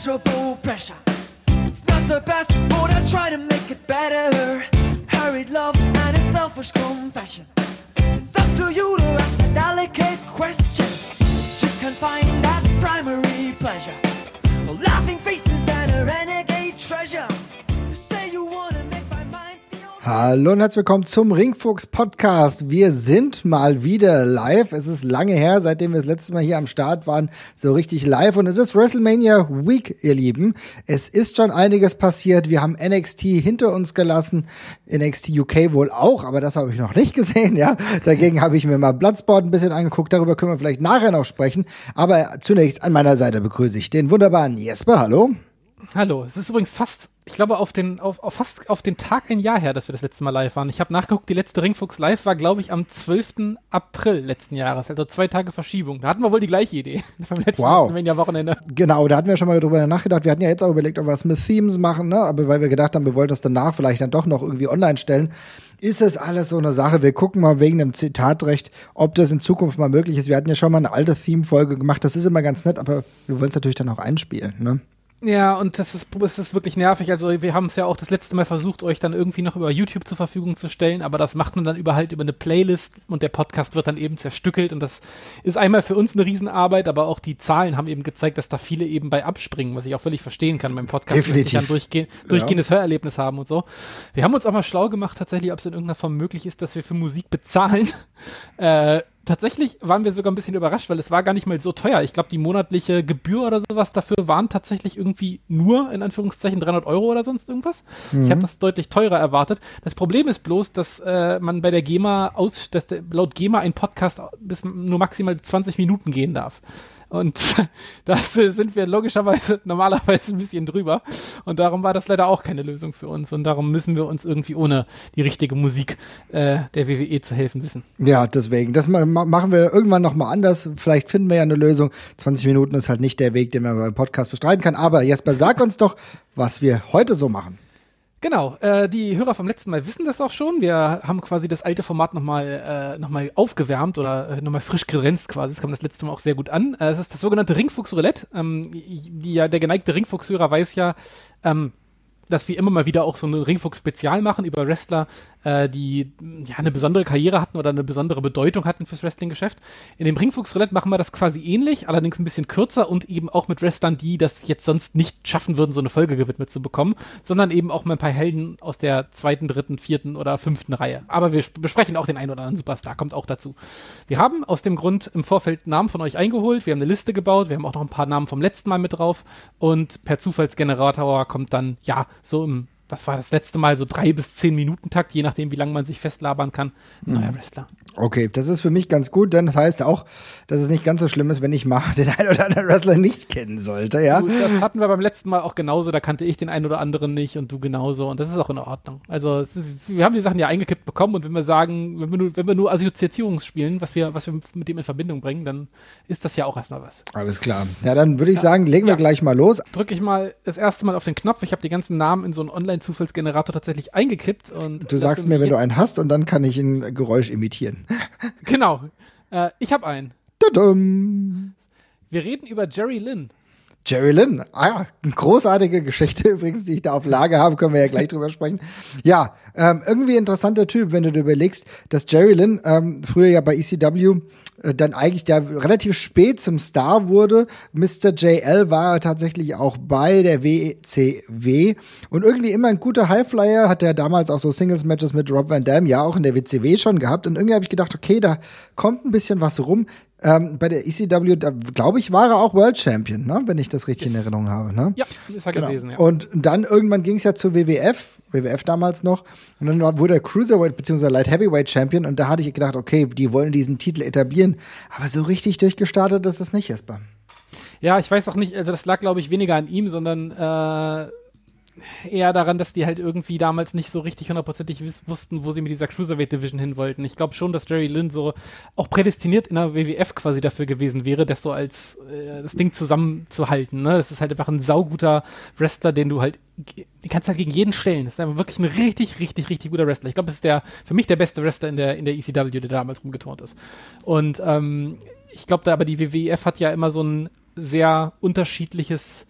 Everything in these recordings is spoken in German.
unbearable pressure. It's not the best, but I try to make it better. Hurried love and its selfish confession. It's up to you to ask a delicate question. Just can't find that primary pleasure. The laughing faces and a renegade treasure. You say you wanna make my mind feel. Hallo und herzlich willkommen zum Ringfuchs Podcast. Wir sind mal wieder live. Es ist lange her, seitdem wir das letzte Mal hier am Start waren, so richtig live. Und es ist WrestleMania Week, ihr Lieben. Es ist schon einiges passiert. Wir haben NXT hinter uns gelassen. NXT UK wohl auch, aber das habe ich noch nicht gesehen, ja. Dagegen habe ich mir mal Bloodsport ein bisschen angeguckt. Darüber können wir vielleicht nachher noch sprechen. Aber zunächst an meiner Seite begrüße ich den wunderbaren Jesper. Hallo. Hallo. Es ist übrigens fast, ich glaube, fast auf den Tag ein Jahr her, dass wir das letzte Mal live waren. Ich habe nachgeguckt, die letzte Ringfuchs Live war, glaube ich, am 12. April letzten Jahres, also 2 Tage Verschiebung. Da hatten wir wohl die gleiche Idee beim letzten Wochenende. Genau, da hatten wir schon mal drüber nachgedacht. Wir hatten ja jetzt auch überlegt, ob wir was mit Themes machen, ne? Aber weil wir gedacht haben, wir wollten das danach vielleicht dann doch noch irgendwie online stellen, ist es alles so eine Sache. Wir gucken mal wegen dem Zitatrecht, ob das in Zukunft mal möglich ist. Wir hatten ja schon mal eine alte Theme-Folge gemacht. Das ist immer ganz nett, aber wir wollen es natürlich dann auch einspielen, ne? Ja, und das ist wirklich nervig. Also wir haben es ja auch das letzte Mal versucht, euch dann irgendwie noch über YouTube zur Verfügung zu stellen, aber das macht man dann über eine Playlist und der Podcast wird dann eben zerstückelt und das ist einmal für uns eine Riesenarbeit, aber auch die Zahlen haben eben gezeigt, dass da viele eben bei abspringen, was ich auch völlig verstehen kann beim Podcast, wenn die dann durchgehendes Hörerlebnis haben und so. Wir haben uns auch mal schlau gemacht tatsächlich, ob es in irgendeiner Form möglich ist, dass wir für Musik bezahlen. Tatsächlich waren wir sogar ein bisschen überrascht, weil es war gar nicht mal so teuer. Ich glaube, die monatliche Gebühr oder sowas dafür waren tatsächlich irgendwie nur, in Anführungszeichen, 300 € oder sonst irgendwas. Mhm. Ich habe das deutlich teurer erwartet. Das Problem ist bloß, dass man bei der GEMA laut GEMA ein Podcast bis nur maximal 20 Minuten gehen darf. Und da sind wir logischerweise normalerweise ein bisschen drüber. Und darum war das leider auch keine Lösung für uns. Und darum müssen wir uns irgendwie ohne die richtige Musik der WWE zu helfen wissen. Ja, deswegen. Das machen wir irgendwann nochmal anders. Vielleicht finden wir ja eine Lösung. 20 Minuten ist halt nicht der Weg, den man beim Podcast bestreiten kann. Aber Jesper, sag uns doch, was wir heute so machen. Genau, die Hörer vom letzten Mal wissen das auch schon. Wir haben quasi das alte Format nochmal aufgewärmt oder nochmal frisch geränzt quasi. Das kam das letzte Mal auch sehr gut an. Es ist das sogenannte Ringfuchs Roulette. Der geneigte Ringfuchs-Hörer weiß ja, dass wir immer mal wieder auch so ein Ringfuchs-Spezial machen über Wrestler, die ja eine besondere Karriere hatten oder eine besondere Bedeutung hatten fürs Wrestling-Geschäft. In dem Ringfuchs-Roulette machen wir das quasi ähnlich, allerdings ein bisschen kürzer und eben auch mit Wrestlern, die das jetzt sonst nicht schaffen würden, so eine Folge gewidmet zu bekommen, sondern eben auch mal ein paar Helden aus der 2., 3., 4. oder 5. Reihe. Aber wir besprechen auch den einen oder anderen Superstar, kommt auch dazu. Wir haben aus dem Grund im Vorfeld Namen von euch eingeholt, wir haben eine Liste gebaut, wir haben auch noch ein paar Namen vom letzten Mal mit drauf und per Zufallsgenerator kommt dann, ja, so was war das letzte Mal, so 3 bis 10 Minuten Takt, je nachdem, wie lange man sich festlabern kann. Neuer Wrestler. Okay, das ist für mich ganz gut, denn das heißt auch, dass es nicht ganz so schlimm ist, wenn ich mal den einen oder anderen Wrestler nicht kennen sollte, ja? Das hatten wir beim letzten Mal auch genauso, da kannte ich den einen oder anderen nicht und du genauso und das ist auch in Ordnung. Also wir haben die Sachen ja eingekippt bekommen und wenn wir sagen, wenn wir nur Assoziierungen spielen, was wir mit dem in Verbindung bringen, dann ist das ja auch erstmal was. Alles klar. Ja, dann würde ich sagen, legen wir gleich mal los. Drücke ich mal das erste Mal auf den Knopf, ich habe die ganzen Namen in so einen Online-Zufallsgenerator tatsächlich eingekippt. Und du sagst mir, wenn du einen hast und dann kann ich ein Geräusch imitieren. Genau. Ich habe einen. Tudum. Wir reden über Jerry Lynn. Jerry Lynn, eine großartige Geschichte übrigens, die ich da auf Lager habe, können wir ja gleich drüber sprechen. Ja, irgendwie interessanter Typ, wenn du dir überlegst, dass Jerry Lynn früher ja bei ECW dann eigentlich der relativ spät zum Star wurde. Mr. JL war tatsächlich auch bei der WCW und irgendwie immer ein guter Highflyer, hat er damals auch so Singles-Matches mit Rob Van Dam ja auch in der WCW schon gehabt und irgendwie habe ich gedacht, okay, da kommt ein bisschen was rum. Bei der ECW, da glaube ich, war er auch World Champion, ne? Wenn ich das richtig in Erinnerung habe. Ne? Ja, ist er gewesen, ja. Und dann irgendwann ging es ja zur WWF damals noch, und dann wurde er Cruiserweight bzw. Light Heavyweight Champion und da hatte ich gedacht, okay, die wollen diesen Titel etablieren, aber so richtig durchgestartet ist es nicht, Jesper. Ja, ich weiß auch nicht, also das lag, glaube ich, weniger an ihm, sondern eher daran, dass die halt irgendwie damals nicht so richtig hundertprozentig wussten, wo sie mit dieser Cruiserweight Division hin wollten. Ich glaube schon, dass Jerry Lynn so auch prädestiniert in der WWF quasi dafür gewesen wäre, das so als das Ding zusammenzuhalten. Ne? Das ist halt einfach ein sauguter Wrestler, den kannst halt gegen jeden stellen. Das ist einfach wirklich ein richtig, richtig, richtig guter Wrestler. Ich glaube, das ist für mich der beste Wrestler in der ECW, der damals rumgeturnt ist. Und ich glaube, aber die WWF hat ja immer so ein sehr unterschiedliches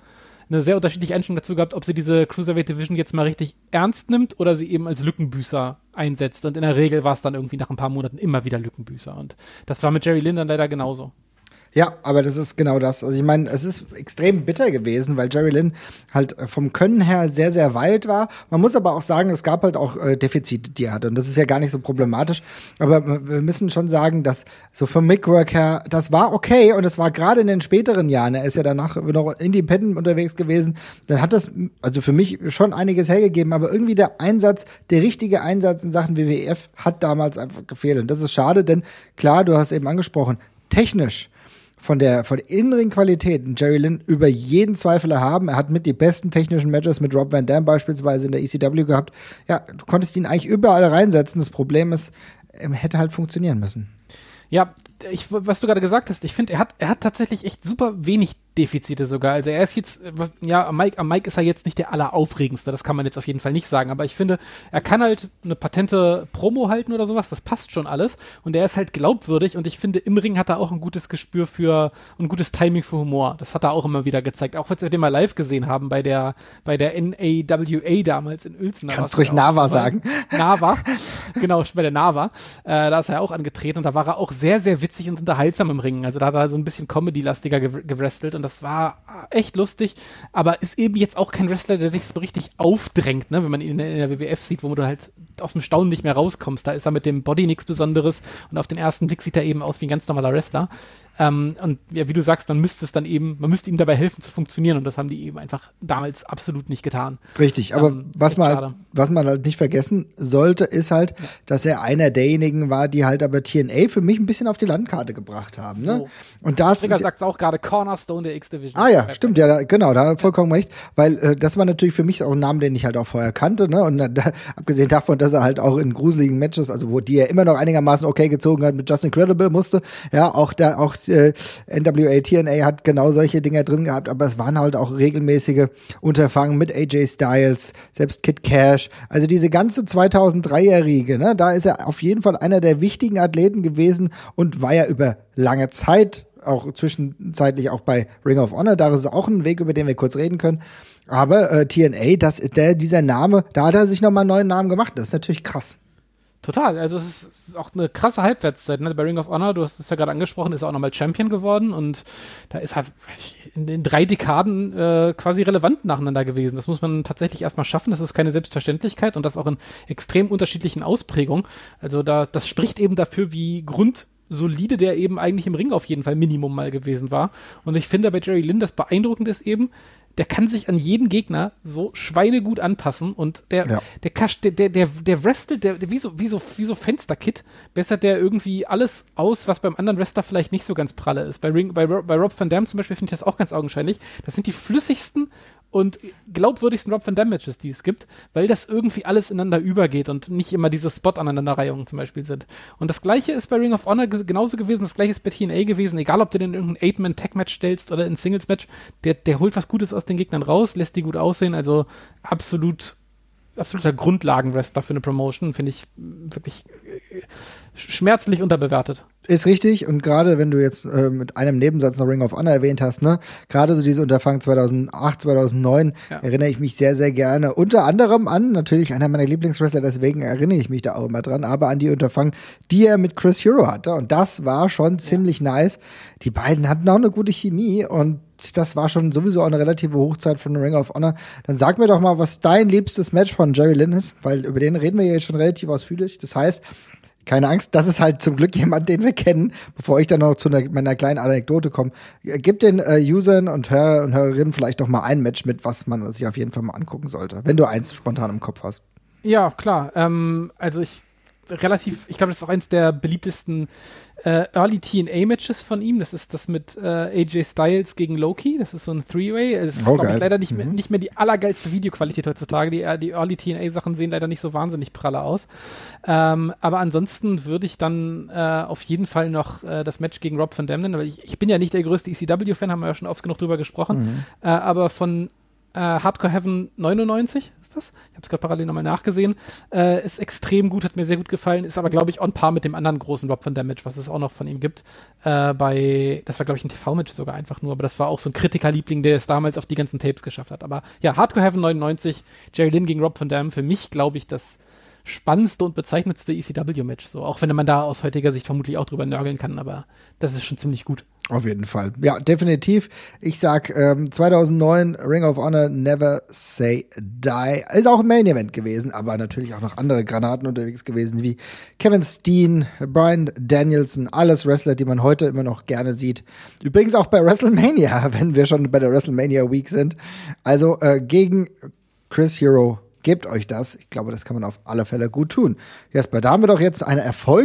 eine sehr unterschiedliche Einstellung dazu gehabt, ob sie diese Cruiserweight Division jetzt mal richtig ernst nimmt oder sie eben als Lückenbüßer einsetzt. Und in der Regel war es dann irgendwie nach ein paar Monaten immer wieder Lückenbüßer. Und das war mit Jerry Lynn dann leider genauso. Ja, aber das ist genau das. Also ich meine, es ist extrem bitter gewesen, weil Jerry Lynn halt vom Können her sehr, sehr weit war. Man muss aber auch sagen, es gab halt auch Defizite, die er hatte. Und das ist ja gar nicht so problematisch. Aber wir müssen schon sagen, dass so vom Mickwork her, das war okay. Und es war gerade in den späteren Jahren, er ist ja danach noch independent unterwegs gewesen, dann hat das also für mich schon einiges hergegeben. Aber irgendwie der richtige Einsatz in Sachen WWF hat damals einfach gefehlt. Und das ist schade, denn klar, du hast eben angesprochen, technisch von In-Ring-Qualität Jerry Lynn über jeden Zweifel erhaben. Er hat mit die besten technischen Matches mit Rob Van Dam beispielsweise in der ECW gehabt. Ja, du konntest ihn eigentlich überall reinsetzen. Das Problem ist, er hätte halt funktionieren müssen. Ja, was du gerade gesagt hast, ich finde, er hat tatsächlich echt super wenig Defizite sogar. Also er ist jetzt, ja, am Mic ist er jetzt nicht der alleraufregendste, das kann man jetzt auf jeden Fall nicht sagen, aber ich finde, er kann halt eine patente Promo halten oder sowas, das passt schon alles und er ist halt glaubwürdig und ich finde, im Ring hat er auch ein gutes Gespür für, ein gutes Timing für Humor. Das hat er auch immer wieder gezeigt, auch als wir den mal live gesehen haben bei der NAWA damals in Uelzen. Kannst du ruhig Nava sagen. Nava, genau, bei der Nava. Da ist er auch angetreten und da war er auch sehr, sehr witzig und unterhaltsam im Ring. Also da hat er so ein bisschen Comedy-lastiger gewrestelt und das war echt lustig, aber ist eben jetzt auch kein Wrestler, der sich so richtig aufdrängt, ne? Wenn man ihn in der WWF sieht, wo du halt aus dem Staunen nicht mehr rauskommst. Da ist er mit dem Body nichts Besonderes und auf den ersten Blick sieht er eben aus wie ein ganz normaler Wrestler. Und ja, wie du sagst, man müsste ihm dabei helfen zu funktionieren und das haben die eben einfach damals absolut nicht getan. Richtig, aber was man halt nicht vergessen sollte, ist halt, dass er einer derjenigen war, die halt aber TNA für mich ein bisschen auf die Landkarte gebracht haben. Ne? So. Und das Trigger sagt auch gerade Cornerstone der X-Division. Ah ja, stimmt, ja, genau, da vollkommen recht, weil das war natürlich für mich auch ein Name, den ich halt auch vorher kannte, ne? Und abgesehen davon, dass er halt auch in gruseligen Matches, also wo die er immer noch einigermaßen okay gezogen hat, mit Just Incredible musste, ja, auch NWA TNA hat genau solche Dinger drin gehabt, aber es waren halt auch regelmäßige Unterfangen mit AJ Styles, selbst Kid Cash, also diese ganze 2003er-Riege, ne, da ist er auf jeden Fall einer der wichtigen Athleten gewesen und war ja über lange Zeit, auch zwischenzeitlich auch bei Ring of Honor, da ist auch ein Weg, über den wir kurz reden können, aber TNA, dieser Name, da hat er sich nochmal einen neuen Namen gemacht, das ist natürlich krass. Total, also es ist auch eine krasse Halbwertszeit, ne? Bei Ring of Honor, du hast es ja gerade angesprochen, ist er auch nochmal Champion geworden und da ist halt in 3 Dekaden quasi relevant nacheinander gewesen. Das muss man tatsächlich erstmal schaffen, das ist keine Selbstverständlichkeit und das auch in extrem unterschiedlichen Ausprägungen. Also das spricht eben dafür, wie grundsolide der eben eigentlich im Ring auf jeden Fall Minimum mal gewesen war. Und ich finde bei Jerry Lynn, das beeindruckend ist eben, der kann sich an jeden Gegner so schweinegut anpassen und der wrestelt, wie so Fensterkit, bessert der irgendwie alles aus, was beim anderen Wrestler vielleicht nicht so ganz pralle ist. Bei Rob Van Dam zum Beispiel finde ich das auch ganz augenscheinlich. Das sind die flüssigsten und glaubwürdigsten Rob Van Dam Matches, die es gibt, weil das irgendwie alles ineinander übergeht und nicht immer diese Spot-Aneinanderreihungen zum Beispiel sind. Und das Gleiche ist bei Ring of Honor genauso gewesen, das Gleiche ist bei TNA gewesen, egal ob du den in irgendein 8-Man-Tag-Match stellst oder in Singles-Match, der holt was Gutes aus den Gegnern raus, lässt die gut aussehen, also absoluter Grundlagenwrestler für eine Promotion, finde ich wirklich schmerzlich unterbewertet. Ist richtig und gerade wenn du jetzt mit einem Nebensatz noch Ring of Honor erwähnt hast, ne, gerade so diese Unterfangen 2008, 2009 erinnere ich mich sehr, sehr gerne unter anderem an, natürlich einer meiner Lieblingswrestler, deswegen erinnere ich mich da auch immer dran, aber an die Unterfangen, die er mit Chris Hero hatte und das war schon ziemlich nice. Die beiden hatten auch eine gute Chemie und das war schon sowieso auch eine relative Hochzeit von Ring of Honor. Dann sag mir doch mal, was dein liebstes Match von Jerry Lynn ist, weil über den reden wir ja jetzt schon relativ ausführlich. Das heißt, keine Angst, das ist halt zum Glück jemand, den wir kennen, bevor ich dann noch zu meiner kleinen Anekdote komme. Gib den Usern und Hörerinnen vielleicht doch mal ein Match mit, was man sich auf jeden Fall mal angucken sollte, wenn du eins spontan im Kopf hast. Ja, klar. Also ich glaube, das ist auch eins der beliebtesten Early TNA-Matches von ihm. Das ist das mit AJ Styles gegen Loki. Das ist so ein Three-Way. Das ist, glaube ich, leider nicht mehr die allergeilste Videoqualität heutzutage. Die Early TNA-Sachen sehen leider nicht so wahnsinnig pralle aus. Aber ansonsten würde ich dann auf jeden Fall noch das Match gegen Rob Van Dam nennen, weil ich bin ja nicht der größte ECW-Fan, haben wir ja schon oft genug drüber gesprochen. Aber von Hardcore Heaven 99 ist das. Ich habe es gerade parallel nochmal nachgesehen. Ist extrem gut, hat mir sehr gut gefallen. Ist aber, glaube ich, on par mit dem anderen großen Rob Van Dam Match, was es auch noch von ihm gibt. Das war, glaube ich, ein TV-Match sogar einfach nur. Aber das war auch so ein Kritikerliebling, der es damals auf die ganzen Tapes geschafft hat. Aber ja, Hardcore Heaven 99, Jerry Lynn gegen Rob Van Dam. Für mich, glaube ich, das spannendste und bezeichnendste ECW-Match. So, auch wenn man da aus heutiger Sicht vermutlich auch drüber nörgeln kann, aber das ist schon ziemlich gut. Auf jeden Fall. Ja, definitiv. Ich sag 2009 Ring of Honor Never Say Die. Ist auch ein Main-Event gewesen, aber natürlich auch noch andere Granaten unterwegs gewesen, wie Kevin Steen, Bryan Danielson, alles Wrestler, die man heute immer noch gerne sieht. Übrigens auch bei WrestleMania, wenn wir schon bei der WrestleMania Week sind. Also gegen Chris Hero. Gebt euch das. Ich glaube, das kann man auf alle Fälle gut tun. Jesper, da haben wir doch jetzt eine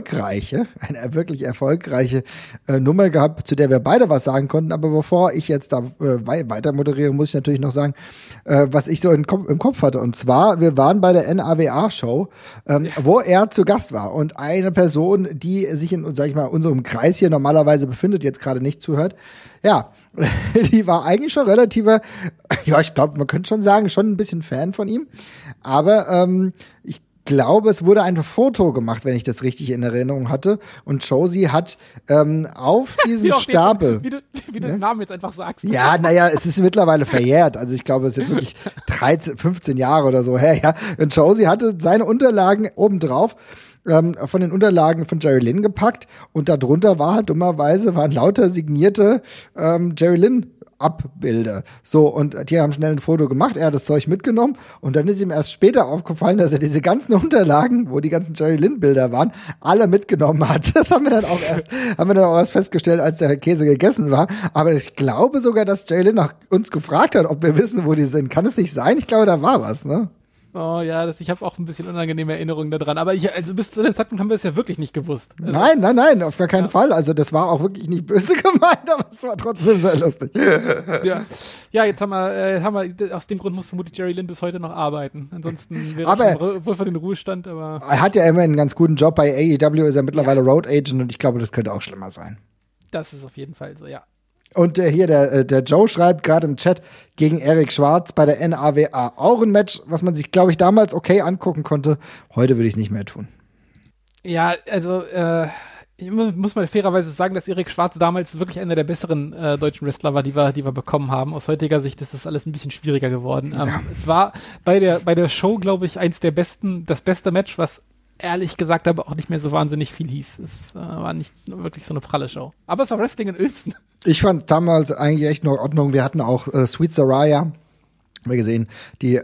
wirklich erfolgreiche Nummer gehabt, zu der wir beide was sagen konnten. Aber bevor ich jetzt da weiter moderiere, muss ich natürlich noch sagen, was ich so im Kopf hatte. Und zwar, wir waren bei der NAWA-Show, wo er zu Gast war. Und eine Person, die sich in, sag ich mal, unserem Kreis hier normalerweise befindet, jetzt gerade nicht zuhört, ja, die war eigentlich schon relativer, ja, ich glaube, man könnte schon sagen, schon ein bisschen Fan von ihm. Aber ich glaube, es wurde ein Foto gemacht, wenn ich das richtig in Erinnerung hatte. Und Josie hat auf diesem Stapel. Wie du den Namen jetzt einfach sagst. Ja, naja, es ist mittlerweile verjährt. Also ich glaube, es sind wirklich 13, 15 Jahre oder so her, ja. Und Josie hatte seine Unterlagen obendrauf von den Unterlagen von Jerry Lynn gepackt und darunter waren lauter signierte Jerry Lynn Abbilder. So, und die haben schnell ein Foto gemacht, er hat das Zeug mitgenommen und dann ist ihm erst später aufgefallen, dass er diese ganzen Unterlagen, wo die ganzen Jerry Lynn Bilder waren, alle mitgenommen hat. Das haben wir dann auch erst festgestellt, als der Käse gegessen war. Aber ich glaube sogar, dass Jerry Lynn nach uns gefragt hat, ob wir wissen, wo die sind. Kann es nicht sein? Ich glaube, da war was, ne? Oh ja, ich habe auch ein bisschen unangenehme Erinnerungen daran. Aber also bis zu dem Zeitpunkt haben wir es ja wirklich nicht gewusst. Also, nein, auf gar keinen Fall. Also das war auch wirklich nicht böse gemeint, aber es war trotzdem sehr lustig. Ja, jetzt haben wir, aus dem Grund muss vermutlich Jerry Lynn bis heute noch arbeiten. Ansonsten wäre er wohl für den Ruhestand, aber... Er hat ja immer einen ganz guten Job. Bei AEW ist er mittlerweile Road Agent und ich glaube, das könnte auch schlimmer sein. Das ist auf jeden Fall so, ja. Und hier der Joe schreibt gerade im Chat gegen Eric Schwarz bei der NAWA. Auch ein Match, was man sich, glaube ich, damals okay angucken konnte. Heute würde ich es nicht mehr tun. Ja, also ich muss mal fairerweise sagen, dass Eric Schwarz damals wirklich einer der besseren deutschen Wrestler war, die wir bekommen haben. Aus heutiger Sicht ist das alles ein bisschen schwieriger geworden. Ja. Es war bei der Show, glaube ich, das beste Match, was ehrlich gesagt aber auch nicht mehr so wahnsinnig viel hieß. Es war nicht wirklich so eine pralle Show. Aber es war Wrestling in Uelzen. Ich fand damals eigentlich echt noch in Ordnung. Wir hatten auch Sweet Saraya, haben wir gesehen, die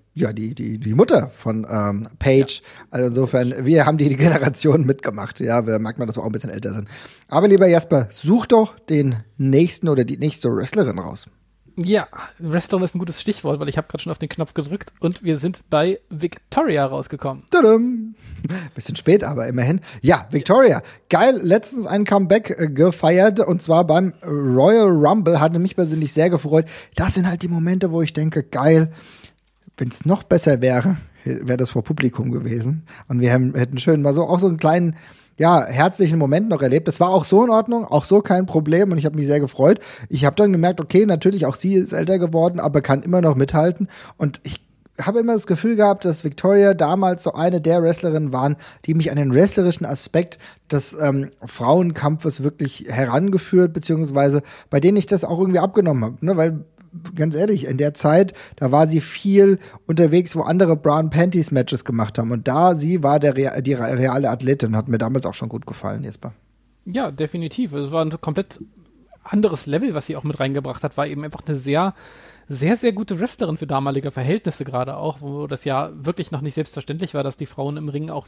Mutter von Paige. Ja. Also insofern, wir haben die Generation mitgemacht. Ja, merkt man, dass wir auch ein bisschen älter sind. Aber lieber Jasper, such doch den nächsten oder die nächste Wrestlerin raus. Ja, Wrestlerin ist ein gutes Stichwort, weil ich habe gerade schon auf den Knopf gedrückt und wir sind bei Victoria rausgekommen. Tadam. Bisschen spät, aber immerhin. Ja, Victoria. Geil, letztens ein Comeback gefeiert und zwar beim Royal Rumble. Hatte mich persönlich sehr gefreut. Das sind halt die Momente, wo ich denke, geil, wenn es noch besser wäre, wäre das vor Publikum gewesen. Und wir hätten schön mal so einen kleinen, ja, herzlichen Moment noch erlebt. Das war auch so in Ordnung, auch so kein Problem und ich habe mich sehr gefreut. Ich habe dann gemerkt, okay, natürlich auch sie ist älter geworden, aber kann immer noch mithalten und ich habe immer das Gefühl gehabt, dass Victoria damals so eine der Wrestlerinnen waren, die mich an den wrestlerischen Aspekt des Frauenkampfes wirklich herangeführt, beziehungsweise bei denen ich das auch irgendwie abgenommen habe, ne, weil ganz ehrlich, in der Zeit, da war sie viel unterwegs, wo andere Brown Panties Matches gemacht haben. Und sie war die reale Athletin. Hat mir damals auch schon gut gefallen, Jesper. Ja, definitiv. Es war ein komplett anderes Level, was sie auch mit reingebracht hat. War eben einfach eine sehr, sehr, sehr gute Wrestlerin für damalige Verhältnisse gerade auch, wo das ja wirklich noch nicht selbstverständlich war, dass die Frauen im Ring auch,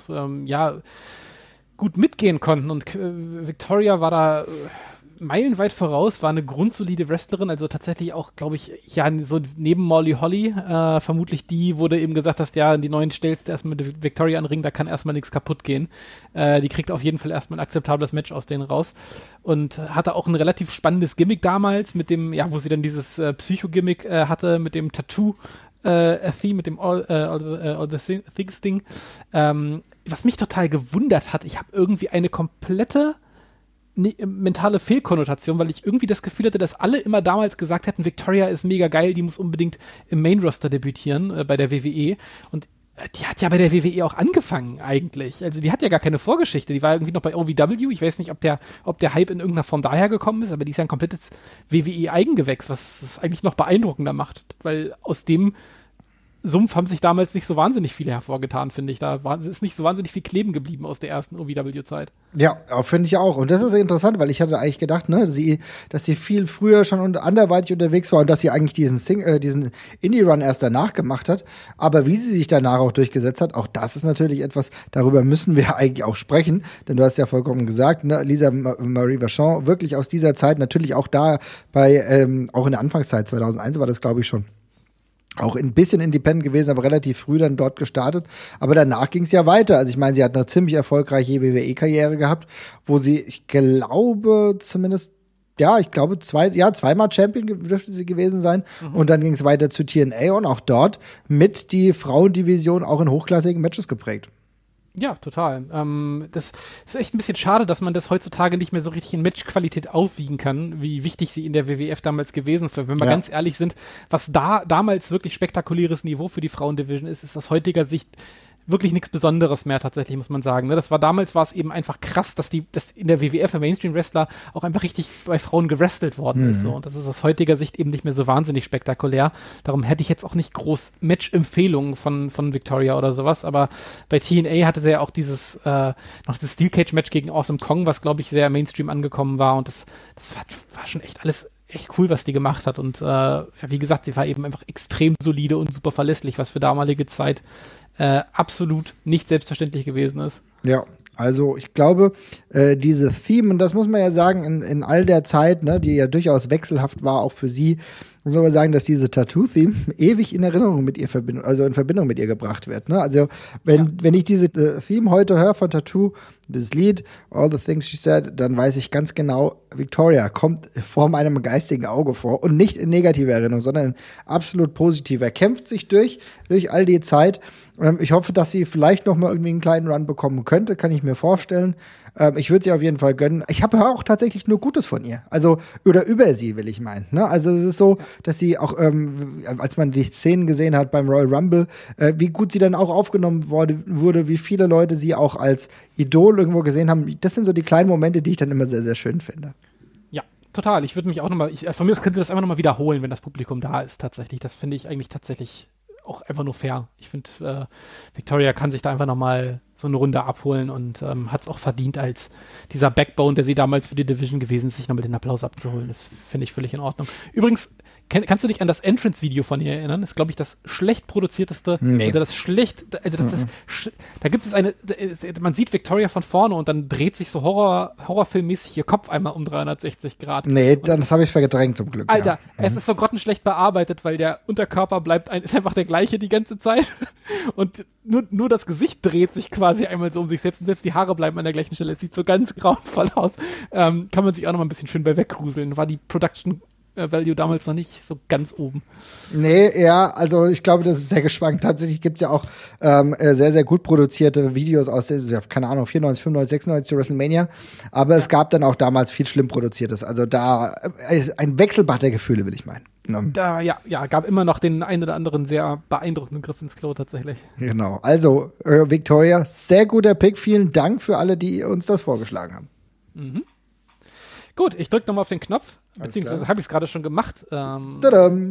gut mitgehen konnten. Und Victoria war da meilenweit voraus, war eine grundsolide Wrestlerin, also tatsächlich auch, glaube ich, ja, so neben Molly Holly, vermutlich die, wurde eben gesagt, dass ja, die neuen stellst erstmal mit Victoria an den Ring, da kann erstmal nichts kaputt gehen. Die kriegt auf jeden Fall erstmal ein akzeptables Match aus denen raus und hatte auch ein relativ spannendes Gimmick damals mit dem, ja, wo sie dann dieses Psycho-Gimmick hatte, mit dem Tattoo, Theme, mit dem All the Things Ding. Was mich total gewundert hat, ich habe irgendwie eine komplette mentale Fehlkonnotation, weil ich irgendwie das Gefühl hatte, dass alle immer damals gesagt hätten, Victoria ist mega geil, die muss unbedingt im Main-Roster debütieren bei der WWE. Und die hat ja bei der WWE auch angefangen eigentlich. Also die hat ja gar keine Vorgeschichte. Die war irgendwie noch bei OVW. Ich weiß nicht, ob der Hype in irgendeiner Form daher gekommen ist, aber die ist ja ein komplettes WWE-Eigengewächs, was es eigentlich noch beeindruckender macht. Weil aus dem Sumpf haben sich damals nicht so wahnsinnig viele hervorgetan, finde ich. Ist nicht so wahnsinnig viel kleben geblieben aus der ersten OVW-Zeit. Ja, finde ich auch. Und das ist interessant, weil ich hatte eigentlich gedacht, ne, dass sie viel früher schon anderweitig unterwegs war und dass sie eigentlich diesen Indie-Run erst danach gemacht hat. Aber wie sie sich danach auch durchgesetzt hat, auch das ist natürlich etwas, darüber müssen wir eigentlich auch sprechen. Denn du hast ja vollkommen gesagt, ne, Lisa Marie Vachon, wirklich aus dieser Zeit, natürlich auch da auch in der Anfangszeit, 2001 war das, glaube ich, schon. Auch ein bisschen independent gewesen, aber relativ früh dann dort gestartet. Aber danach ging es ja weiter. Also ich meine, sie hat eine ziemlich erfolgreiche WWE-Karriere gehabt, wo sie, ich glaube zumindest, zweimal Champion dürfte sie gewesen sein. Mhm. Und dann ging es weiter zu TNA und auch dort mit die Frauendivision auch in hochklassigen Matches geprägt. Ja, total. Das ist echt ein bisschen schade, dass man das heutzutage nicht mehr so richtig in Matchqualität aufwiegen kann, wie wichtig sie in der WWF damals gewesen ist. Weil wenn wir ganz ehrlich sind, was damals wirklich spektakuläres Niveau für die Frauendivision ist aus heutiger Sicht wirklich nichts Besonderes mehr tatsächlich, muss man sagen. Ne? Damals war es eben einfach krass, dass in der WWF ein Mainstream-Wrestler auch einfach richtig bei Frauen gewrestelt worden ist. So. Und das ist aus heutiger Sicht eben nicht mehr so wahnsinnig spektakulär. Darum hätte ich jetzt auch nicht groß Match-Empfehlungen von Victoria oder sowas, aber bei TNA hatte sie ja auch noch das Steel Cage-Match gegen Awesome Kong, was, glaube ich, sehr Mainstream angekommen war und das war schon echt alles echt cool, was die gemacht hat und wie gesagt, sie war eben einfach extrem solide und super verlässlich, was für damalige Zeit absolut nicht selbstverständlich gewesen ist. Ja, also ich glaube, diese Theme, und das muss man ja sagen, in all der Zeit, ne, die ja durchaus wechselhaft war, auch für sie, muss man aber sagen, dass diese Tattoo-Theme ewig in Verbindung mit ihr gebracht wird. Ne? Also wenn ich diese Theme heute höre von Tattoo, das Lied, All the Things She Said, dann weiß ich ganz genau, Victoria kommt vor meinem geistigen Auge vor und nicht in negativer Erinnerung, sondern in absolut positiver. Er kämpft sich durch all die Zeit. Ich hoffe, dass sie vielleicht noch mal irgendwie einen kleinen Run bekommen könnte, kann ich mir vorstellen. Ich würde sie auf jeden Fall gönnen. Ich höre auch tatsächlich nur Gutes von ihr. Also, oder über sie, will ich meinen. Ne? Also, es ist so, dass sie auch, als man die Szenen gesehen hat beim Royal Rumble, wie gut sie dann auch aufgenommen wurde, wie viele Leute sie auch als Idol irgendwo gesehen haben. Das sind so die kleinen Momente, die ich dann immer sehr, sehr schön finde. Ja, total. Ich würde mich auch nochmal, von mir aus können sie das einfach nochmal wiederholen, wenn das Publikum da ist, tatsächlich. Das finde ich eigentlich tatsächlich auch einfach nur fair. Ich finde, Victoria kann sich da einfach nochmal so eine Runde abholen und hat es auch verdient, als dieser Backbone, der sie damals für die Division gewesen ist, sich nochmal den Applaus abzuholen. Das finde ich völlig in Ordnung. Übrigens, kannst du dich an das Entrance-Video von ihr erinnern? Das ist, glaube ich, das schlecht produzierteste, oder das schlecht, also das ist, da gibt es man sieht Victoria von vorne und dann dreht sich so horrorfilmmäßig ihr Kopf einmal um 360 Grad. Nee, das habe ich verdrängt zum Glück. Alter, es ist so grottenschlecht bearbeitet, weil der Unterkörper ist einfach der gleiche die ganze Zeit und nur das Gesicht dreht sich quasi einmal so um sich selbst und selbst die Haare bleiben an der gleichen Stelle. Es sieht so ganz grauenvoll aus. Kann man sich auch noch mal ein bisschen schön bei wegruseln. War die Production Value damals noch nicht so ganz oben. Nee, ja, also ich glaube, das ist sehr geschwankt. Tatsächlich gibt es ja auch sehr, sehr gut produzierte Videos aus den, keine Ahnung, 94, 95, 96 zu WrestleMania. Aber es gab dann auch damals viel schlimm produziertes. Also da ist ein Wechselbad der Gefühle, will ich meinen. Da, gab immer noch den einen oder anderen sehr beeindruckenden Griff ins Klo tatsächlich. Genau. Also, Victoria, sehr guter Pick. Vielen Dank für alle, die uns das vorgeschlagen haben. Mhm. Gut, ich drücke nochmal auf den Knopf, beziehungsweise habe ich es gerade schon gemacht. Paul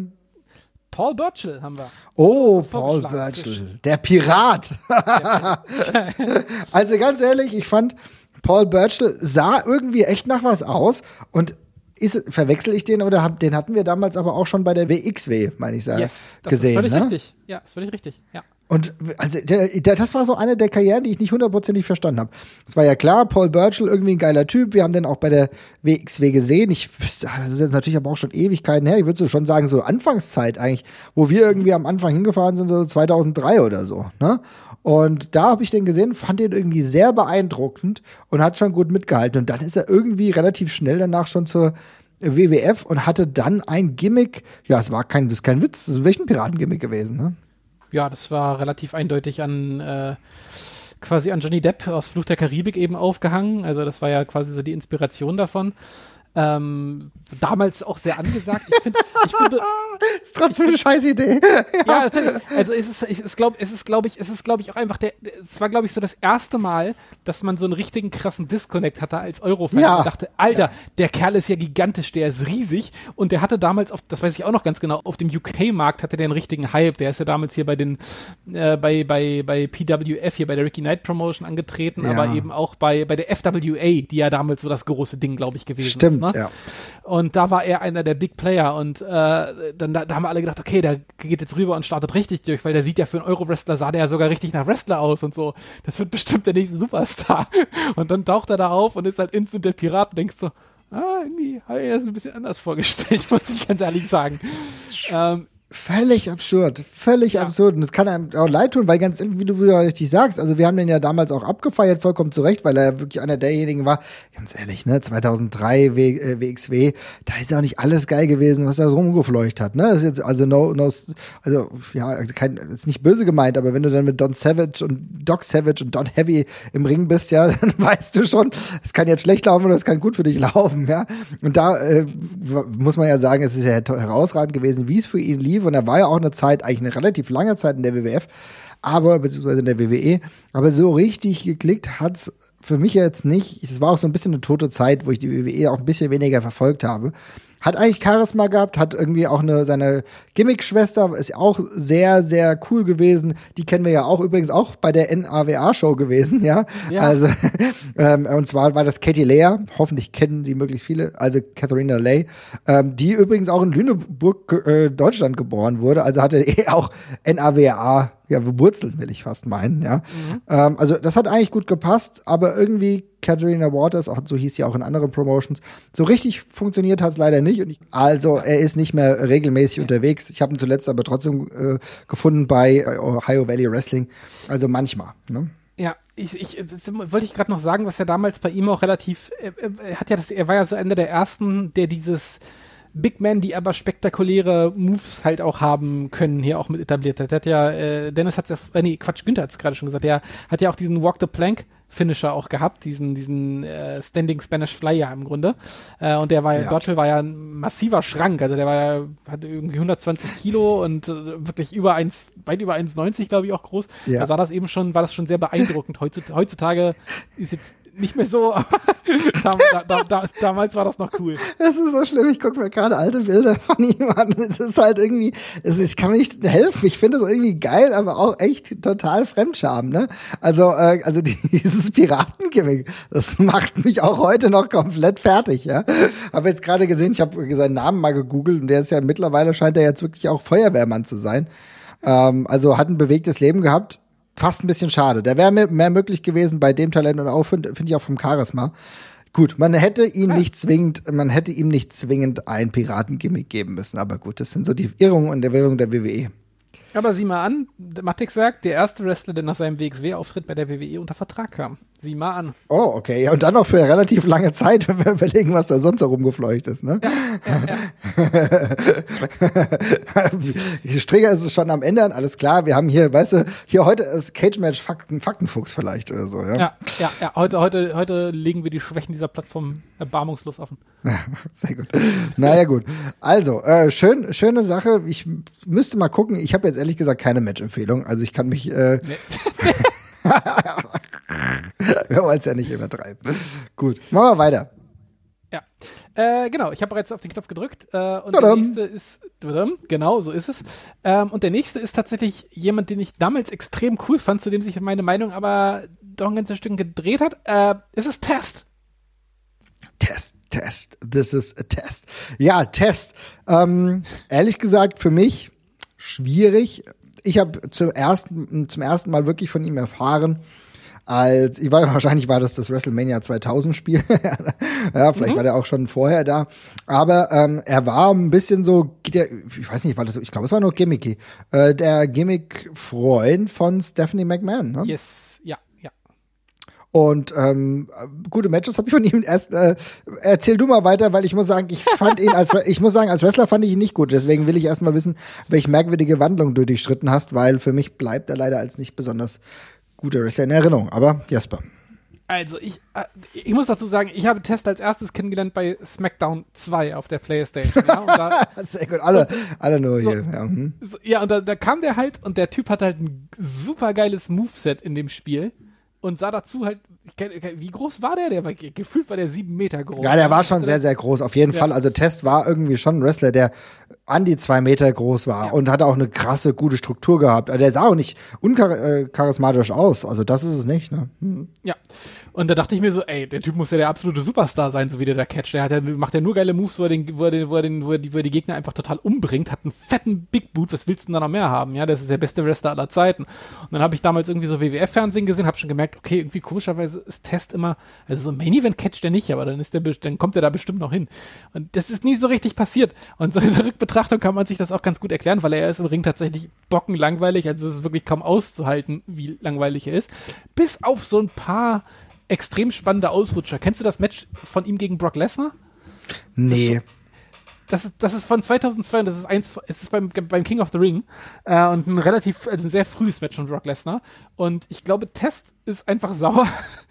Burchill haben wir. Oh, Paul Burchill, der Pirat. Also ganz ehrlich, ich fand, Paul Burchill sah irgendwie echt nach was aus und verwechsel ich den oder den hatten wir damals aber auch schon bei der WXW, meine ich, gesehen. Das ist völlig richtig. Ja, ist völlig richtig, ja. Und also das war so eine der Karrieren, die ich nicht hundertprozentig verstanden habe. Es war ja klar, Paul Burchill, irgendwie ein geiler Typ. Wir haben den auch bei der WXW gesehen. Das ist jetzt natürlich aber auch schon Ewigkeiten her. Ich würde so schon sagen, so Anfangszeit eigentlich, wo wir irgendwie am Anfang hingefahren sind, so 2003 oder so. Ne? Und da habe ich den gesehen, fand den irgendwie sehr beeindruckend und hat schon gut mitgehalten. Und dann ist er irgendwie relativ schnell danach schon zur WWF und hatte dann ein Gimmick. Ja, das ist kein Witz, das ist wirklich ein Piratengimmick gewesen, ne? Ja, das war relativ eindeutig an quasi an Johnny Depp aus Fluch der Karibik eben aufgehangen. Also das war ja quasi so die Inspiration davon. Damals auch sehr angesagt. Ich finde, ist trotzdem eine scheiß Idee. Ja, natürlich. Also es ist glaube ich auch einfach es war glaube ich so das erste Mal, dass man so einen richtigen krassen Disconnect hatte als Eurofan und dachte, Alter, der Kerl ist ja gigantisch, der ist riesig und der hatte damals das weiß ich auch noch ganz genau, auf dem UK-Markt hatte der einen richtigen Hype. Der ist ja damals hier bei PWF hier bei der Ricky Knight Promotion angetreten, aber eben auch bei der FWA, die ja damals so das große Ding, glaube ich, gewesen ist. Ne? Ja. Und da war er einer der Big Player und dann da haben wir alle gedacht, okay, der geht jetzt rüber und startet richtig durch, weil der sieht ja für einen Euro-Wrestler, sah der ja sogar richtig nach Wrestler aus und so. Das wird bestimmt der nächste Superstar. Und dann taucht er da auf und ist halt instant der Pirat und denkst so, irgendwie habe ich das ein bisschen anders vorgestellt, muss ich ganz ehrlich sagen. Völlig absurd. Und es kann einem auch leid tun, weil ganz, wie du richtig sagst, also wir haben den ja damals auch abgefeiert, vollkommen zu Recht, weil er wirklich einer derjenigen war, ganz ehrlich, ne, 2003 WXW, da ist ja auch nicht alles geil gewesen, was er so rumgefleucht hat, ne, das ist jetzt also ist nicht böse gemeint, aber wenn du dann mit Doc Savage und Don Heavy im Ring bist, ja, dann weißt du schon, es kann jetzt schlecht laufen oder es kann gut für dich laufen, ja, und da muss man ja sagen, es ist ja herausragend gewesen, wie es für ihn lief. Und er war ja auch eigentlich eine relativ lange Zeit in der WWF, beziehungsweise in der WWE, aber so richtig geklickt hat's für mich jetzt nicht. Es war auch so ein bisschen eine tote Zeit, wo ich die WWE auch ein bisschen weniger verfolgt habe. Hat eigentlich Charisma gehabt, hat irgendwie auch seine Gimmick-Schwester, ist auch sehr, sehr cool gewesen. Die kennen wir ja auch übrigens auch bei der NAWA-Show gewesen, ja. Also, und zwar war das Katie Lea, hoffentlich kennen sie möglichst viele, also Katharina Lay, die übrigens auch in Lüneburg, Deutschland geboren wurde, also hatte auch NAWA, Wurzeln will ich fast meinen, ja. Also das hat eigentlich gut gepasst, aber irgendwie Katharina Waters, auch so hieß sie auch in anderen Promotions, so richtig funktioniert hat es leider nicht. Also er ist nicht mehr regelmäßig unterwegs. Ich habe ihn zuletzt aber trotzdem gefunden bei Ohio Valley Wrestling. Also manchmal, ne? Ja, wollte ich gerade noch sagen, was ja damals bei ihm auch relativ, er war ja so einer der ersten, der dieses Big Man, die aber spektakuläre Moves halt auch haben können, hier auch mit etabliert hat. Der hat ja, Dennis hat's ja, Günther hat's gerade schon gesagt, der hat ja auch diesen Walk the Plank Finisher auch gehabt, diesen Standing Spanish Fly ja im Grunde. Und der war ja, Gotchel war ja ein massiver Schrank, also der hatte irgendwie 120 Kilo und wirklich weit über 1,90 glaube ich auch groß. Ja. Da war das schon sehr beeindruckend. Heutzutage ist jetzt nicht mehr so, damals war das noch cool. Das ist so schlimm, ich gucke mir gerade alte Bilder von ihm an. Es ist halt irgendwie, ich kann mir nicht helfen. Ich finde es irgendwie geil, aber auch echt total Fremdscham, ne? Also dieses Piratengimmick, das macht mich auch heute noch komplett fertig, ja. Habe jetzt gerade gesehen, ich habe seinen Namen mal gegoogelt und der ist ja mittlerweile, scheint er jetzt wirklich auch Feuerwehrmann zu sein. Also hat ein bewegtes Leben gehabt. Fast ein bisschen schade. Da wäre mehr möglich gewesen bei dem Talent und auch finde ich auch vom Charisma. Gut, man hätte ihm nicht zwingend ein Piratengimmick geben müssen, aber gut, das sind so die Irrungen und der Währung der WWE. Aber sieh mal an, Mattek sagt, der erste Wrestler, der nach seinem WXW-Auftritt bei der WWE unter Vertrag kam. Sieh mal an. Oh, okay. Ja, und dann noch für eine relativ lange Zeit, wenn wir überlegen, was da sonst herumgefleucht ist, ne? Ja. Strigger ist es schon am Ende, alles klar. Wir haben hier, weißt du, heute ist Cage-Match Faktenfuchs vielleicht oder so, ja? Ja. Heute legen wir die Schwächen dieser Plattform erbarmungslos offen. Ja, sehr gut. Naja, gut. Also, schöne Sache. Ich müsste mal gucken. Ich habe jetzt ehrlich gesagt keine Match-Empfehlung. Also ich kann mich nee. Wir wollen es ja nicht übertreiben. Gut, machen wir weiter. Ja, genau. Ich habe bereits auf den Knopf gedrückt. Und der nächste ist, genau, so ist es. Und der nächste ist tatsächlich jemand, den ich damals extrem cool fand, zu dem sich meine Meinung aber doch ein ganzes Stück gedreht hat. Es ist Test. Test. This is a test. Ja, Test. Ehrlich gesagt, für mich schwierig. Ich habe zum ersten Mal wirklich von ihm erfahren, wahrscheinlich war das WrestleMania 2000 Spiel. Ja, vielleicht war der auch schon vorher da. Aber er war ein bisschen so, ich weiß nicht, war das so, ich glaube, es war nur gimmicky. Der Gimmick-Freund von Stephanie McMahon, ne? Yes. Und gute Matches habe ich von ihm erst. Erzähl du mal weiter, weil ich muss sagen, als Wrestler fand ich ihn nicht gut. Deswegen will ich erst mal wissen, welche merkwürdige Wandlung du durchschritten hast, weil für mich bleibt er leider als nicht besonders guter Wrestler in Erinnerung. Aber Jasper. Also, ich muss dazu sagen, ich habe Test als erstes kennengelernt bei SmackDown 2 auf der PlayStation. Ja, und da, sehr gut, alle nur so, hier. Ja, ja, und da kam der halt und der Typ hatte halt ein super geiles Moveset in dem Spiel und sah dazu halt, wie groß war der? Gefühlt war der 7 Meter groß. Ja, der war schon sehr, sehr groß, auf jeden Fall. Also Test war irgendwie schon ein Wrestler, der an die 2 Meter groß war und hatte auch eine krasse, gute Struktur gehabt. Also der sah auch nicht uncharismatisch aus. Also das ist es nicht, ne? Ja. Und da dachte ich mir so, ey, der Typ muss ja der absolute Superstar sein, so wie der da catcht. Macht ja nur geile Moves, wo er die Gegner einfach total umbringt, hat einen fetten Big Boot, was willst du denn da noch mehr haben? Ja, das ist der beste Wrestler aller Zeiten. Und dann habe ich damals irgendwie so WWF-Fernsehen gesehen, habe schon gemerkt, okay, irgendwie komischerweise ist Test immer, also so Main Event catcht der nicht, aber dann kommt er da bestimmt noch hin. Und das ist nie so richtig passiert. Und so in der Rückbetrachtung kann man sich das auch ganz gut erklären, weil er ist im Ring tatsächlich bockenlangweilig, also es ist wirklich kaum auszuhalten, wie langweilig er ist. Bis auf so ein paar extrem spannende Ausrutscher. Kennst du das Match von ihm gegen Brock Lesnar? Nee. Das ist von 2002 und es ist beim King of the Ring und ein sehr frühes Match von Brock Lesnar. Und ich glaube, Test ist einfach sauer,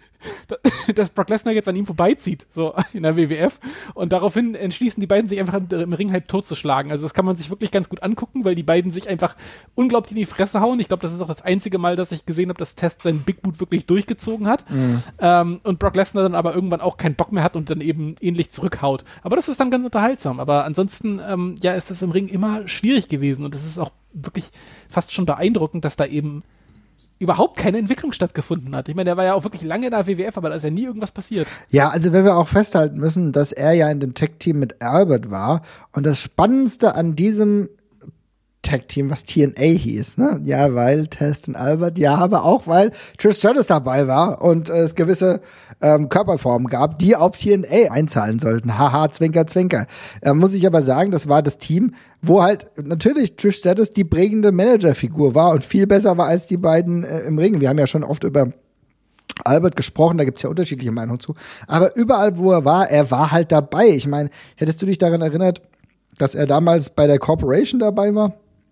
dass Brock Lesnar jetzt an ihm vorbeizieht, so in der WWF. Und daraufhin entschließen die beiden sich einfach im Ring halt totzuschlagen. Also das kann man sich wirklich ganz gut angucken, weil die beiden sich einfach unglaublich in die Fresse hauen. Ich glaube, das ist auch das einzige Mal, dass ich gesehen habe, dass Test seinen Big Boot wirklich durchgezogen hat. Und Brock Lesnar dann aber irgendwann auch keinen Bock mehr hat und dann eben ähnlich zurückhaut. Aber das ist dann ganz unterhaltsam. Aber ansonsten, ist das im Ring immer schwierig gewesen. Und es ist auch wirklich fast schon beeindruckend, dass da eben überhaupt keine Entwicklung stattgefunden hat. Ich meine, der war ja auch wirklich lange in der WWF, aber da ist ja nie irgendwas passiert. Ja, also wenn wir auch festhalten müssen, dass er ja in dem Tag-Team mit Albert war und das Spannendste an diesem Tag-Team, was TNA hieß, ne? Ja, weil Test und Albert, ja, aber auch, weil Trish Stratus dabei war und es gewisse Körperformen gab, die auf TNA einzahlen sollten. Haha, Zwinker, Zwinker. Muss ich aber sagen, das war das Team, wo halt natürlich Trish Stratus die prägende Managerfigur war und viel besser war als die beiden im Ring. Wir haben ja schon oft über Albert gesprochen, da gibt's ja unterschiedliche Meinungen zu. Aber überall, wo er war halt dabei. Ich meine, hättest du dich daran erinnert, dass er damals bei der Corporation dabei war?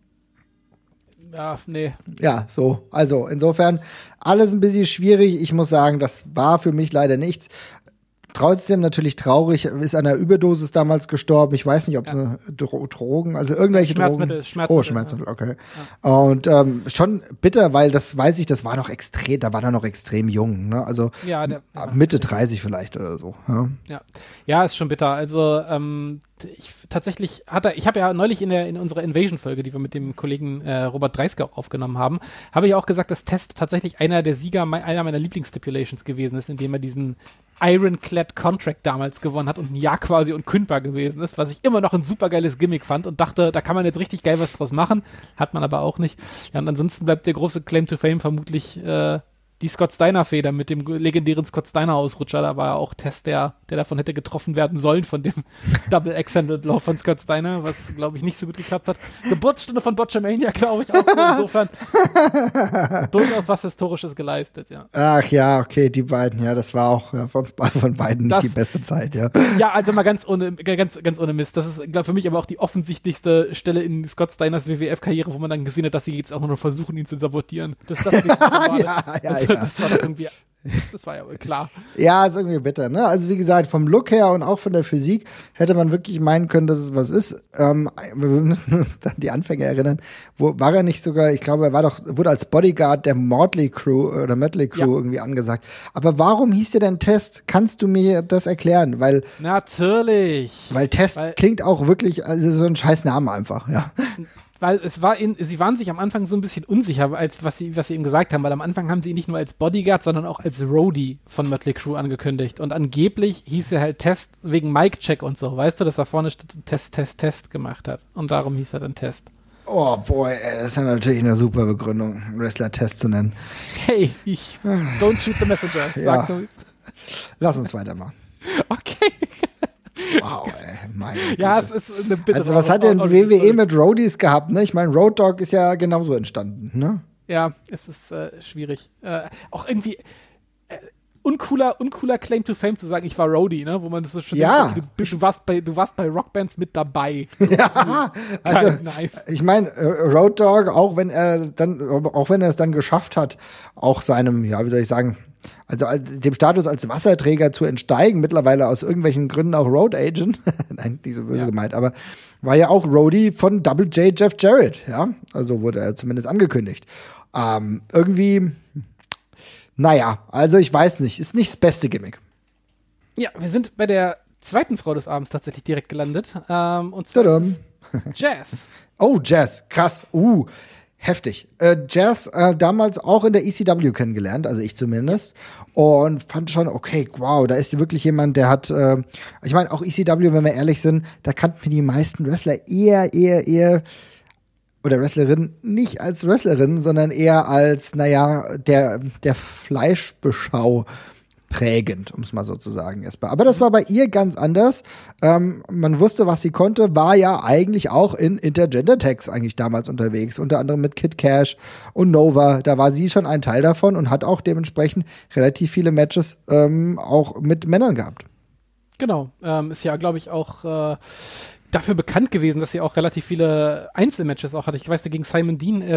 Ja, nee. Ja, so. Also insofern alles ein bisschen schwierig. Ich muss sagen, das war für mich leider nichts. Trotzdem natürlich traurig, ist an einer Überdosis damals gestorben. Ich weiß nicht, ob es Drogen, also irgendwelche Drogen. Schmerzmittel, okay. Ja. Und schon bitter, weil das weiß ich, das war noch extrem, da war er noch extrem jung, ne? Also Mitte 30 vielleicht oder so. Ja, ist schon bitter. Also ich habe ja neulich in unserer Invasion-Folge, die wir mit dem Kollegen Robert Dreisker auch aufgenommen haben, habe ich auch gesagt, dass Test tatsächlich einer der Sieger, einer meiner Lieblingsstipulations gewesen ist, indem er diesen Ironclad Contract damals gewonnen hat und ein Jahr quasi unkündbar gewesen ist, was ich immer noch ein super geiles Gimmick fand und dachte, da kann man jetzt richtig geil was draus machen, hat man aber auch nicht. Ja, und ansonsten bleibt der große Claim to Fame vermutlich die Scott Steiner-Feder mit dem legendären Scott Steiner-Ausrutscher. Da war ja auch Test, der davon hätte getroffen werden sollen, von dem Double Accented Law von Scott Steiner, was, glaube ich, nicht so gut geklappt hat. Geburtsstunde von Botchamania, glaube ich, auch. Insofern durchaus was Historisches geleistet, ja. Ach ja, okay, die beiden, ja, das war auch von beiden nicht die beste Zeit, ja. Ja, also mal ganz ohne Mist. Das ist, glaube für mich aber auch die offensichtlichste Stelle in Scott Steiners WWF-Karriere, wo man dann gesehen hat, dass sie jetzt auch nur versuchen, ihn zu sabotieren. Das war doch irgendwie, das war ja wohl klar. Ja, ist irgendwie bitter, ne? Also wie gesagt, vom Look her und auch von der Physik hätte man wirklich meinen können, dass es was ist. Wir müssen uns an die Anfänge erinnern. War er nicht sogar, ich glaube, wurde als Bodyguard der Mötley Crew irgendwie angesagt. Aber warum hieß der denn Test? Kannst du mir das erklären? Natürlich. Weil Test klingt auch wirklich, also so ein scheiß Name einfach, ja. Weil sie waren sich am Anfang so ein bisschen unsicher, was sie ihm gesagt haben, weil am Anfang haben sie ihn nicht nur als Bodyguard, sondern auch als Roadie von Mötley Crew angekündigt. Und angeblich hieß er halt Test wegen Mic-Check und so, weißt du, dass er vorne Test gemacht hat. Und darum hieß er dann Test. Oh boy, das ist ja natürlich eine super Begründung, Wrestler Test zu nennen. Hey, don't shoot the messenger. Sag nur. Lass uns weitermachen. Okay. Wow, ey, meine Güte. Ja, es ist eine Bitte. Also was hat denn WWE mit Roadies gehabt, ne? Ich meine, Road Dogg ist ja genauso entstanden, ne? Ja, es ist schwierig. Auch irgendwie uncooler Claim to Fame zu sagen, ich war Roadie, ne? Wo man das so schon denkt, du warst bei Rockbands mit dabei. Ja, also nice. Ich meine, Road Dogg, auch wenn er es dann geschafft hat, auch seinem, ja, wie soll ich sagen, also dem Status als Wasserträger zu entsteigen, mittlerweile aus irgendwelchen Gründen auch Road Agent, nein, nicht so böse gemeint, aber war ja auch Roadie von Double J Jeff Jarrett, ja, also wurde er zumindest angekündigt. Irgendwie, naja, also ich weiß nicht, ist nicht das beste Gimmick. Ja, wir sind bei der zweiten Frau des Abends tatsächlich direkt gelandet, und zwar ist Jazz. Oh, Jazz, krass, heftig. Jazz damals auch in der ECW kennengelernt, also ich zumindest. Und fand schon, okay, wow, da ist wirklich jemand, der hat, ich meine, auch ECW, wenn wir ehrlich sind, da kannten wir die meisten Wrestler eher, oder Wrestlerinnen nicht als Wrestlerin, sondern eher als, naja, der Fleischbeschau prägend, um es mal so zu sagen, erstmal. Aber das war bei ihr ganz anders. Man wusste, was sie konnte, war ja eigentlich auch in Intergender-Tags eigentlich damals unterwegs, unter anderem mit Kid Cash und Nova. Da war sie schon ein Teil davon und hat auch dementsprechend relativ viele Matches auch mit Männern gehabt. Genau, ist ja, glaube ich, auch dafür bekannt gewesen, dass sie auch relativ viele Einzelmatches auch hatte. Ich weiß, gegen Simon Diamond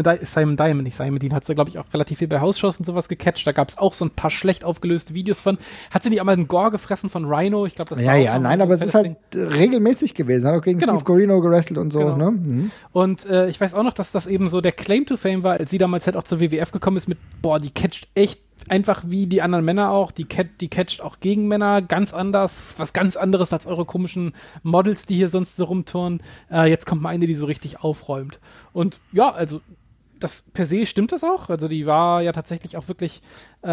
hat sie, glaube ich, auch relativ viel bei Hausshows und sowas gecatcht. Da gab es auch so ein paar schlecht aufgelöste Videos von. Hat sie nicht einmal einen Gore gefressen von Rhino? Ich glaube, das war aber es ist halt regelmäßig gewesen. Hat auch gegen Steve Corino gewrestelt und so. Genau. Ne? Mhm. Und ich weiß auch noch, dass das eben so der Claim to Fame war, als sie damals halt auch zur WWF gekommen ist mit, die catcht echt einfach wie die anderen Männer auch, die catcht auch gegen Männer, ganz anders, was ganz anderes als eure komischen Models, die hier sonst so rumturnen. Jetzt kommt mal eine, die so richtig aufräumt. Und ja, also das per se stimmt das auch. Also die war ja tatsächlich auch wirklich,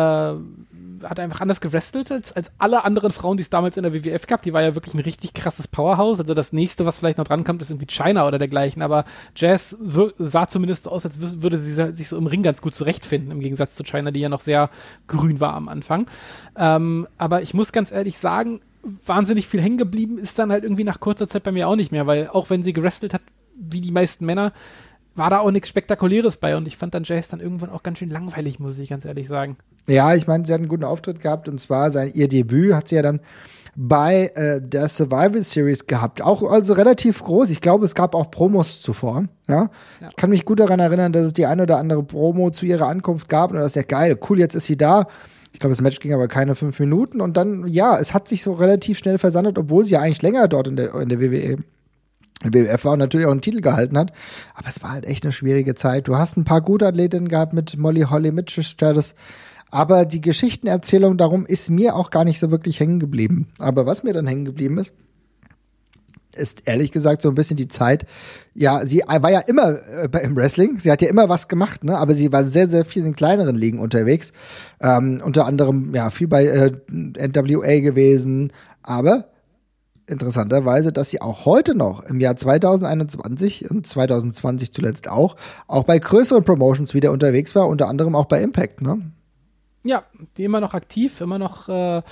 hat einfach anders gewrestelt als alle anderen Frauen, die es damals in der WWF gab. Die war ja wirklich ein richtig krasses Powerhouse. Also das nächste, was vielleicht noch drankommt, ist irgendwie Chyna oder dergleichen. Aber Jazz sah zumindest so aus, als würde sie sich so im Ring ganz gut zurechtfinden, im Gegensatz zu Chyna, die ja noch sehr grün war am Anfang. Aber ich muss ganz ehrlich sagen, wahnsinnig viel hängen geblieben ist dann halt irgendwie nach kurzer Zeit bei mir auch nicht mehr, weil auch wenn sie gewrestelt hat, wie die meisten Männer, war da auch nichts Spektakuläres bei und ich fand dann Jazz dann irgendwann auch ganz schön langweilig, muss ich ganz ehrlich sagen. Ja, ich meine, sie hat einen guten Auftritt gehabt und zwar ihr Debüt hat sie ja dann bei der Survival Series gehabt. Auch also relativ groß. Ich glaube, es gab auch Promos zuvor. Ja? Ich kann mich gut daran erinnern, dass es die ein oder andere Promo zu ihrer Ankunft gab und das ist ja geil. Cool, jetzt ist sie da. Ich glaube, das Match ging aber keine 5 Minuten und dann, ja, es hat sich so relativ schnell versandet, obwohl sie ja eigentlich länger dort in der WWE WWF war und natürlich auch einen Titel gehalten hat. Aber es war halt echt eine schwierige Zeit. Du hast ein paar gute Athletinnen gehabt mit Molly Holly, mit Trish Stratus. Aber die Geschichtenerzählung darum ist mir auch gar nicht so wirklich hängen geblieben. Aber was mir dann hängen geblieben ist ehrlich gesagt so ein bisschen die Zeit. Ja, sie war ja immer im Wrestling. Sie hat ja immer was gemacht, ne? Aber sie war sehr, sehr viel in kleineren Ligen unterwegs. Unter anderem, ja, viel bei NWA gewesen. Aber interessanterweise, dass sie auch heute noch im Jahr 2021 und 2020 zuletzt auch bei größeren Promotions wieder unterwegs war, unter anderem auch bei Impact, ne? Ja, die immer noch aktiv, immer noch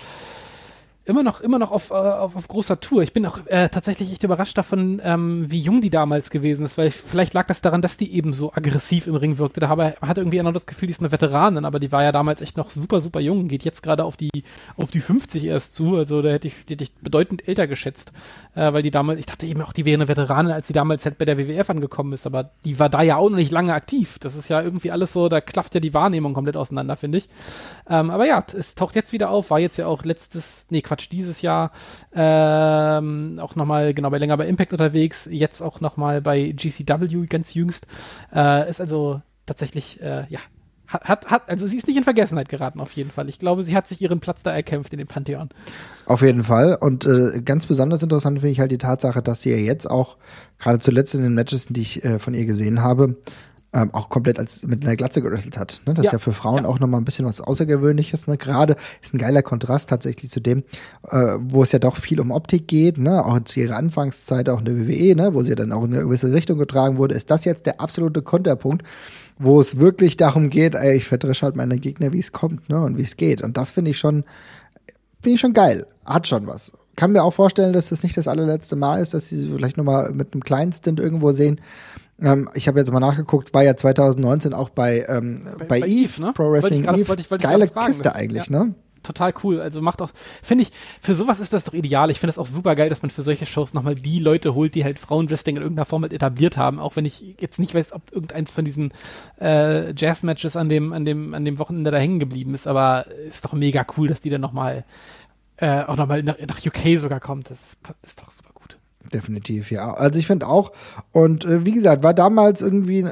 auf großer Tour. Ich bin auch tatsächlich echt überrascht davon, wie jung die damals gewesen ist, weil vielleicht lag das daran, dass die eben so aggressiv im Ring wirkte. Da hatte irgendwie noch das Gefühl, die ist eine Veteranin, aber die war ja damals echt noch super, super jung, geht jetzt gerade auf die 50 erst zu, also da hätte ich bedeutend älter geschätzt, weil die damals, ich dachte eben auch, die wäre eine Veteranin, als die damals halt bei der WWF angekommen ist, aber die war da ja auch noch nicht lange aktiv. Das ist ja irgendwie alles so, da klafft ja die Wahrnehmung komplett auseinander, finde ich. Aber ja, es taucht jetzt wieder auf, war jetzt ja auch dieses Jahr auch nochmal, genau, länger bei Impact unterwegs, jetzt auch nochmal bei GCW ganz jüngst. Ist also tatsächlich, also sie ist nicht in Vergessenheit geraten, auf jeden Fall. Ich glaube, sie hat sich ihren Platz da erkämpft in dem Pantheon. Auf jeden Fall. Und ganz besonders interessant finde ich halt die Tatsache, dass sie ja jetzt auch, gerade zuletzt in den Matches, die ich von ihr gesehen habe, auch komplett mit einer Glatze gewrestelt hat. Ne? Das ist ja für Frauen auch nochmal ein bisschen was Außergewöhnliches. Ne? Gerade ist ein geiler Kontrast tatsächlich zu dem, wo es ja doch viel um Optik geht, ne? Auch zu ihrer Anfangszeit auch in der WWE, ne? Wo sie dann auch in eine gewisse Richtung getragen wurde. Ist das jetzt der absolute Konterpunkt, wo es wirklich darum geht, ich verdresche halt meine Gegner, wie es kommt, ne? Und wie es geht. Und das finde ich schon geil. Hat schon was. Kann mir auch vorstellen, dass das nicht das allerletzte Mal ist, dass sie vielleicht nochmal mit einem kleinen Stint irgendwo sehen. Ich habe jetzt mal nachgeguckt, war ja 2019 auch bei Eve, ne? Pro Wrestling Eve. Wollte ich geile fragen, Kiste eigentlich, ne? total cool. Also macht auch, finde ich, für sowas ist das doch ideal. Ich finde es auch super geil, dass man für solche Shows nochmal die Leute holt, die halt Frauenwrestling in irgendeiner Form halt etabliert haben. Auch wenn ich jetzt nicht weiß, ob irgendeins von diesen Jazz-Matches an dem Wochenende da hängen geblieben ist. Aber ist doch mega cool, dass die dann nochmal auch nochmal nach UK sogar kommt. Das ist doch super gut. Definitiv, ja. Also ich finde auch, und wie gesagt, war damals irgendwie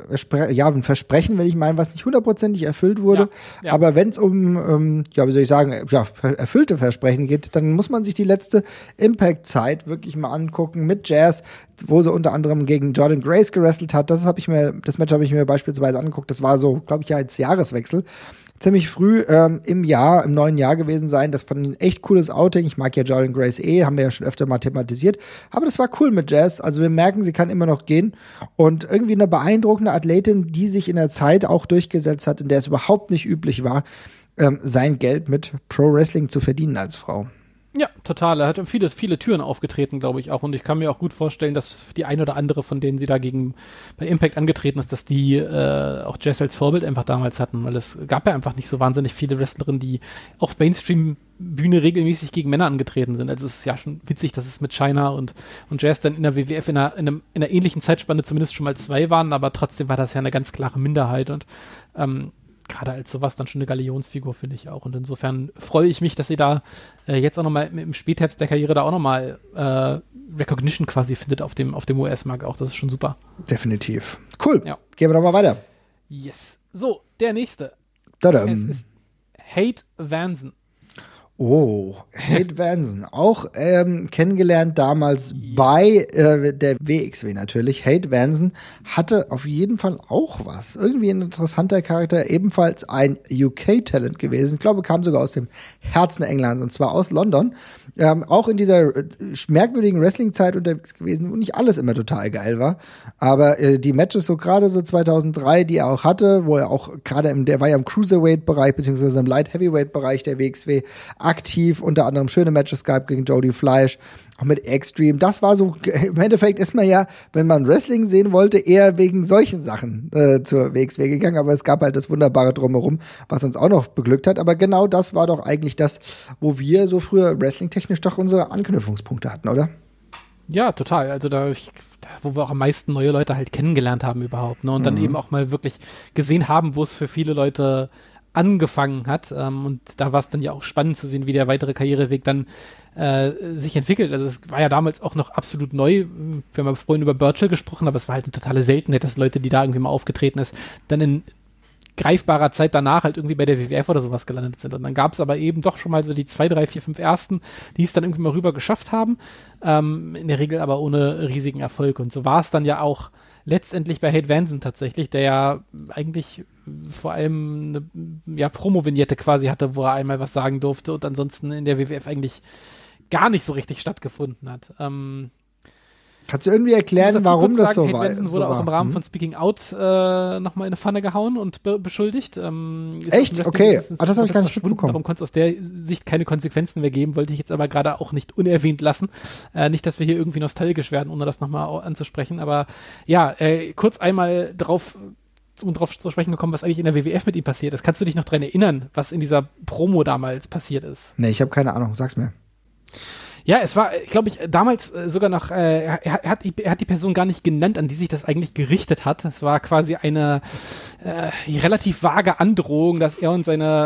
ein Versprechen, wenn ich meine, was nicht hundertprozentig erfüllt wurde. Ja. Aber wenn es um, wie soll ich sagen, erfüllte Versprechen geht, dann muss man sich die letzte Impact-Zeit wirklich mal angucken mit Jazz, wo sie unter anderem gegen Jordan Grace gewrestelt hat. Das Match habe ich mir beispielsweise angeguckt. Das war so, glaube ich, ja als Jahreswechsel. Ziemlich früh im neuen Jahr gewesen sein. Das fand ich ein echt cooles Outing. Ich mag ja Jordan Grace haben wir ja schon öfter mal thematisiert. Aber das war cool mit Jazz. Also wir merken, sie kann immer noch gehen. Und irgendwie eine beeindruckende Athletin, die sich in der Zeit auch durchgesetzt hat, in der es überhaupt nicht üblich war, sein Geld mit Pro-Wrestling zu verdienen als Frau. Ja, total. Er hat viele, viele Türen aufgetreten, glaube ich auch. Und ich kann mir auch gut vorstellen, dass die ein oder andere, von denen sie dagegen bei Impact angetreten ist, dass die auch Jazz als Vorbild einfach damals hatten. Weil es gab ja einfach nicht so wahnsinnig viele Wrestlerinnen, die auf Mainstream-Bühne regelmäßig gegen Männer angetreten sind. Also es ist ja schon witzig, dass es mit Chyna und Jazz dann in der WWF in einer ähnlichen Zeitspanne zumindest schon mal 2 waren. Aber trotzdem war das ja eine ganz klare Minderheit. Und gerade als sowas dann schon eine Galionsfigur, finde ich auch. Und insofern freue ich mich, dass sie da jetzt auch nochmal im Spätherbst der Karriere da auch nochmal Recognition quasi findet auf dem US-Markt auch. Das ist schon super. Definitiv. Cool. Ja. Gehen wir doch mal weiter. Yes. So, der nächste. Tadam. Es ist Hate Vanson. Oh, Hate Vanson, auch kennengelernt damals bei der WXW natürlich. Hate Vanson hatte auf jeden Fall auch was. Irgendwie ein interessanter Charakter, ebenfalls ein UK-Talent gewesen. Ich glaube, kam sogar aus dem Herzen Englands, und zwar aus London. Auch in dieser merkwürdigen Wrestling-Zeit unterwegs gewesen, wo nicht alles immer total geil war. Aber die Matches so gerade so 2003, die er auch hatte, wo er auch gerade der war ja im Cruiserweight-Bereich, beziehungsweise im Light-Heavyweight-Bereich der WXW aktiv, unter anderem schöne Matches gab gegen Jody Fleisch, auch mit Extreme. Das war so, im Endeffekt ist man ja, wenn man Wrestling sehen wollte, eher wegen solchen Sachen zur WXW gegangen, aber es gab halt das wunderbare Drumherum, was uns auch noch beglückt hat, aber genau das war doch eigentlich das, wo wir so früher wrestling-technisch doch unsere Anknüpfungspunkte hatten, oder? Ja, total. Also wo wir auch am meisten neue Leute halt kennengelernt haben überhaupt, ne? Und dann eben auch mal wirklich gesehen haben, wo es für viele Leute angefangen hat, und da war es dann ja auch spannend zu sehen, wie der weitere Karriereweg dann sich entwickelt. Also es war ja damals auch noch absolut neu. Wir haben ja vorhin über Burchill gesprochen, aber es war halt eine totale Seltenheit, dass Leute, die da irgendwie mal aufgetreten ist, dann in greifbarer Zeit danach halt irgendwie bei der WWF oder sowas gelandet sind. Und dann gab es aber eben doch schon mal so die 2, 3, 4, 5 Ersten, die es dann irgendwie mal rüber geschafft haben, in der Regel aber ohne riesigen Erfolg. Und so war es dann ja auch letztendlich bei Hate Vanson tatsächlich, der ja eigentlich vor allem eine Promo-Vignette quasi hatte, wo er einmal was sagen durfte und ansonsten in der WWF eigentlich gar nicht so richtig stattgefunden hat. Kannst du irgendwie erklären, warum das so war? Hate Vanson wurde auch im Rahmen von Speaking Out nochmal in eine Pfanne gehauen und beschuldigt. Echt? Okay. Das habe ich gar nicht mitbekommen. Darum konnte es aus der Sicht keine Konsequenzen mehr geben, wollte ich jetzt aber gerade auch nicht unerwähnt lassen. Nicht, dass wir hier irgendwie nostalgisch werden, ohne das nochmal anzusprechen. Aber ja, kurz einmal drauf zu sprechen gekommen, was eigentlich in der WWF mit ihm passiert ist. Kannst du dich noch daran erinnern, was in dieser Promo damals passiert ist? Nee, ich habe keine Ahnung. Sag's mir. Ja, es war, glaube ich, damals sogar noch, er hat die Person gar nicht genannt, an die sich das eigentlich gerichtet hat. Es war quasi eine relativ vage Androhung, dass er und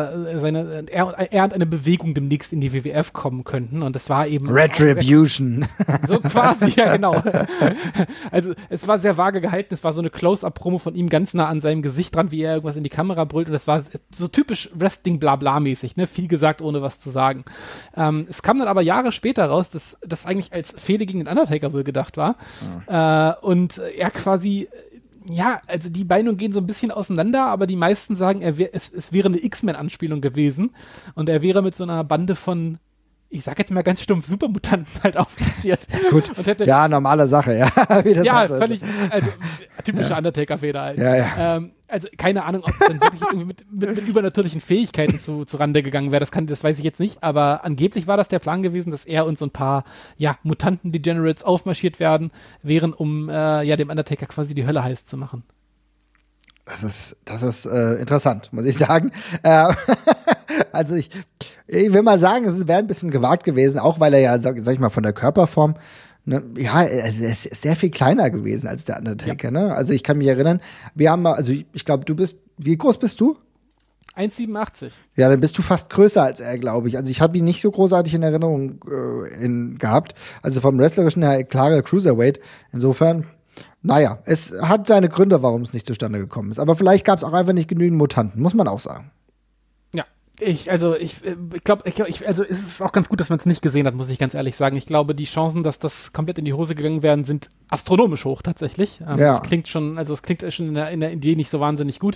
er und eine Bewegung demnächst in die WWF kommen könnten. Und das war eben Retribution. So quasi, ja genau. Also es war sehr vage gehalten. Es war so eine Close-Up-Promo von ihm ganz nah an seinem Gesicht dran, wie er irgendwas in die Kamera brüllt. Und das war so typisch Wrestling-Blabla-mäßig, ne? Viel gesagt, ohne was zu sagen. Es kam dann aber Jahre später raus, dass das eigentlich als Fehde gegen den Undertaker wohl gedacht war. Und er quasi, ja, also die Meinungen gehen so ein bisschen auseinander, aber die meisten sagen, es wäre eine X-Men-Anspielung gewesen und er wäre mit so einer Bande von, ich sag jetzt mal ganz stumpf, Supermutanten halt aufmarschiert. Gut, ja, normale Sache, ja. Wie das ja, völlig, also typische Undertaker-Fehler halt. Ja. Also keine Ahnung, ob es dann wirklich irgendwie mit übernatürlichen Fähigkeiten zu Rande gegangen wäre, das weiß ich jetzt nicht, aber angeblich war das der Plan gewesen, dass er und so ein paar, Mutanten-Degenerates aufmarschiert wären, um dem Undertaker quasi die Hölle heiß zu machen. Das ist interessant, muss ich sagen. Also ich will mal sagen, es wäre ein bisschen gewagt gewesen, auch weil er ja, sag ich mal, von der Körperform, ne, ja, also er ist sehr viel kleiner gewesen als der Undertaker, ne? Also ich kann mich erinnern, wir haben mal, also ich glaube, wie groß bist du? 1,87. Ja, dann bist du fast größer als er, glaube ich. Also ich habe ihn nicht so großartig in Erinnerung gehabt. Also vom Wrestlerischen her klare Cruiserweight. Insofern, naja, es hat seine Gründe, warum es nicht zustande gekommen ist. Aber vielleicht gab es auch einfach nicht genügend Mutanten, muss man auch sagen. Ich glaube, also es ist auch ganz gut, dass man es nicht gesehen hat, muss ich ganz ehrlich sagen. Ich glaube, die Chancen, dass das komplett in die Hose gegangen wären, sind astronomisch hoch tatsächlich. Ja. Es klingt schon in der Idee nicht so wahnsinnig gut.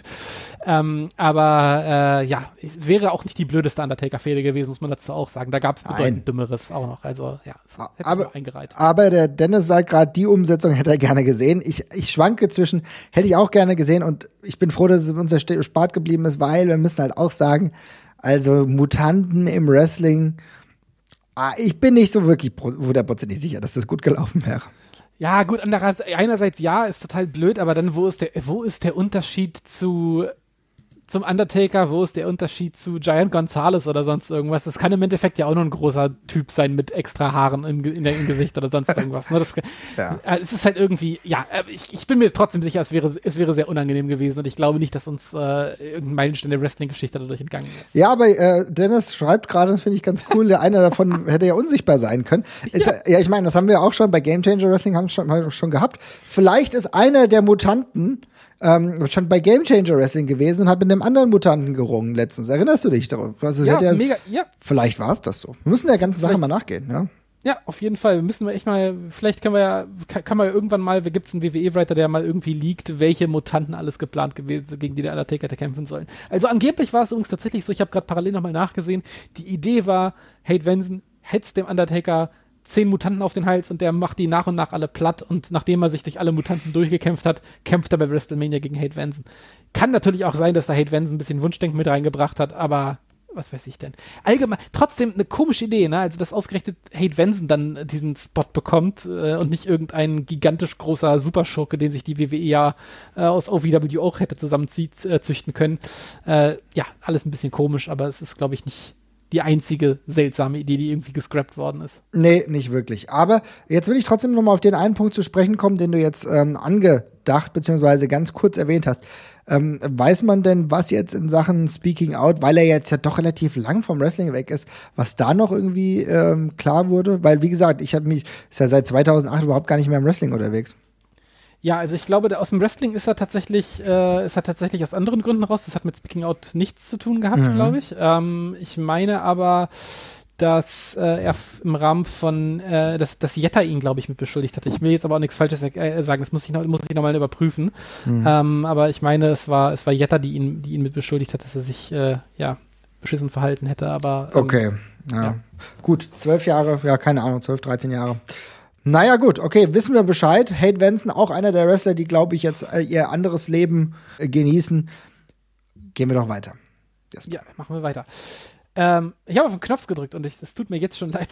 Aber es wäre auch nicht die blödeste Undertaker-Fehde gewesen, muss man dazu auch sagen. Da gab es bedeutend Dümmeres auch noch. Also ja, es hätte sich eingereiht. Aber der Dennis sagt gerade, die Umsetzung hätte er gerne gesehen. Ich schwanke zwischen, hätte ich auch gerne gesehen, und ich bin froh, dass es uns erspart geblieben ist, weil wir müssen halt auch sagen, also Mutanten im Wrestling, ich bin nicht so wirklich 100% sicher, dass das gut gelaufen wäre. Ja, gut, einerseits ja, ist total blöd, aber dann wo ist der Unterschied zum Undertaker, wo ist der Unterschied zu Giant Gonzalez oder sonst irgendwas? Das kann im Endeffekt ja auch nur ein großer Typ sein mit extra Haaren im Gesicht oder sonst irgendwas. Ne? Es ist halt irgendwie, ich bin mir trotzdem sicher, es wäre sehr unangenehm gewesen, und ich glaube nicht, dass uns irgendein Meilenstein der Wrestling-Geschichte dadurch entgangen ist. Ja, aber Dennis schreibt gerade, das finde ich ganz cool, einer davon hätte ja unsichtbar sein können. Ja, ich meine, das haben wir auch schon bei Game Changer Wrestling haben schon gehabt. Vielleicht ist einer der Mutanten schon bei Game Changer Wrestling gewesen und hat mit einem anderen Mutanten gerungen letztens. Erinnerst du dich darauf? Also mega, ja. Vielleicht war es das so. Wir müssen der ganzen Sache mal nachgehen, ja? Ja, auf jeden Fall. Vielleicht kann man ja irgendwann mal, gibt es einen WWE-Writer, der mal irgendwie leakt, welche Mutanten alles geplant gewesen sind, gegen die der Undertaker hätte kämpfen sollen. Also angeblich war es übrigens tatsächlich so, ich habe gerade parallel nochmal nachgesehen, die Idee war, Hate Venson hetzt dem Undertaker 10 Mutanten auf den Hals und der macht die nach und nach alle platt, und nachdem er sich durch alle Mutanten durchgekämpft hat, kämpft er bei WrestleMania gegen Hate Venson. Kann natürlich auch sein, dass da Hate Venson ein bisschen Wunschdenken mit reingebracht hat, aber was weiß ich denn. Allgemein, trotzdem eine komische Idee, ne? Also, dass ausgerechnet Hate Venson dann diesen Spot bekommt und nicht irgendein gigantisch großer Superschurke, den sich die WWE ja aus OVW auch hätte züchten können. Alles ein bisschen komisch, aber es ist, glaube ich, nicht die einzige seltsame Idee, die irgendwie gescrapped worden ist. Nee, nicht wirklich. Aber jetzt will ich trotzdem noch mal auf den einen Punkt zu sprechen kommen, den du jetzt angedacht bzw. ganz kurz erwähnt hast. Weiß man denn, was jetzt in Sachen Speaking Out, weil er jetzt ja doch relativ lang vom Wrestling weg ist, was da noch irgendwie klar wurde? Weil, wie gesagt, ist ja seit 2008 überhaupt gar nicht mehr im Wrestling unterwegs. Ja, also ich glaube, aus dem Wrestling ist er tatsächlich aus anderen Gründen raus. Das hat mit Speaking Out nichts zu tun gehabt, glaube ich. Ich meine aber, dass er im Rahmen von, dass Jetta ihn, glaube ich, mit beschuldigt hatte. Ich will jetzt aber auch nichts Falsches sagen, das muss ich noch mal überprüfen. Aber ich meine, es war Jetta, die ihn mit beschuldigt hat, dass er sich, beschissen verhalten hätte, aber okay, ja. Gut, 12 Jahre, ja, keine Ahnung, 12, 13 Jahre. Naja, gut, okay, wissen wir Bescheid. Hate Venson, auch einer der Wrestler, die, glaube ich, jetzt ihr anderes Leben genießen. Gehen wir doch weiter. Ja, machen wir weiter. Ich habe auf den Knopf gedrückt und es tut mir jetzt schon leid.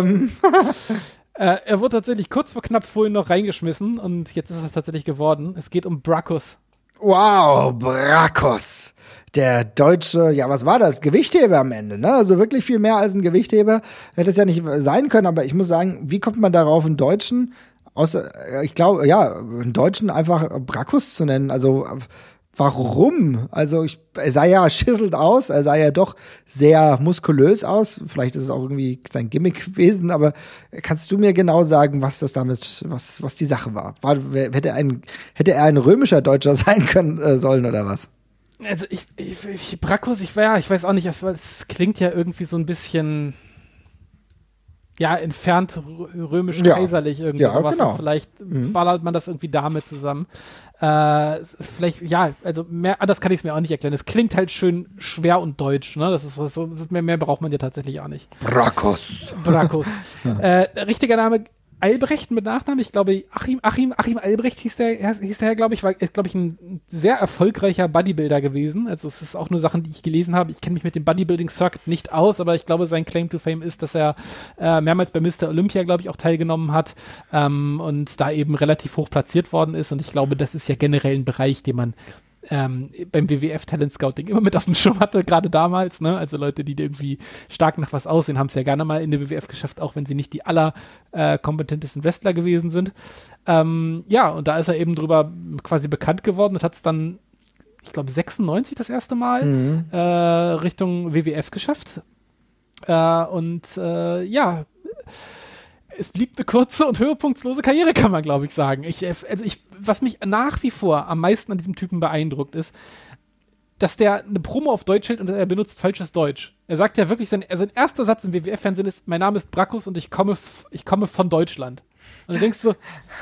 Er wurde tatsächlich kurz vor knapp vorhin noch reingeschmissen und jetzt ist es tatsächlich geworden. Es geht um Brakkus. Wow, Brakkus. Der deutsche, ja, was war das? Gewichtheber am Ende, ne? Also wirklich viel mehr als ein Gewichtheber. Hätte es ja nicht sein können, aber ich muss sagen, wie kommt man darauf, einen Deutschen, ich glaube, ja, einen Deutschen einfach Brakkus zu nennen? Also, warum? Also, er sah ja schisselt aus, er sah ja doch sehr muskulös aus. Vielleicht ist es auch irgendwie sein Gimmick gewesen, aber kannst du mir genau sagen, was das damit, was die Sache war? Hätte er ein römischer Deutscher sein sollen oder was? Also Brakkus, ich weiß auch nicht, es klingt ja irgendwie so ein bisschen entfernt römisch-kaiserlich irgendwie sowas. Genau. Vielleicht ballert man das irgendwie damit zusammen. Vielleicht, also anders kann ich es mir auch nicht erklären. Es klingt halt schön schwer und deutsch, ne? Das ist so, mehr braucht man ja tatsächlich auch nicht. Brakkus. Richtiger Name Albrecht mit Nachnamen, ich glaube Achim Albrecht hieß der, glaube ich, war, glaube ich, ein sehr erfolgreicher Bodybuilder gewesen. Also es ist auch nur Sachen, die ich gelesen habe. Ich kenne mich mit dem Bodybuilding-Circuit nicht aus, aber ich glaube, sein Claim to Fame ist, dass er mehrmals bei Mr. Olympia, glaube ich, auch teilgenommen hat und da eben relativ hoch platziert worden ist. Und ich glaube, das ist ja generell ein Bereich, den man beim WWF Talent Scouting immer mit auf dem Schirm hatte, gerade damals, ne? Also Leute, die irgendwie stark nach was aussehen, haben es ja gerne mal in der WWF geschafft, auch wenn sie nicht die kompetentesten Wrestler gewesen sind. Ja, und da ist er eben drüber quasi bekannt geworden und hat es dann, ich glaube, 96 das erste Mal Richtung WWF geschafft. Ja, es blieb eine kurze und höhepunktslose Karriere, kann man, glaube ich, sagen. Was mich nach wie vor am meisten an diesem Typen beeindruckt ist, dass der eine Promo auf Deutsch hält und er benutzt falsches Deutsch. Er sagt ja wirklich, sein erster Satz im WWF-Fernsehen ist, mein Name ist Brackus und ich komme von Deutschland. Und du denkst so,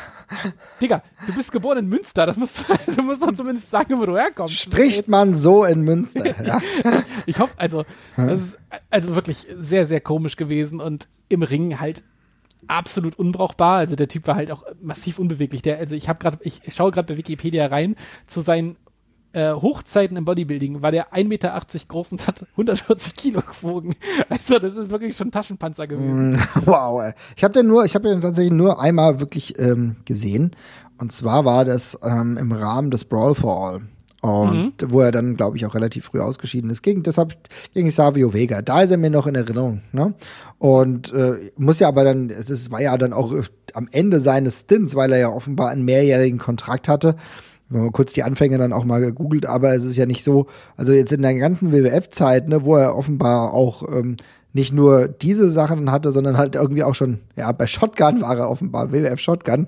Digga, du bist geboren in Münster, du musst doch zumindest sagen, wo du herkommst. Spricht man so in Münster, ja? Ich hoffe, das ist also wirklich sehr, sehr komisch gewesen und im Ring halt absolut unbrauchbar. Also der Typ war halt auch massiv unbeweglich. Ich schaue gerade bei Wikipedia rein, zu seinen Hochzeiten im Bodybuilding war der 1,80 Meter groß und hat 140 Kilo gewogen. Also das ist wirklich schon ein Taschenpanzer gewesen. Wow, ey. Ich habe den tatsächlich nur einmal wirklich gesehen. Und zwar war das im Rahmen des Brawl for All. Und wo er dann, glaube ich, auch relativ früh ausgeschieden ist. Gegen Savio Vega. Da ist er mir noch in Erinnerung. Ne? Und muss ja aber dann, das war ja dann auch am Ende seines Stints, weil er ja offenbar einen mehrjährigen Kontrakt hatte. Wenn man kurz die Anfänge dann auch mal gegoogelt, aber es ist ja nicht so, also jetzt in der ganzen WWF-Zeit, ne, wo er offenbar auch nicht nur diese Sachen hatte, sondern halt irgendwie auch schon, ja, bei Shotgun war er offenbar, WWF Shotgun.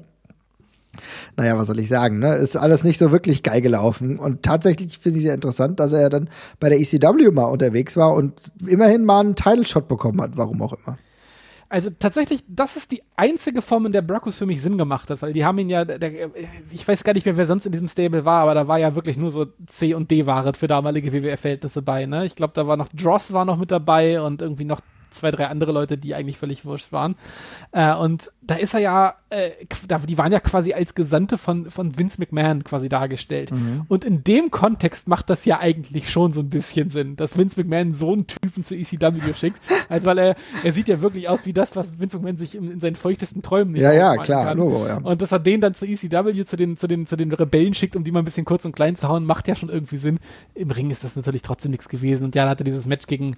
Naja, was soll ich sagen, ne? Ist alles nicht so wirklich geil gelaufen. Und tatsächlich finde ich sehr interessant, dass er dann bei der ECW mal unterwegs war und immerhin mal einen Title-Shot bekommen hat, warum auch immer. Also tatsächlich, das ist die einzige Form, in der Brackus für mich Sinn gemacht hat, weil die haben ihn ja, ich weiß gar nicht mehr, wer sonst in diesem Stable war, aber da war ja wirklich nur so C- und D-Ware für damalige WWF-Verhältnisse bei, ne? Ich glaube, da war noch Dross war noch mit dabei und irgendwie noch 2, 3 andere Leute, die eigentlich völlig wurscht waren. Und da ist er ja, die waren ja quasi als Gesandte von Vince McMahon quasi dargestellt. Und in dem Kontext macht das ja eigentlich schon so ein bisschen Sinn, dass Vince McMahon so einen Typen zu ECW schickt, also weil er sieht ja wirklich aus wie das, was Vince McMahon sich in seinen feuchtesten Träumen nicht ja, klar, kann. Logo, ja. Und dass er den dann zu ECW, zu den Rebellen schickt, um die mal ein bisschen kurz und klein zu hauen, macht ja schon irgendwie Sinn. Im Ring ist das natürlich trotzdem nichts gewesen. Und ja, dann hat er dieses Match gegen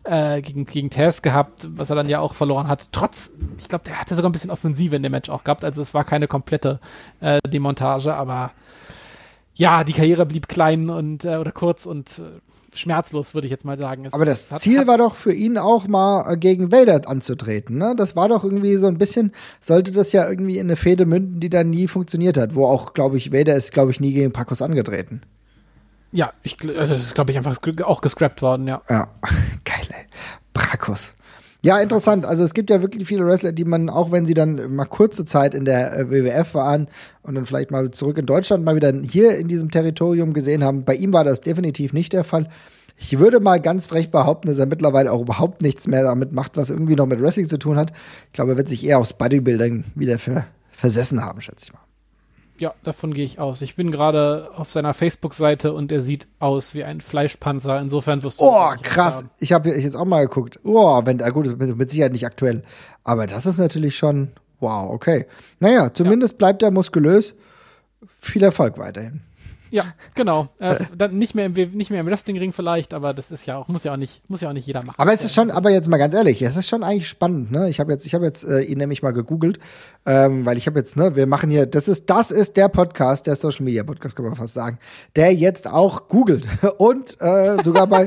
Taz gehabt, was er dann ja auch verloren hat. Ich glaube, der hatte sogar ein bisschen Offensive in dem Match auch gehabt, also es war keine komplette Demontage, aber ja, die Karriere blieb klein und oder kurz und schmerzlos, würde ich jetzt mal sagen. Aber das Ziel war doch für ihn auch mal gegen Vader anzutreten, ne? Das war doch irgendwie so ein bisschen, sollte das ja irgendwie in eine Fehde münden, die dann nie funktioniert hat, wo auch, glaube ich, Vader ist, glaube ich, nie gegen Brackus angetreten. Ja, das ist, glaube ich, einfach auch gescrapped worden, ja. Ja, geil, ey. Brackus. Ja, interessant. Also es gibt ja wirklich viele Wrestler, die man, auch wenn sie dann mal kurze Zeit in der WWF waren und dann vielleicht mal zurück in Deutschland mal wieder hier in diesem Territorium gesehen haben. Bei ihm war das definitiv nicht der Fall. Ich würde mal ganz frech behaupten, dass er mittlerweile auch überhaupt nichts mehr damit macht, was irgendwie noch mit Wrestling zu tun hat. Ich glaube, er wird sich eher aufs Bodybuilding wieder versessen haben, schätze ich mal. Ja, davon gehe ich aus. Ich bin gerade auf seiner Facebook-Seite und er sieht aus wie ein Fleischpanzer. Insofern wirst du. Oh, krass. Ich habe jetzt auch mal geguckt. Oh, gut, das ist mit Sicherheit nicht aktuell. Aber das ist natürlich schon, wow, okay. Naja, zumindest bleibt er muskulös. Viel Erfolg weiterhin. Ja, genau. Dann nicht mehr im Wrestlingring vielleicht, aber das ist ja auch, muss ja auch nicht jeder machen. Aber es ist schon, aber jetzt mal ganz ehrlich, es ist schon eigentlich spannend, ne? Ich habe jetzt ihn nämlich mal gegoogelt, weil ich habe jetzt, ne, wir machen hier, das ist der Podcast, der Social Media Podcast, kann man fast sagen, der jetzt auch googelt und sogar bei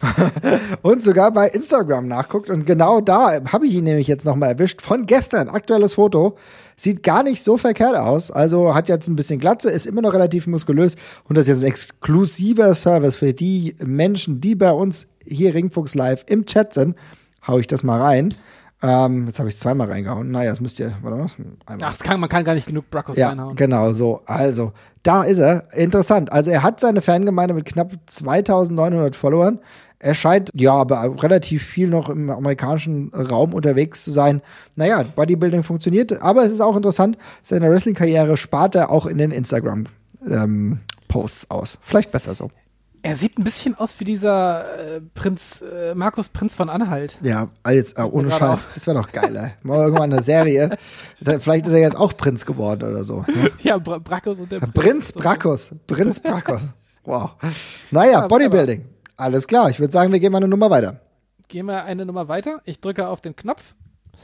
Instagram nachguckt. Und genau da habe ich ihn nämlich jetzt noch mal erwischt. Von gestern, aktuelles Foto. Sieht gar nicht so verkehrt aus. Also hat jetzt ein bisschen Glatze, ist immer noch relativ muskulös. Und das ist jetzt ein exklusiver Service für die Menschen, die bei uns hier Ringfuchs Live im Chat sind. Hau ich das mal rein. Jetzt habe ich es zweimal reingehauen. Naja, das müsst ihr, warte mal. Einmal. Ach, man kann gar nicht genug Brackus reinhauen. Ja, genau so. Also, da ist er. Interessant. Also, er hat seine Fangemeinde mit knapp 2900 Followern. Er scheint, ja, aber relativ viel noch im amerikanischen Raum unterwegs zu sein. Naja, Bodybuilding funktioniert, aber es ist auch interessant, seine Wrestling-Karriere spart er auch in den Instagram-Posts aus. Vielleicht besser so. Er sieht ein bisschen aus wie dieser Markus Prinz von Anhalt. Ja, jetzt ohne Scheiß, das wäre doch geil, ey. Mal irgendwann eine Serie. Vielleicht ist er jetzt auch Prinz geworden oder so. Ne? Ja, Brackus und der Prinz Brackus. Prinz Brackus. Wow. Naja, Bodybuilding. Alles klar. Ich würde sagen, wir gehen mal eine Nummer weiter. Gehen wir eine Nummer weiter. Ich drücke auf den Knopf.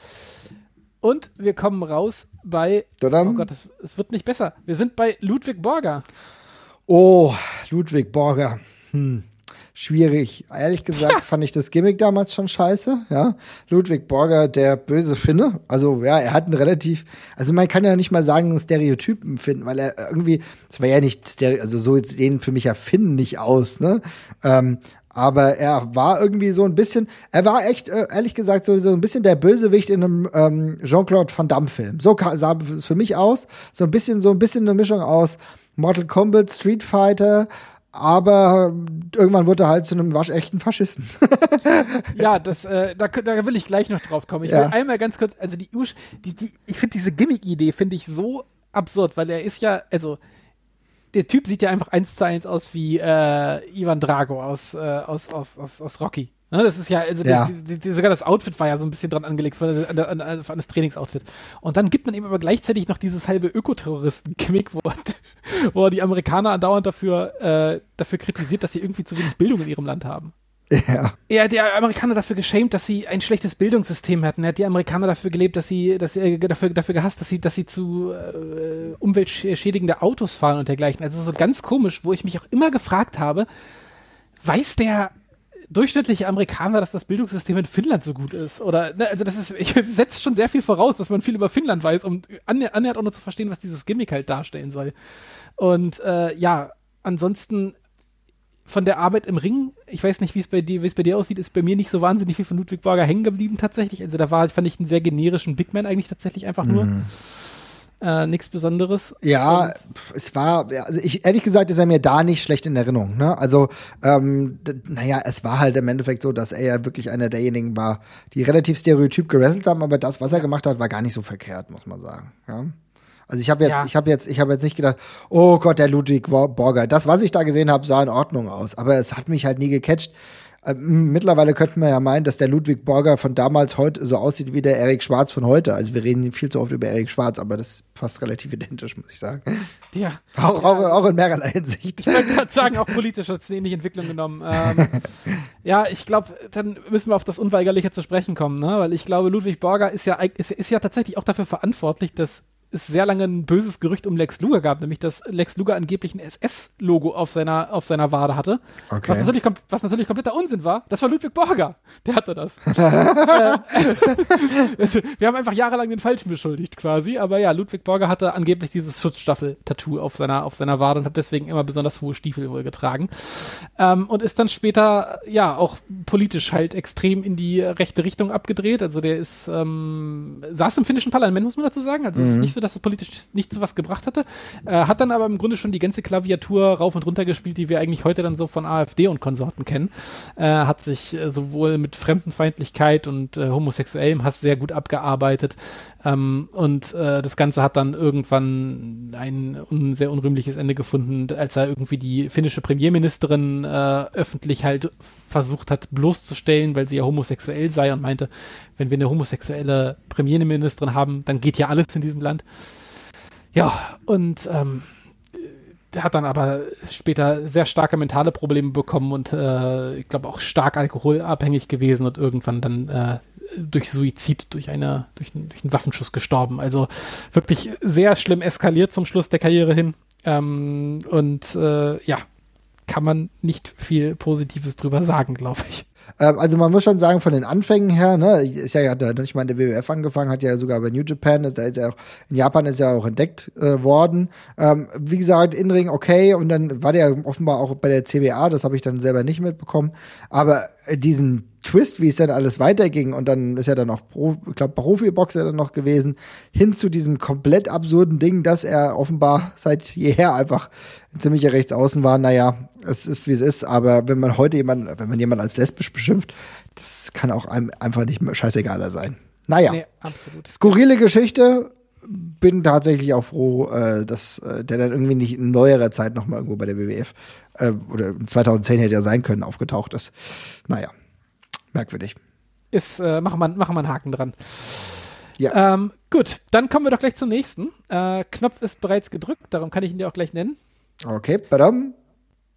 Und wir kommen raus bei, Tadam. oh Gott, es wird nicht besser. Wir sind bei Ludwig Borger. Oh, Ludwig Borger. Schwierig. Ehrlich gesagt fand ich das Gimmick damals schon scheiße. Ja, Ludwig Borger, der böse Finne. Also ja, er hat einen relativ, also man kann ja nicht mal sagen, einen Stereotypen finden, weil er irgendwie, das war ja nicht, also so jetzt sehen für mich ja Finnen nicht aus, ne? Aber er war irgendwie so ein bisschen, er war echt, ehrlich gesagt, so ein bisschen der Bösewicht in einem Jean-Claude Van Damme-Film. So sah es für mich aus. So ein bisschen eine Mischung aus Mortal Kombat, Street Fighter, aber irgendwann wurde er halt zu einem waschechten Faschisten. Ja, da will ich gleich noch drauf kommen. Ich will einmal ganz kurz, also ich finde diese Gimmick-Idee, finde ich so absurd, weil er ist ja, also der Typ sieht ja einfach 1:1 aus wie Ivan Drago aus Rocky. Ne, das ist ja, also sogar das Outfit war ja so ein bisschen dran angelegt an das Trainingsoutfit. Und dann gibt man ihm aber gleichzeitig noch dieses halbe Ökoterroristen-Gimmick, wo er die Amerikaner andauernd dafür kritisiert, dass sie irgendwie zu wenig Bildung in ihrem Land haben. Ja. Er hat die Amerikaner dafür geschämt, dass sie ein schlechtes Bildungssystem hatten. Er hat die Amerikaner dafür gelebt, dafür gehasst, dass sie zu umweltschädigende Autos fahren und dergleichen. Also so ganz komisch, wo ich mich auch immer gefragt habe, weiß der durchschnittliche Amerikaner, dass das Bildungssystem in Finnland so gut ist? Oder, ne, also ich setze schon sehr viel voraus, dass man viel über Finnland weiß, um annähernd auch nur zu verstehen, was dieses Gimmick halt darstellen soll. Und ansonsten von der Arbeit im Ring, ich weiß nicht, wie es bei dir aussieht, ist bei mir nicht so wahnsinnig viel von Ludwig Borger hängen geblieben tatsächlich. Also fand ich einen sehr generischen Big Man eigentlich tatsächlich einfach nur. Nichts Besonderes. Ja, es war, also ehrlich gesagt ist er mir da nicht schlecht in Erinnerung, ne? Also, es war halt im Endeffekt so, dass er ja wirklich einer derjenigen war, die relativ stereotyp gewrestelt haben, aber das, was er gemacht hat, war gar nicht so verkehrt, muss man sagen, ja. Also ich habe jetzt nicht gedacht, oh Gott, der Ludwig Borger. Das, was ich da gesehen habe, sah in Ordnung aus. Aber es hat mich halt nie gecatcht. Mittlerweile könnten wir ja meinen, dass der Ludwig Borger von damals heute so aussieht wie der Erik Schwarz von heute. Also wir reden viel zu oft über Erik Schwarz, aber das ist fast relativ identisch, muss ich sagen. Ja. Auch in mehrerlei Hinsicht. Ich wollte gerade sagen, auch politisch hat es eine ähnliche Entwicklung genommen. Ja, ich glaube, dann müssen wir auf das Unweigerliche zu sprechen kommen, ne? Weil ich glaube, Ludwig Borger ist ja tatsächlich auch dafür verantwortlich, dass es sehr lange ein böses Gerücht um Lex Luger gab, nämlich dass Lex Luger angeblich ein SS-Logo auf seiner Wade hatte. Okay. Was natürlich kompletter Unsinn war. Das war Ludwig Borger. Der hatte das. Wir haben einfach jahrelang den Falschen beschuldigt quasi. Aber ja, Ludwig Borger hatte angeblich dieses Schutzstaffel-Tattoo auf seiner Wade und hat deswegen immer besonders hohe Stiefel wohl getragen. Und ist dann später ja auch politisch halt extrem in die rechte Richtung abgedreht. Also der ist saß im finnischen Parlament, muss man dazu sagen. Also es ist nicht so, dass er politisch nicht so was gebracht hatte. Hat dann aber im Grunde schon die ganze Klaviatur rauf und runter gespielt, die wir eigentlich heute dann so von AfD und Konsorten kennen. Hat sich sowohl mit Fremdenfeindlichkeit und homosexuellem Hass sehr gut abgearbeitet. Und das Ganze hat dann irgendwann ein sehr unrühmliches Ende gefunden, als er irgendwie die finnische Premierministerin öffentlich halt versucht hat bloßzustellen, weil sie ja homosexuell sei und meinte, wenn wir eine homosexuelle Premierministerin haben, dann geht ja alles in diesem Land. Ja, und der hat dann aber später sehr starke mentale Probleme bekommen und ich glaube auch stark alkoholabhängig gewesen und irgendwann dann durch Suizid, durch einen Waffenschuss gestorben. Also wirklich sehr schlimm eskaliert zum Schluss der Karriere hin. Kann man nicht viel Positives drüber sagen, glaube ich. Also man muss schon sagen, von den Anfängen her, ne, hat er nicht mal in der WWF angefangen, hat ja sogar bei New Japan, da ist er auch, in Japan ist er auch entdeckt worden. Wie gesagt, In-Ring okay, und dann war der offenbar auch bei der CWA, das habe ich dann selber nicht mitbekommen, aber diesen Twist, wie es dann alles weiterging, und dann ist er dann auch Profiboxer dann noch gewesen, hin zu diesem komplett absurden Ding, dass er offenbar seit jeher einfach ein ziemlicher Rechtsaußen war. Naja, es ist, wie es ist, aber wenn man jemanden als lesbisch beschimpft, das kann auch einem einfach nicht mehr scheißegaler sein. Naja, nee, absolut. Skurrile Geschichte. Bin tatsächlich auch froh, dass der dann irgendwie nicht in neuerer Zeit noch mal irgendwo bei der WWF oder 2010 hätte ja sein können, aufgetaucht ist. Naja, merkwürdig. Machen wir einen Haken dran. Ja. Gut, dann kommen wir doch gleich zum nächsten. Knopf ist bereits gedrückt, darum kann ich ihn dir auch gleich nennen. Okay, badam.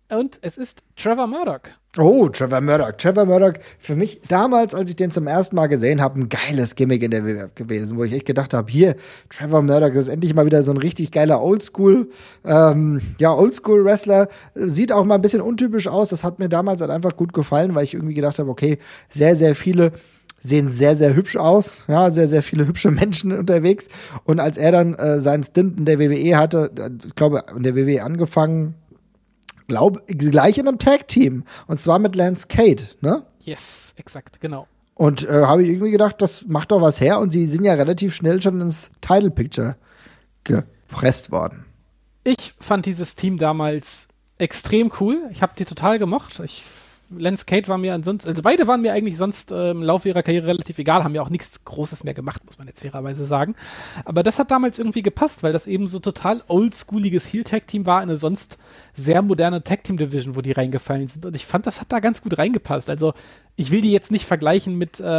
Und es ist Trevor Murdoch. Oh, Trevor Murdoch. Trevor Murdoch, für mich damals, als ich den zum ersten Mal gesehen habe, ein geiles Gimmick in der WWF gewesen, wo ich echt gedacht habe, hier, Trevor Murdoch ist endlich mal wieder so ein richtig geiler Oldschool-Wrestler. Sieht auch mal ein bisschen untypisch aus. Das hat mir damals halt einfach gut gefallen, weil ich irgendwie gedacht habe, okay, sehr, sehr viele sehen sehr, sehr hübsch aus. Ja, sehr, sehr viele hübsche Menschen unterwegs. Und als er dann seinen Stint in der WWE hatte, ich glaube, in der WWE angefangen, gleich in einem Tag-Team. Und zwar mit Lance Cade, ne? Yes, exakt, genau. Und habe ich irgendwie gedacht, das macht doch was her. Und sie sind ja relativ schnell schon ins Title-Picture gepresst worden. Ich fand dieses Team damals extrem cool. Ich habe die total gemocht. Lance Cade war mir ansonsten, also beide waren mir eigentlich sonst im Laufe ihrer Karriere relativ egal, haben ja auch nichts Großes mehr gemacht, muss man jetzt fairerweise sagen. Aber das hat damals irgendwie gepasst, weil das eben so total oldschooliges Heel-Tag-Team war, eine sonst sehr moderne Tag-Team-Division, wo die reingefallen sind. Und ich fand, das hat da ganz gut reingepasst. Also ich will die jetzt nicht vergleichen mit The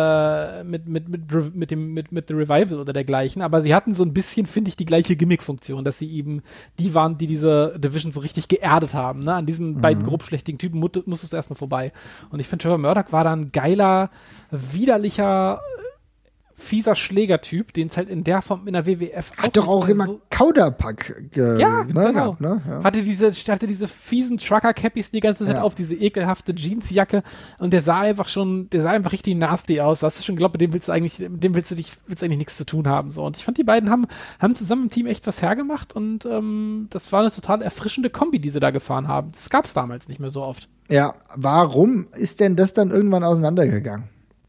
Revival oder dergleichen, aber sie hatten so ein bisschen, finde ich, die gleiche Gimmick-Funktion, dass sie eben die waren, die diese Division so richtig geerdet haben. Ne? An diesen beiden grobschlächtigen Typen musstest du erstmal vorbei. Und ich finde, Trevor Murdoch war da ein geiler, widerlicher, fieser Schlägertyp, den es halt in der Form in der WWF hat doch auch immer so Kauderpack genau. gehabt, ne? Ja. Hatte diese fiesen Trucker-Cappies die ganze Zeit auf, diese ekelhafte Jeansjacke und der sah einfach richtig nasty aus. Da hast du schon geglaubt, mit dem willst du eigentlich nichts zu tun haben. So. Und ich fand, die beiden haben zusammen im Team echt was hergemacht und das war eine total erfrischende Kombi, die sie da gefahren haben. Das gab's damals nicht mehr so oft. Ja, warum ist denn das dann irgendwann auseinandergegangen?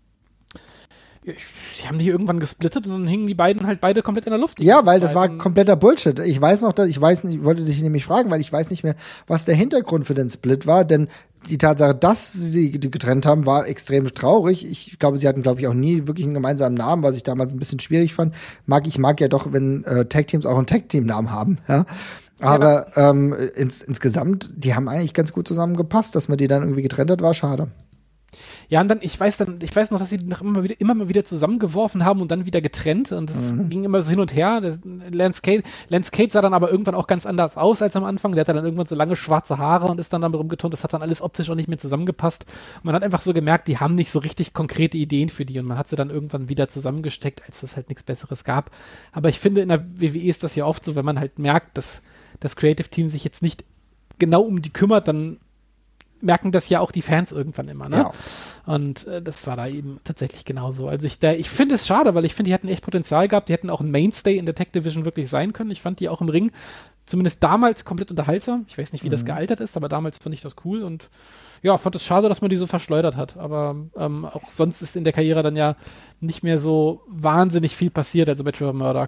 Sie haben die irgendwann gesplittet und dann hingen die beiden halt beide komplett in der Luft. Ja, weil das war kompletter Bullshit. Ich wollte dich nämlich fragen, weil ich weiß nicht mehr, was der Hintergrund für den Split war, denn die Tatsache, dass sie getrennt haben, war extrem traurig. Ich glaube, sie hatten, auch nie wirklich einen gemeinsamen Namen, was ich damals ein bisschen schwierig fand. Ich mag ja doch, wenn Tag-Teams auch einen Tag-Team-Namen haben, ja. Aber insgesamt, die haben eigentlich ganz gut zusammengepasst. Dass man die dann irgendwie getrennt hat, war schade. Ja, und ich weiß noch, dass sie die noch immer mal wieder zusammengeworfen haben und dann wieder getrennt und das ging immer so hin und her. Lance Cade sah dann aber irgendwann auch ganz anders aus als am Anfang. Der hatte dann irgendwann so lange schwarze Haare und ist dann damit rumgeturnt. Das hat dann alles optisch auch nicht mehr zusammengepasst. Und man hat einfach so gemerkt, die haben nicht so richtig konkrete Ideen für die und man hat sie dann irgendwann wieder zusammengesteckt, als es halt nichts Besseres gab. Aber ich finde, in der WWE ist das ja oft so, wenn man halt merkt, dass das Creative Team sich jetzt nicht genau um die kümmert, dann merken das ja auch die Fans irgendwann immer, ne? Ja. Und das war da eben tatsächlich genauso. Also ich finde es schade, weil ich finde, die hatten echt Potenzial gehabt. Die hätten auch ein Mainstay in der Tech Division wirklich sein können. Ich fand die auch im Ring zumindest damals komplett unterhaltsam. Ich weiß nicht, wie das gealtert ist, aber damals fand ich das cool und ja, fand es schade, dass man die so verschleudert hat. Aber auch sonst ist in der Karriere dann ja nicht mehr so wahnsinnig viel passiert. Also bei Trevor Murdoch,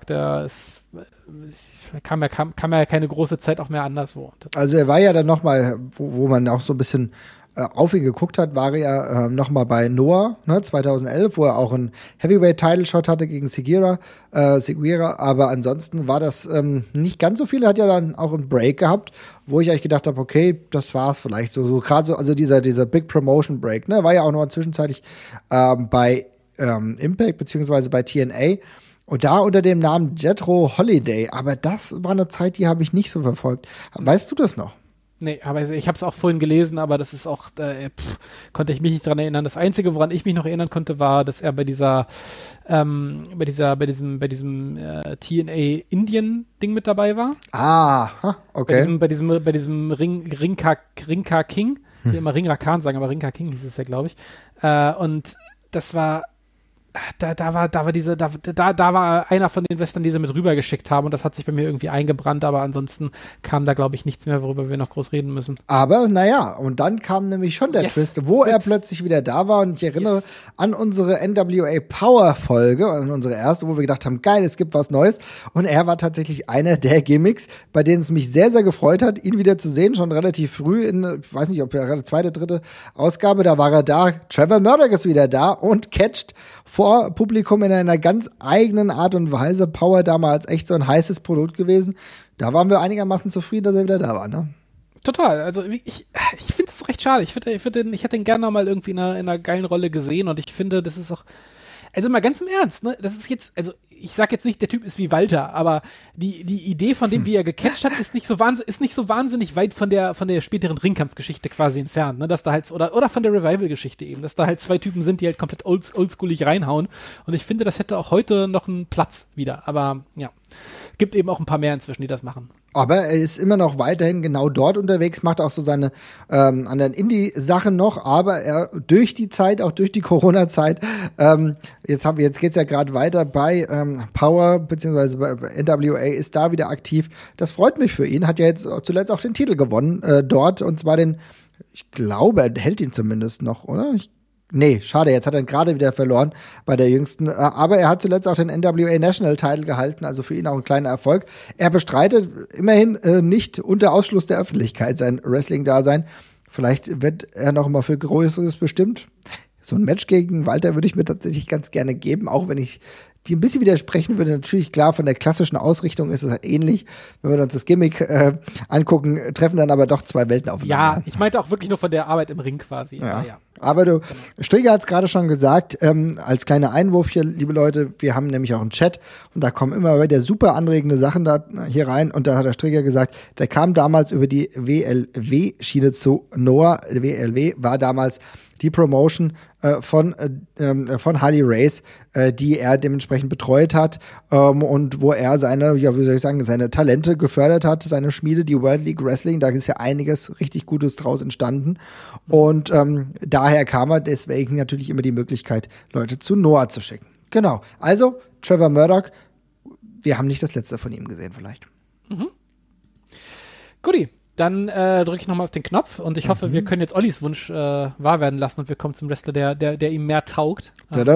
kam ja keine große Zeit auch mehr anderswo. Also er war ja dann nochmal, wo man auch so ein bisschen auf ihn geguckt hat, war er nochmal bei Noah, ne, 2011, wo er auch einen Heavyweight-Title-Shot hatte gegen Seguira, aber ansonsten war das nicht ganz so viel. Er hat ja dann auch einen Break gehabt, wo ich eigentlich gedacht habe, okay, das war's vielleicht so gerade so, also dieser Big Promotion Break, ne, war ja auch noch zwischenzeitlich bei Impact beziehungsweise bei TNA. Und da unter dem Namen Jethro Holiday, aber das war eine Zeit, die habe ich nicht so verfolgt. Weißt du das noch? Nee, aber ich habe es auch vorhin gelesen, aber das ist auch, konnte ich mich nicht dran erinnern. Das Einzige, woran ich mich noch erinnern konnte, war, dass er bei diesem TNA Indien Ding mit dabei war. Ah, okay. Bei diesem Ringka King, ich will immer Ringra Khan sagen, aber Ringka King hieß es ja, glaube ich. Und das war da war einer von den Western, die sie mit rübergeschickt haben und das hat sich bei mir irgendwie eingebrannt, aber ansonsten kam da, glaube ich, nichts mehr, worüber wir noch groß reden müssen. Aber naja, und dann kam nämlich schon der Twist, wo er plötzlich wieder da war und ich erinnere an unsere NWA Power Folge, an unsere erste, wo wir gedacht haben, geil, es gibt was Neues und er war tatsächlich einer der Gimmicks, bei denen es mich sehr, sehr gefreut hat, ihn wieder zu sehen, schon relativ früh ich weiß nicht, ob er zweite, dritte Ausgabe, da war er da, Trevor Murdoch ist wieder da und catcht vor Publikum in einer ganz eigenen Art und Weise. Power damals echt so ein heißes Produkt gewesen. Da waren wir einigermaßen zufrieden, dass er wieder da war, ne? Total. Also ich finde es recht schade. Ich hätte ihn gerne noch mal irgendwie in einer geilen Rolle gesehen und ich finde, das ist auch Also mal ganz im Ernst, ne? Das ist jetzt, also ich sag jetzt nicht, der Typ ist wie Walter, aber die Idee von dem, wie er gecatcht hat, ist nicht so wahnsinnig weit von der späteren Ringkampfgeschichte quasi entfernt, ne? Dass da halt, oder von der Revival-Geschichte eben, dass da halt zwei Typen sind, die halt komplett oldschoolig reinhauen. Und ich finde, das hätte auch heute noch einen Platz wieder. Aber ja, gibt eben auch ein paar mehr inzwischen, die das machen. Aber er ist immer noch weiterhin genau dort unterwegs, macht auch so seine anderen Indie-Sachen noch, aber er durch die Zeit, auch durch die Corona-Zeit, jetzt geht's ja gerade weiter bei Power, beziehungsweise bei NWA ist da wieder aktiv. Das freut mich für ihn, hat ja jetzt zuletzt auch den Titel gewonnen dort, und zwar ich glaube, er hält ihn zumindest noch, oder? Nee, schade, jetzt hat er ihn gerade wieder verloren bei der jüngsten. Aber er hat zuletzt auch den NWA National Title gehalten, also für ihn auch ein kleiner Erfolg. Er bestreitet immerhin nicht unter Ausschluss der Öffentlichkeit sein Wrestling-Dasein. Vielleicht wird er noch mal für Größeres bestimmt. So ein Match gegen Walter würde ich mir tatsächlich ganz gerne geben, auch wenn ich die ein bisschen widersprechen würde. Natürlich, klar, von der klassischen Ausrichtung ist es halt ähnlich. Wenn wir uns das Gimmick angucken, treffen dann aber doch zwei Welten aufeinander. Ja, ich meinte auch wirklich nur von der Arbeit im Ring quasi. Ja. Aber Strigger hat es gerade schon gesagt, als kleiner Einwurf hier, liebe Leute, wir haben nämlich auch einen Chat und da kommen immer wieder super anregende Sachen da hier rein, und da hat der Strigger gesagt, der kam damals über die WLW-Schiene zu Noah. WLW war damals die Promotion von Harley Race, die er dementsprechend betreut hat, und wo er seine Talente gefördert hat, seine Schmiede, die World League Wrestling, da ist ja einiges richtig Gutes draus entstanden, und daher kam er deswegen natürlich immer die Möglichkeit, Leute zu Noah zu schicken. Genau, also Trevor Murdoch, wir haben nicht das letzte von ihm gesehen vielleicht. Mhm. Guti. Dann drücke ich nochmal auf den Knopf und ich hoffe, wir können jetzt Ollis Wunsch wahr werden lassen und wir kommen zum Wrestler, der ihm mehr taugt.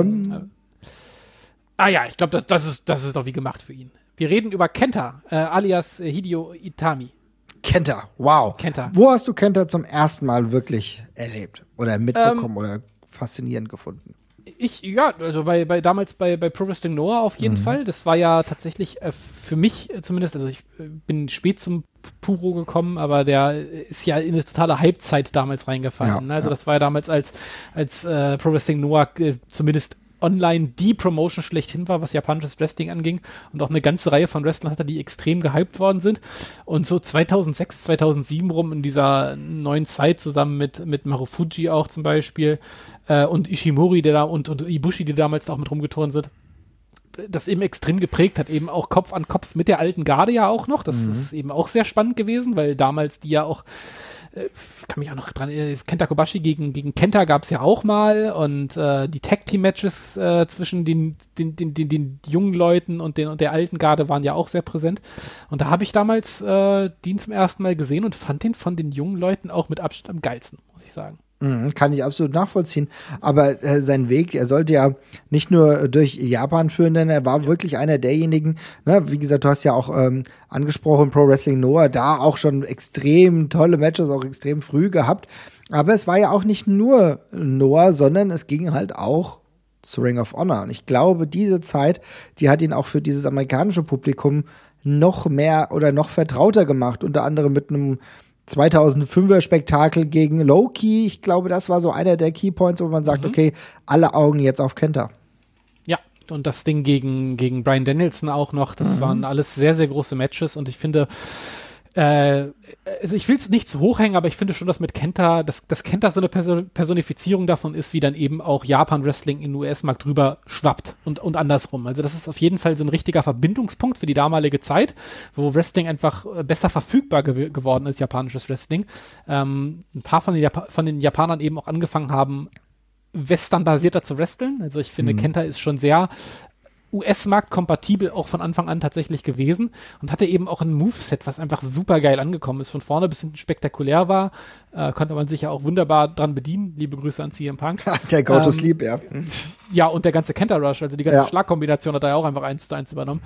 Ich glaube, das ist doch wie gemacht für ihn. Wir reden über Kenta, alias Hideo Itami. Kenta, wow. Kenta. Wo hast du Kenta zum ersten Mal wirklich erlebt oder mitbekommen oder faszinierend gefunden? Damals bei Pro Wrestling Noah auf jeden Fall. Das war ja tatsächlich für mich zumindest, also ich bin spät zum Puro gekommen, aber der ist ja in eine totale Hype-Zeit damals reingefallen. Ja, das war ja damals als Pro Wrestling Noah zumindest online die Promotion schlechthin war, was japanisches Wrestling anging, und auch eine ganze Reihe von Wrestlern hatte, die extrem gehypt worden sind. Und so 2006, 2007 rum in dieser neuen Zeit zusammen mit Marufuji auch zum Beispiel und Ishimori, der da und Ibushi, die damals auch mit rumgeturnt sind, das eben extrem geprägt hat, eben auch Kopf an Kopf mit der alten Garde ja auch noch. Das ist eben auch sehr spannend gewesen, weil damals die ja auch kann mich auch noch dran, Kenta Kobashi gegen Kenta gab es ja auch mal, und die Tag-Team-Matches zwischen den jungen Leuten und der alten Garde waren ja auch sehr präsent. Und da habe ich damals den zum ersten Mal gesehen und fand den von den jungen Leuten auch mit Abstand am geilsten, muss ich sagen. Kann ich absolut nachvollziehen. Aber sein Weg, er sollte ja nicht nur durch Japan führen, denn er war wirklich einer derjenigen, ne, wie gesagt, du hast ja auch angesprochen, Pro Wrestling Noah, da auch schon extrem tolle Matches, auch extrem früh gehabt. Aber es war ja auch nicht nur Noah, sondern es ging halt auch zu Ring of Honor. Und ich glaube, diese Zeit, die hat ihn auch für dieses amerikanische Publikum noch mehr oder noch vertrauter gemacht, unter anderem mit einem 2005er Spektakel gegen Low-Key. Ich glaube, das war so einer der Keypoints, wo man sagt, okay, alle Augen jetzt auf Kenta. Ja, und das Ding gegen Bryan Danielson auch noch, das waren alles sehr, sehr große Matches, und ich finde, also ich will es nicht zu hoch hängen, aber ich finde schon, dass mit Kenta, dass Kenta so eine Personifizierung davon ist, wie dann eben auch Japan-Wrestling in den US-Markt drüber schwappt und andersrum. Also das ist auf jeden Fall so ein richtiger Verbindungspunkt für die damalige Zeit, wo Wrestling einfach besser verfügbar geworden ist, japanisches Wrestling. Ein paar von den Japanern eben auch angefangen haben, westernbasierter zu wresteln. Also ich finde, Kenta ist schon sehr US-Markt kompatibel auch von Anfang an tatsächlich gewesen und hatte eben auch ein Moveset, was einfach super geil angekommen ist, von vorne bis hinten spektakulär war, konnte man sich ja auch wunderbar dran bedienen. Liebe Grüße an CM Punk. Der Go to Sleep, ja. Ja, und der ganze Kenta Rush, also die ganze Schlagkombination hat er ja auch einfach 1:1 übernommen.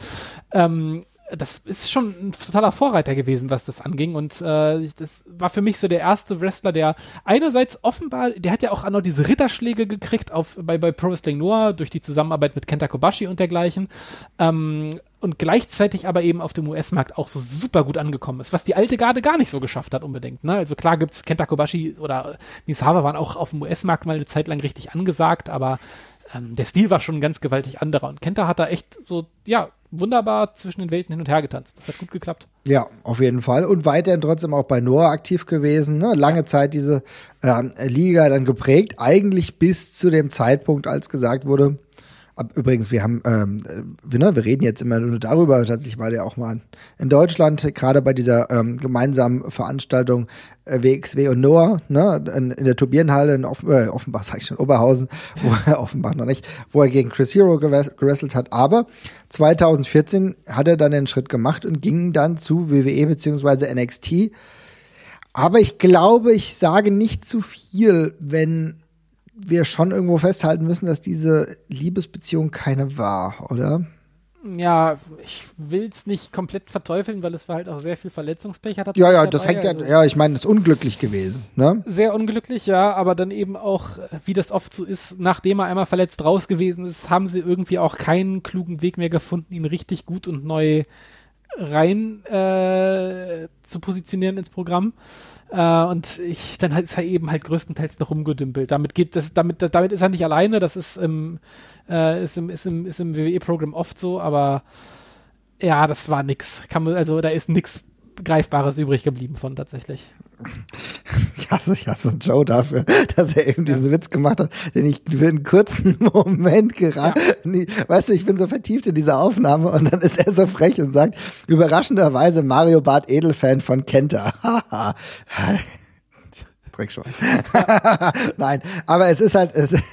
Das ist schon ein totaler Vorreiter gewesen, was das anging, und das war für mich so der erste Wrestler, der einerseits offenbar, der hat ja auch noch diese Ritterschläge gekriegt bei Pro Wrestling Noah durch die Zusammenarbeit mit Kenta Kobashi und dergleichen, und gleichzeitig aber eben auf dem US-Markt auch so super gut angekommen ist, was die alte Garde gar nicht so geschafft hat unbedingt, ne? Also klar gibt's Kenta Kobashi oder Misawa waren auch auf dem US-Markt mal eine Zeit lang richtig angesagt, aber der Stil war schon ein ganz gewaltig anderer. Und Kenta hat da echt so, ja, wunderbar zwischen den Welten hin und her getanzt. Das hat gut geklappt. Ja, auf jeden Fall. Und weiterhin trotzdem auch bei Noah aktiv gewesen. Ne? Lange Zeit diese Liga dann geprägt. Eigentlich bis zu dem Zeitpunkt, als gesagt wurde, übrigens, wir haben, wir reden jetzt immer nur darüber. Tatsächlich war der auch mal in Deutschland, gerade bei dieser gemeinsamen Veranstaltung WXW und Noah, ne, in der Turbierenhalle in Offenbach, sag ich schon, Oberhausen, Offenbach noch nicht, wo er gegen Chris Hero gewrestelt hat. Aber 2014 hat er dann den Schritt gemacht und ging dann zu WWE bzw. NXT. Aber ich glaube, ich sage nicht zu viel, wenn wir schon irgendwo festhalten müssen, dass diese Liebesbeziehung keine war, oder? Ja, ich will es nicht komplett verteufeln, weil es war halt auch sehr viel Verletzungspech. Ja, das hängt ja, ich meine, das ist unglücklich gewesen, ne? Sehr unglücklich, ja, aber dann eben auch, wie das oft so ist, nachdem er einmal verletzt raus gewesen ist, haben sie irgendwie auch keinen klugen Weg mehr gefunden, ihn richtig gut und neu rein zu positionieren ins Programm. Und dann ist er eben halt größtenteils noch rumgedümpelt. Damit ist er nicht alleine, das ist im WWE-Programm oft so, aber ja, das war nix. Da ist nix Greifbares übrig geblieben von tatsächlich. Ich hasse Joe dafür, dass er eben diesen Witz gemacht hat, den ich für einen kurzen Moment weißt du, ich bin so vertieft in dieser Aufnahme und dann ist er so frech und sagt, überraschenderweise Mario Barth Edelfan von Kenta. Dreckschwein. Nein, aber es ist halt, es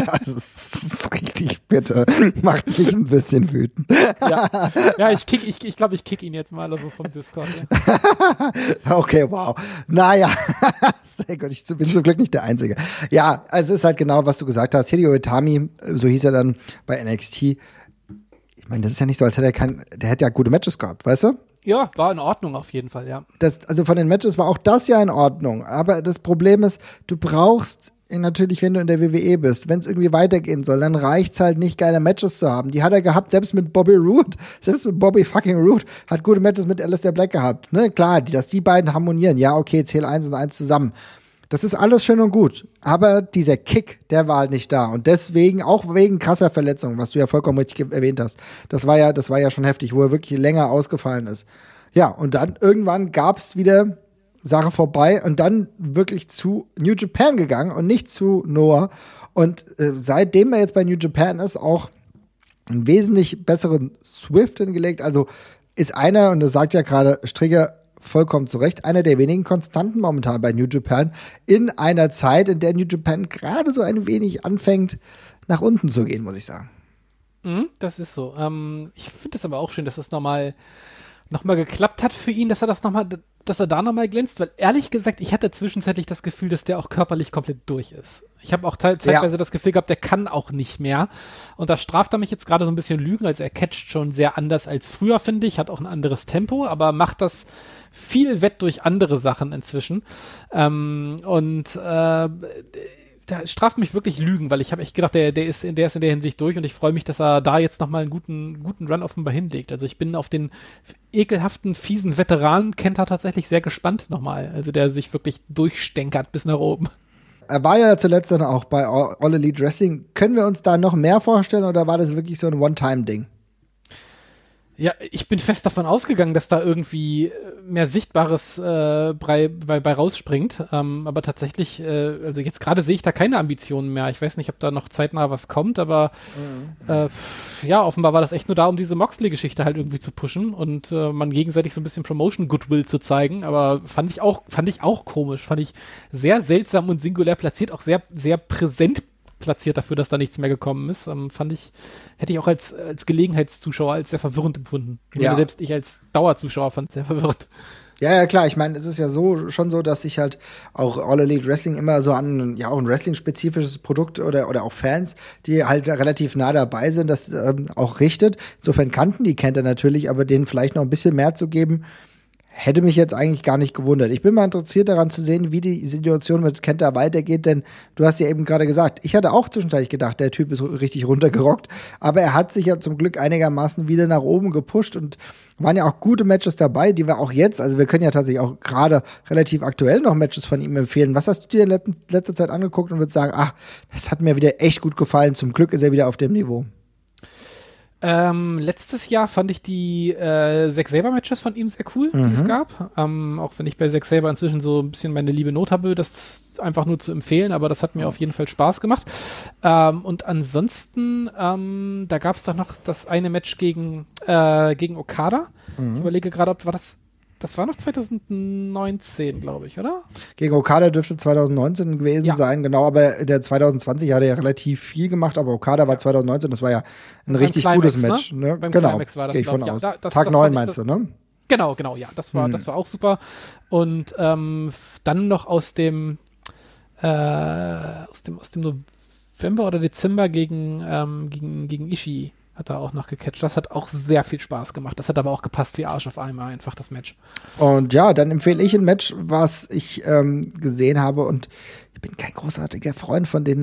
ist richtig bitter. Macht mich ein bisschen wütend. Ja, ich glaube, ich kick ihn jetzt mal so vom Discord. Ja. Okay, wow. Naja, sehr gut, ich bin zum Glück nicht der Einzige. Ja, es ist halt genau, was du gesagt hast. Hideo Itami, so hieß er dann bei NXT. Ich meine, das ist ja nicht so, als hätte der hätte ja gute Matches gehabt, weißt du? Ja, war in Ordnung auf jeden Fall, ja. Also von den Matches war auch das ja in Ordnung. Aber das Problem ist, du brauchst natürlich, wenn du in der WWE bist, wenn es irgendwie weitergehen soll, dann reicht's halt nicht, geile Matches zu haben. Die hat er gehabt, selbst mit Bobby fucking Roode, hat gute Matches mit Aleister Black gehabt. Ne? Klar, dass die beiden harmonieren. Ja, okay, zähl 1 und 1 zusammen. Das ist alles schön und gut. Aber dieser Kick, der war halt nicht da. Und deswegen, auch wegen krasser Verletzungen, was du ja vollkommen richtig erwähnt hast, das war ja schon heftig, wo er wirklich länger ausgefallen ist. Ja, und dann irgendwann gab's wieder Sache vorbei und dann wirklich zu New Japan gegangen und nicht zu Noah. Und seitdem er jetzt bei New Japan ist, auch einen wesentlich besseren Swift hingelegt. Also ist einer, und das sagt ja gerade Strigger vollkommen zu Recht, einer der wenigen Konstanten momentan bei New Japan in einer Zeit, in der New Japan gerade so ein wenig anfängt, nach unten zu gehen, muss ich sagen. Das ist so. Ich finde es aber auch schön, dass das nochmal geklappt hat für ihn, dass er da nochmal glänzt, weil ehrlich gesagt, ich hatte zwischenzeitlich das Gefühl, dass der auch körperlich komplett durch ist. Ich habe auch zeitweise das Gefühl gehabt, der kann auch nicht mehr. Und da straft er mich jetzt gerade so ein bisschen Lügen, also er catcht schon sehr anders als früher, finde ich, hat auch ein anderes Tempo, aber macht das viel wett durch andere Sachen inzwischen. Da straft mich wirklich Lügen, weil ich habe echt gedacht, der ist in der Hinsicht durch und ich freue mich, dass er da jetzt nochmal einen guten Run offenbar hinlegt. Also ich bin auf den ekelhaften, fiesen Veteranen Kenta tatsächlich sehr gespannt nochmal. Also der sich wirklich durchstänkert bis nach oben. Er war ja zuletzt dann auch bei All Elite Wrestling. Können wir uns da noch mehr vorstellen oder war das wirklich so ein One-Time-Ding? Ja, ich bin fest davon ausgegangen, dass da irgendwie mehr Sichtbares bei rausspringt. Aber tatsächlich, also jetzt gerade sehe ich da keine Ambitionen mehr. Ich weiß nicht, ob da noch zeitnah was kommt, aber offenbar war das echt nur da, um diese Moxley-Geschichte halt irgendwie zu pushen und man gegenseitig so ein bisschen Promotion-Goodwill zu zeigen. Aber fand ich auch komisch. Fand ich sehr seltsam und singulär platziert, auch sehr, sehr präsent platziert dafür, dass da nichts mehr gekommen ist. Hätte ich auch als Gelegenheitszuschauer als sehr verwirrend empfunden. Selbst ich als Dauerzuschauer fand es sehr verwirrend. Ja, klar. Ich meine, es ist ja schon so, dass sich halt auch All Elite Wrestling immer so an, ja, auch ein Wrestling-spezifisches Produkt oder auch Fans, die halt relativ nah dabei sind, das auch richtet. Insofern kannten die Kenta natürlich, aber denen vielleicht noch ein bisschen mehr zu geben, hätte mich jetzt eigentlich gar nicht gewundert. Ich bin mal interessiert daran zu sehen, wie die Situation mit Kenta weitergeht, denn du hast ja eben gerade gesagt, ich hatte auch zwischenzeitlich gedacht, der Typ ist richtig runtergerockt, aber er hat sich ja zum Glück einigermaßen wieder nach oben gepusht und waren ja auch gute Matches dabei, die wir auch jetzt, also wir können ja tatsächlich auch gerade relativ aktuell noch Matches von ihm empfehlen. Was hast du dir in letzter Zeit angeguckt und würdest sagen, das hat mir wieder echt gut gefallen, zum Glück ist er wieder auf dem Niveau? Letztes Jahr fand ich die Zack Saber-Matches von ihm sehr cool, die es gab. Auch wenn ich bei Zack Saber inzwischen so ein bisschen meine liebe Not habe, das einfach nur zu empfehlen, aber das hat mir auf jeden Fall Spaß gemacht. Und ansonsten, da gab es doch noch das eine Match gegen Okada. Ich überlege gerade, ob das war noch 2019, glaube ich, oder? Gegen Okada dürfte 2019 gewesen sein, genau, aber der 2020 hat er ja relativ viel gemacht, aber Okada war 2019, das war ja ein richtig Climax, gutes Match. Ne? Beim Genau, Climax war das, gehe ich von aus. Ja, Tag 9 meinst du, ne? Genau, ja, das war auch super. Und dann noch aus dem November oder Dezember gegen Ishii hat er auch noch gecatcht. Das hat auch sehr viel Spaß gemacht. Das hat aber auch gepasst wie Arsch auf einmal, einfach das Match. Und ja, dann empfehle ich ein Match, was ich gesehen habe und ich bin kein großartiger Freund von den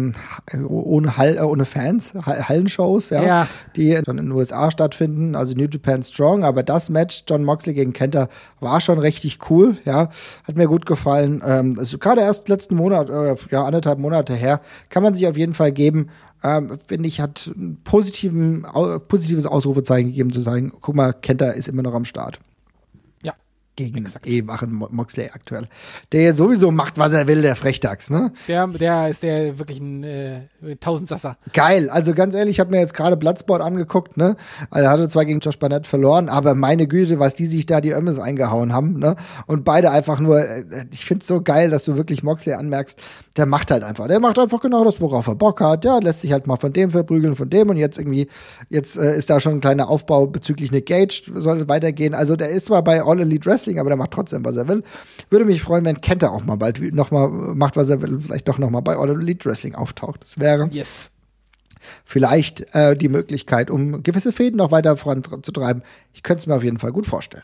ohne Fans, Hallenshows, die dann in den USA stattfinden, also New Japan Strong, aber das Match, Jon Moxley gegen Kenta, war schon richtig cool, ja, hat mir gut gefallen. Also gerade erst letzten Monat, anderthalb Monate her, kann man sich auf jeden Fall geben. Finde ich, hat ein positives Ausrufezeichen gegeben, zu sagen, guck mal, Kenta ist immer noch am Start. Ja. Gegen wachen Moxley aktuell. Der sowieso macht, was er will, der Frechdachs, ne? Der ist wirklich ein Tausendsasser. Geil, also ganz ehrlich, ich habe mir jetzt gerade Bloodsport angeguckt, ne? Also er hatte zwar gegen Josh Barnett verloren, aber meine Güte, was die sich da die Ömmes eingehauen haben, ne? Und beide einfach nur, ich find's so geil, dass du wirklich Moxley anmerkst, der macht einfach genau das, worauf er Bock hat, ja, lässt sich halt mal von dem verprügeln, von dem und jetzt ist da schon ein kleiner Aufbau bezüglich Nick Gage, soll weitergehen, also der ist zwar bei All Elite Wrestling, aber der macht trotzdem, was er will. Würde mich freuen, wenn Kenta auch mal bald nochmal macht, was er will, vielleicht doch nochmal bei All Elite Wrestling auftaucht. Das wäre vielleicht die Möglichkeit, um gewisse Fäden noch weiter voranzutreiben. Ich könnte es mir auf jeden Fall gut vorstellen.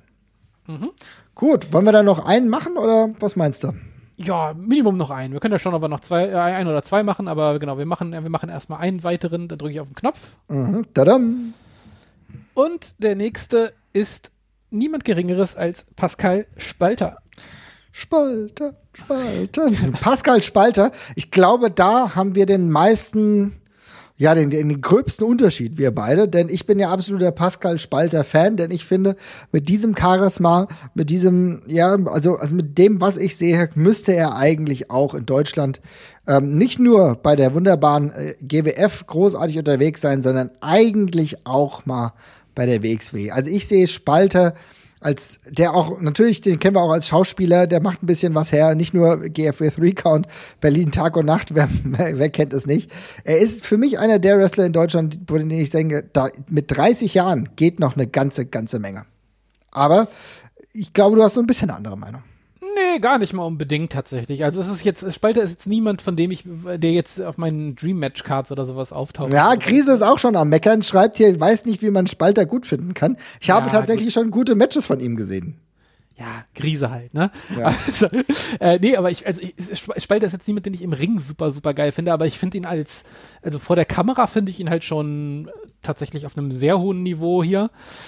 Gut, wollen wir da noch einen machen oder was meinst du? Ja, Minimum noch einen. Wir können ja schon aber noch ein oder zwei machen, aber genau, wir machen erstmal einen weiteren, dann drücke ich auf den Knopf. Tadam. Und der nächste ist niemand Geringeres als Pascal Spalter. Spalter. Pascal Spalter. Ich glaube, da haben wir den meisten, den gröbsten Unterschied, wir beide. Denn ich bin ja absoluter Pascal Spalter-Fan, denn ich finde, mit diesem Charisma, mit diesem, also mit dem, was ich sehe, müsste er eigentlich auch in Deutschland nicht nur bei der wunderbaren GWF großartig unterwegs sein, sondern eigentlich auch mal bei der WXW. Also ich sehe Spalter als der auch, natürlich, den kennen wir auch als Schauspieler, der macht ein bisschen was her, nicht nur GFW 3 Count, Berlin Tag und Nacht, wer kennt es nicht. Er ist für mich einer der Wrestler in Deutschland, von denen ich denke, da mit 30 Jahren geht noch eine ganze Menge. Aber ich glaube, du hast so ein bisschen eine andere Meinung. Nee, gar nicht mal unbedingt tatsächlich. Also Spalter ist jetzt niemand, von dem der jetzt auf meinen Dream Match Cards oder sowas auftaucht. Ja, Krise ist auch schon am Meckern, schreibt hier, weiß nicht, wie man Spalter gut finden kann. Ich habe tatsächlich schon gute Matches von ihm gesehen. Ja, Krise halt, ne? Ja. Also, aber Spalter ist jetzt niemand, den ich im Ring super, super geil finde, aber ich finde ihn also vor der Kamera finde ich ihn halt schon tatsächlich auf einem sehr hohen Niveau hier.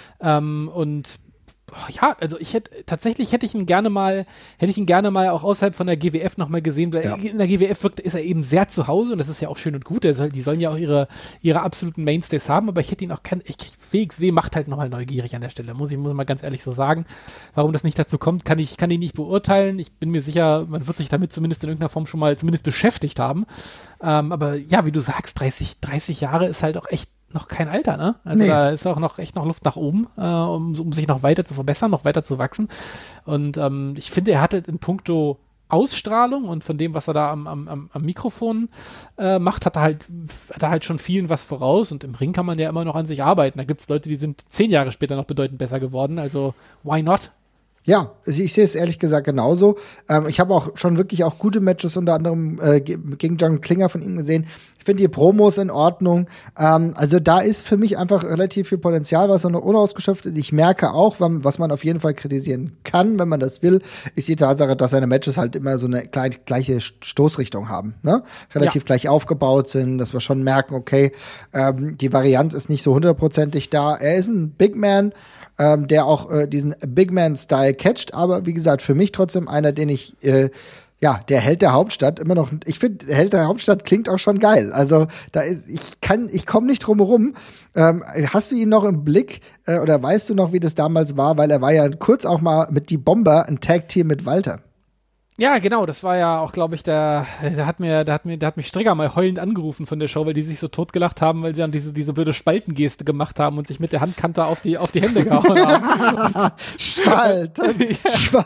Also hätte ich ihn gerne mal auch außerhalb von der GWF nochmal gesehen, weil in der GWF ist er eben sehr zu Hause und das ist ja auch schön und gut, die sollen ja auch ihre absoluten Mainstays haben, aber ich hätte ihn auch WXW macht halt nochmal neugierig an der Stelle, muss mal ganz ehrlich so sagen. Warum das nicht dazu kommt, kann ich ihn nicht beurteilen. Ich bin mir sicher, man wird sich damit zumindest in irgendeiner Form schon mal zumindest beschäftigt haben. Aber ja, wie du sagst, 30 Jahre ist halt auch echt noch kein Alter, ne? Also da ist auch noch echt noch Luft nach oben, um sich noch weiter zu verbessern, noch weiter zu wachsen. Und ich finde, er hat halt in puncto Ausstrahlung und von dem, was er da am Mikrofon macht, hat er halt schon vielen was voraus. Und im Ring kann man ja immer noch an sich arbeiten. Da gibt es Leute, die sind 10 Jahre später noch bedeutend besser geworden. Also why not? Ja, ich sehe es ehrlich gesagt genauso. Ich habe auch schon wirklich auch gute Matches unter anderem gegen John Klinger von ihm gesehen. Ich finde die Promos in Ordnung. Also da ist für mich einfach relativ viel Potenzial, was noch unausgeschöpft ist. Ich merke auch, was man auf jeden Fall kritisieren kann, wenn man das will, ist die Tatsache, dass seine Matches halt immer so eine gleiche Stoßrichtung haben, ne? Relativ gleich aufgebaut sind, dass wir schon merken, okay, die Varianz ist nicht so 100%ig da. Er ist ein Big Man, der auch diesen Big Man-Style catcht, aber wie gesagt, für mich trotzdem einer, den ich, der Held der Hauptstadt immer noch, ich finde, Held der Hauptstadt klingt auch schon geil. Also ich komme nicht drum herum. Hast du ihn noch im Blick oder weißt du noch, wie das damals war? Weil er war ja kurz auch mal mit die Bomber ein Tag-Team mit Walter. Ja, genau, das war ja auch, glaube ich, der hat mich Strigger mal heulend angerufen von der Show, weil die sich so totgelacht haben, weil sie dann diese blöde Spaltengeste gemacht haben und sich mit der Handkante auf die Hände gehauen haben. Spalten.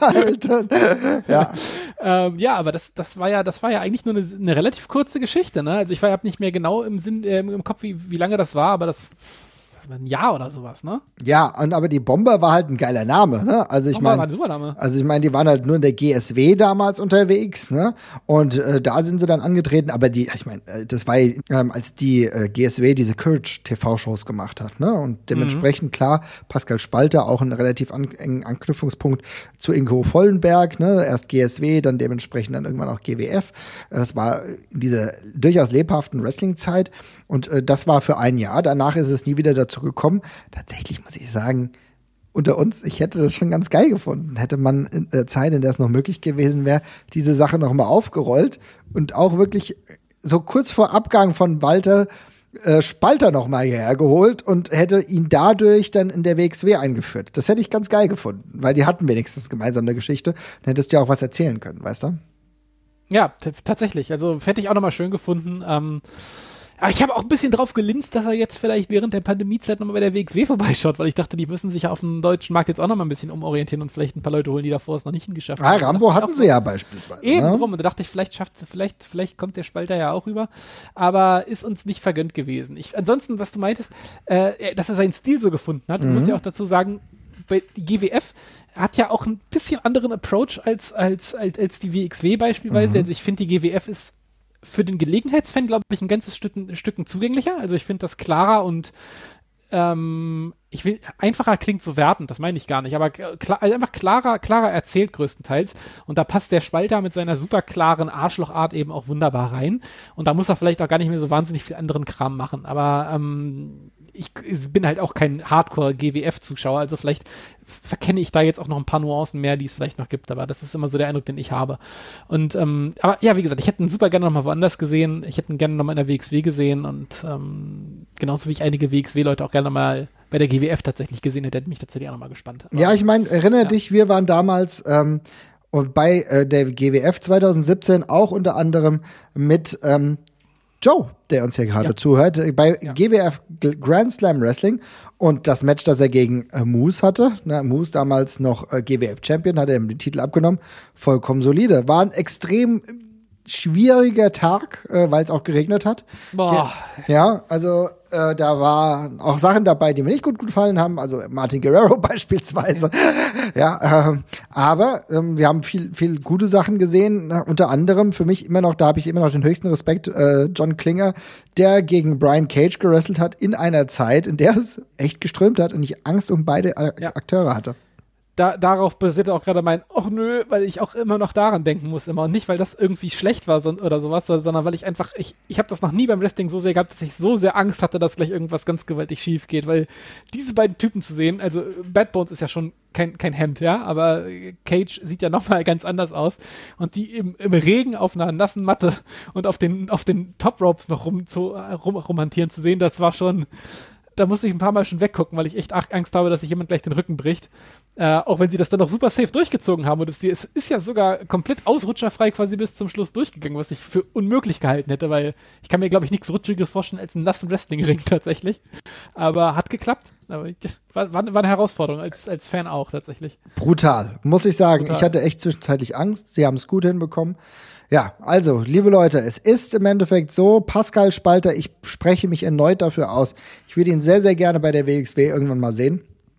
Ja. Aber das war ja eigentlich nur eine relativ kurze Geschichte, ne? Also ich habe nicht mehr genau im Kopf, wie lange das war, aber das ein Jahr oder sowas, ne? Ja, aber die Bomber war halt ein geiler Name, ne? Also ich meine, die waren halt nur in der GSW damals unterwegs, ne? Und da sind sie dann angetreten, aber das war als die GSW diese Courage TV-Shows gemacht hat, ne? Und dementsprechend klar, Pascal Spalter auch einen relativ engen Anknüpfungspunkt zu Ingo Vollenberg, ne? Erst GSW, dann dementsprechend dann irgendwann auch GWF. Das war in dieser durchaus lebhaften Wrestling-Zeit und das war für ein Jahr. Danach ist es nie wieder dazu gekommen. Tatsächlich muss ich sagen, unter uns, ich hätte das schon ganz geil gefunden. Hätte man in der Zeit, in der es noch möglich gewesen wäre, diese Sache noch mal aufgerollt und auch wirklich so kurz vor Abgang von Walter Spalter noch mal hierher geholt und hätte ihn dadurch dann in der WXW eingeführt. Das hätte ich ganz geil gefunden, weil die hatten wenigstens gemeinsam eine Geschichte. Dann hättest du ja auch was erzählen können, weißt du? Ja, tatsächlich. Also hätte ich auch noch mal schön gefunden. Aber ich habe auch ein bisschen drauf gelinst, dass er jetzt vielleicht während der Pandemiezeit nochmal bei der WXW vorbeischaut, weil ich dachte, die müssen sich ja auf dem deutschen Markt jetzt auch nochmal ein bisschen umorientieren und vielleicht ein paar Leute holen, die davor es noch nicht hingeschafft haben. Rambo hatten sie ja beispielsweise. Eben drum. Und da dachte ich, vielleicht kommt der Spalter ja auch rüber. Aber ist uns nicht vergönnt gewesen. Ansonsten, was du meintest, dass er seinen Stil so gefunden hat, muss ja auch dazu sagen, die GWF hat ja auch ein bisschen anderen Approach als die WXW beispielsweise. Also ich finde, die GWF ist für den Gelegenheitsfan, glaube ich, ein ganzes Stücken zugänglicher. Also ich finde das klarer und einfacher klingt so wertend, das meine ich gar nicht, aber einfach klarer erzählt größtenteils. Und da passt der Spalter mit seiner super klaren Arschlochart eben auch wunderbar rein. Und da muss er vielleicht auch gar nicht mehr so wahnsinnig viel anderen Kram machen. Aber ich bin halt auch kein Hardcore-GWF-Zuschauer, also vielleicht verkenne ich da jetzt auch noch ein paar Nuancen mehr, die es vielleicht noch gibt, aber das ist immer so der Eindruck, den ich habe. Und aber ja, wie gesagt, ich hätte ihn super gerne noch mal woanders gesehen, ich hätte ihn gerne noch mal in der WXW gesehen und genauso wie ich einige WXW-Leute auch gerne noch mal bei der GWF tatsächlich gesehen hätte mich tatsächlich auch noch mal gespannt. Aber, ja, ich meine, erinnere dich, wir waren damals und bei der GWF 2017 auch unter anderem mit Joe, der uns hier gerade zuhört, bei GWF Grand Slam Wrestling und das Match, das er gegen Moose hatte, Moose damals noch GWF-Champion, hat er ihm den Titel abgenommen, vollkommen solide. War ein extrem schwieriger Tag, weil es auch geregnet hat. Boah. Also da waren auch Sachen dabei, die mir nicht gut gefallen haben, also Martin Guerrero beispielsweise. Aber wir haben viel gute Sachen gesehen, unter anderem für mich da habe ich immer noch den höchsten Respekt, John Klinger, der gegen Brian Cage gewrestelt hat in einer Zeit, in der es echt geströmt hat und ich Angst um beide Akteure hatte. Darauf basiert auch gerade mein, weil ich auch immer noch daran denken muss immer und nicht, weil das irgendwie schlecht war oder sowas, sondern weil ich einfach, ich habe das noch nie beim Wrestling so sehr gehabt, dass ich so sehr Angst hatte, dass gleich irgendwas ganz gewaltig schief geht, weil diese beiden Typen zu sehen, also Bad Bones ist ja schon kein Hemd, ja, aber Cage sieht ja nochmal ganz anders aus und die im Regen auf einer nassen Matte und auf den Top Ropes noch rumhantieren zu sehen, das war schon, da musste ich ein paar Mal schon weggucken, weil ich echt Angst habe, dass sich jemand gleich den Rücken bricht. Auch wenn sie das dann noch super safe durchgezogen haben. Und es ist ja sogar komplett ausrutscherfrei quasi bis zum Schluss durchgegangen, was ich für unmöglich gehalten hätte, weil ich kann mir, glaube ich, nichts Rutschiges vorstellen als einen nassen Wrestling-Ring tatsächlich. Aber hat geklappt. Aber war eine Herausforderung, als Fan auch tatsächlich. Brutal, muss ich sagen. Brutal. Ich hatte echt zwischenzeitlich Angst. Sie haben es gut hinbekommen. Ja, also, liebe Leute, es ist im Endeffekt so, Pascal Spalter, ich spreche mich erneut dafür aus. Ich würde ihn sehr, sehr gerne bei der WXW irgendwann mal sehen.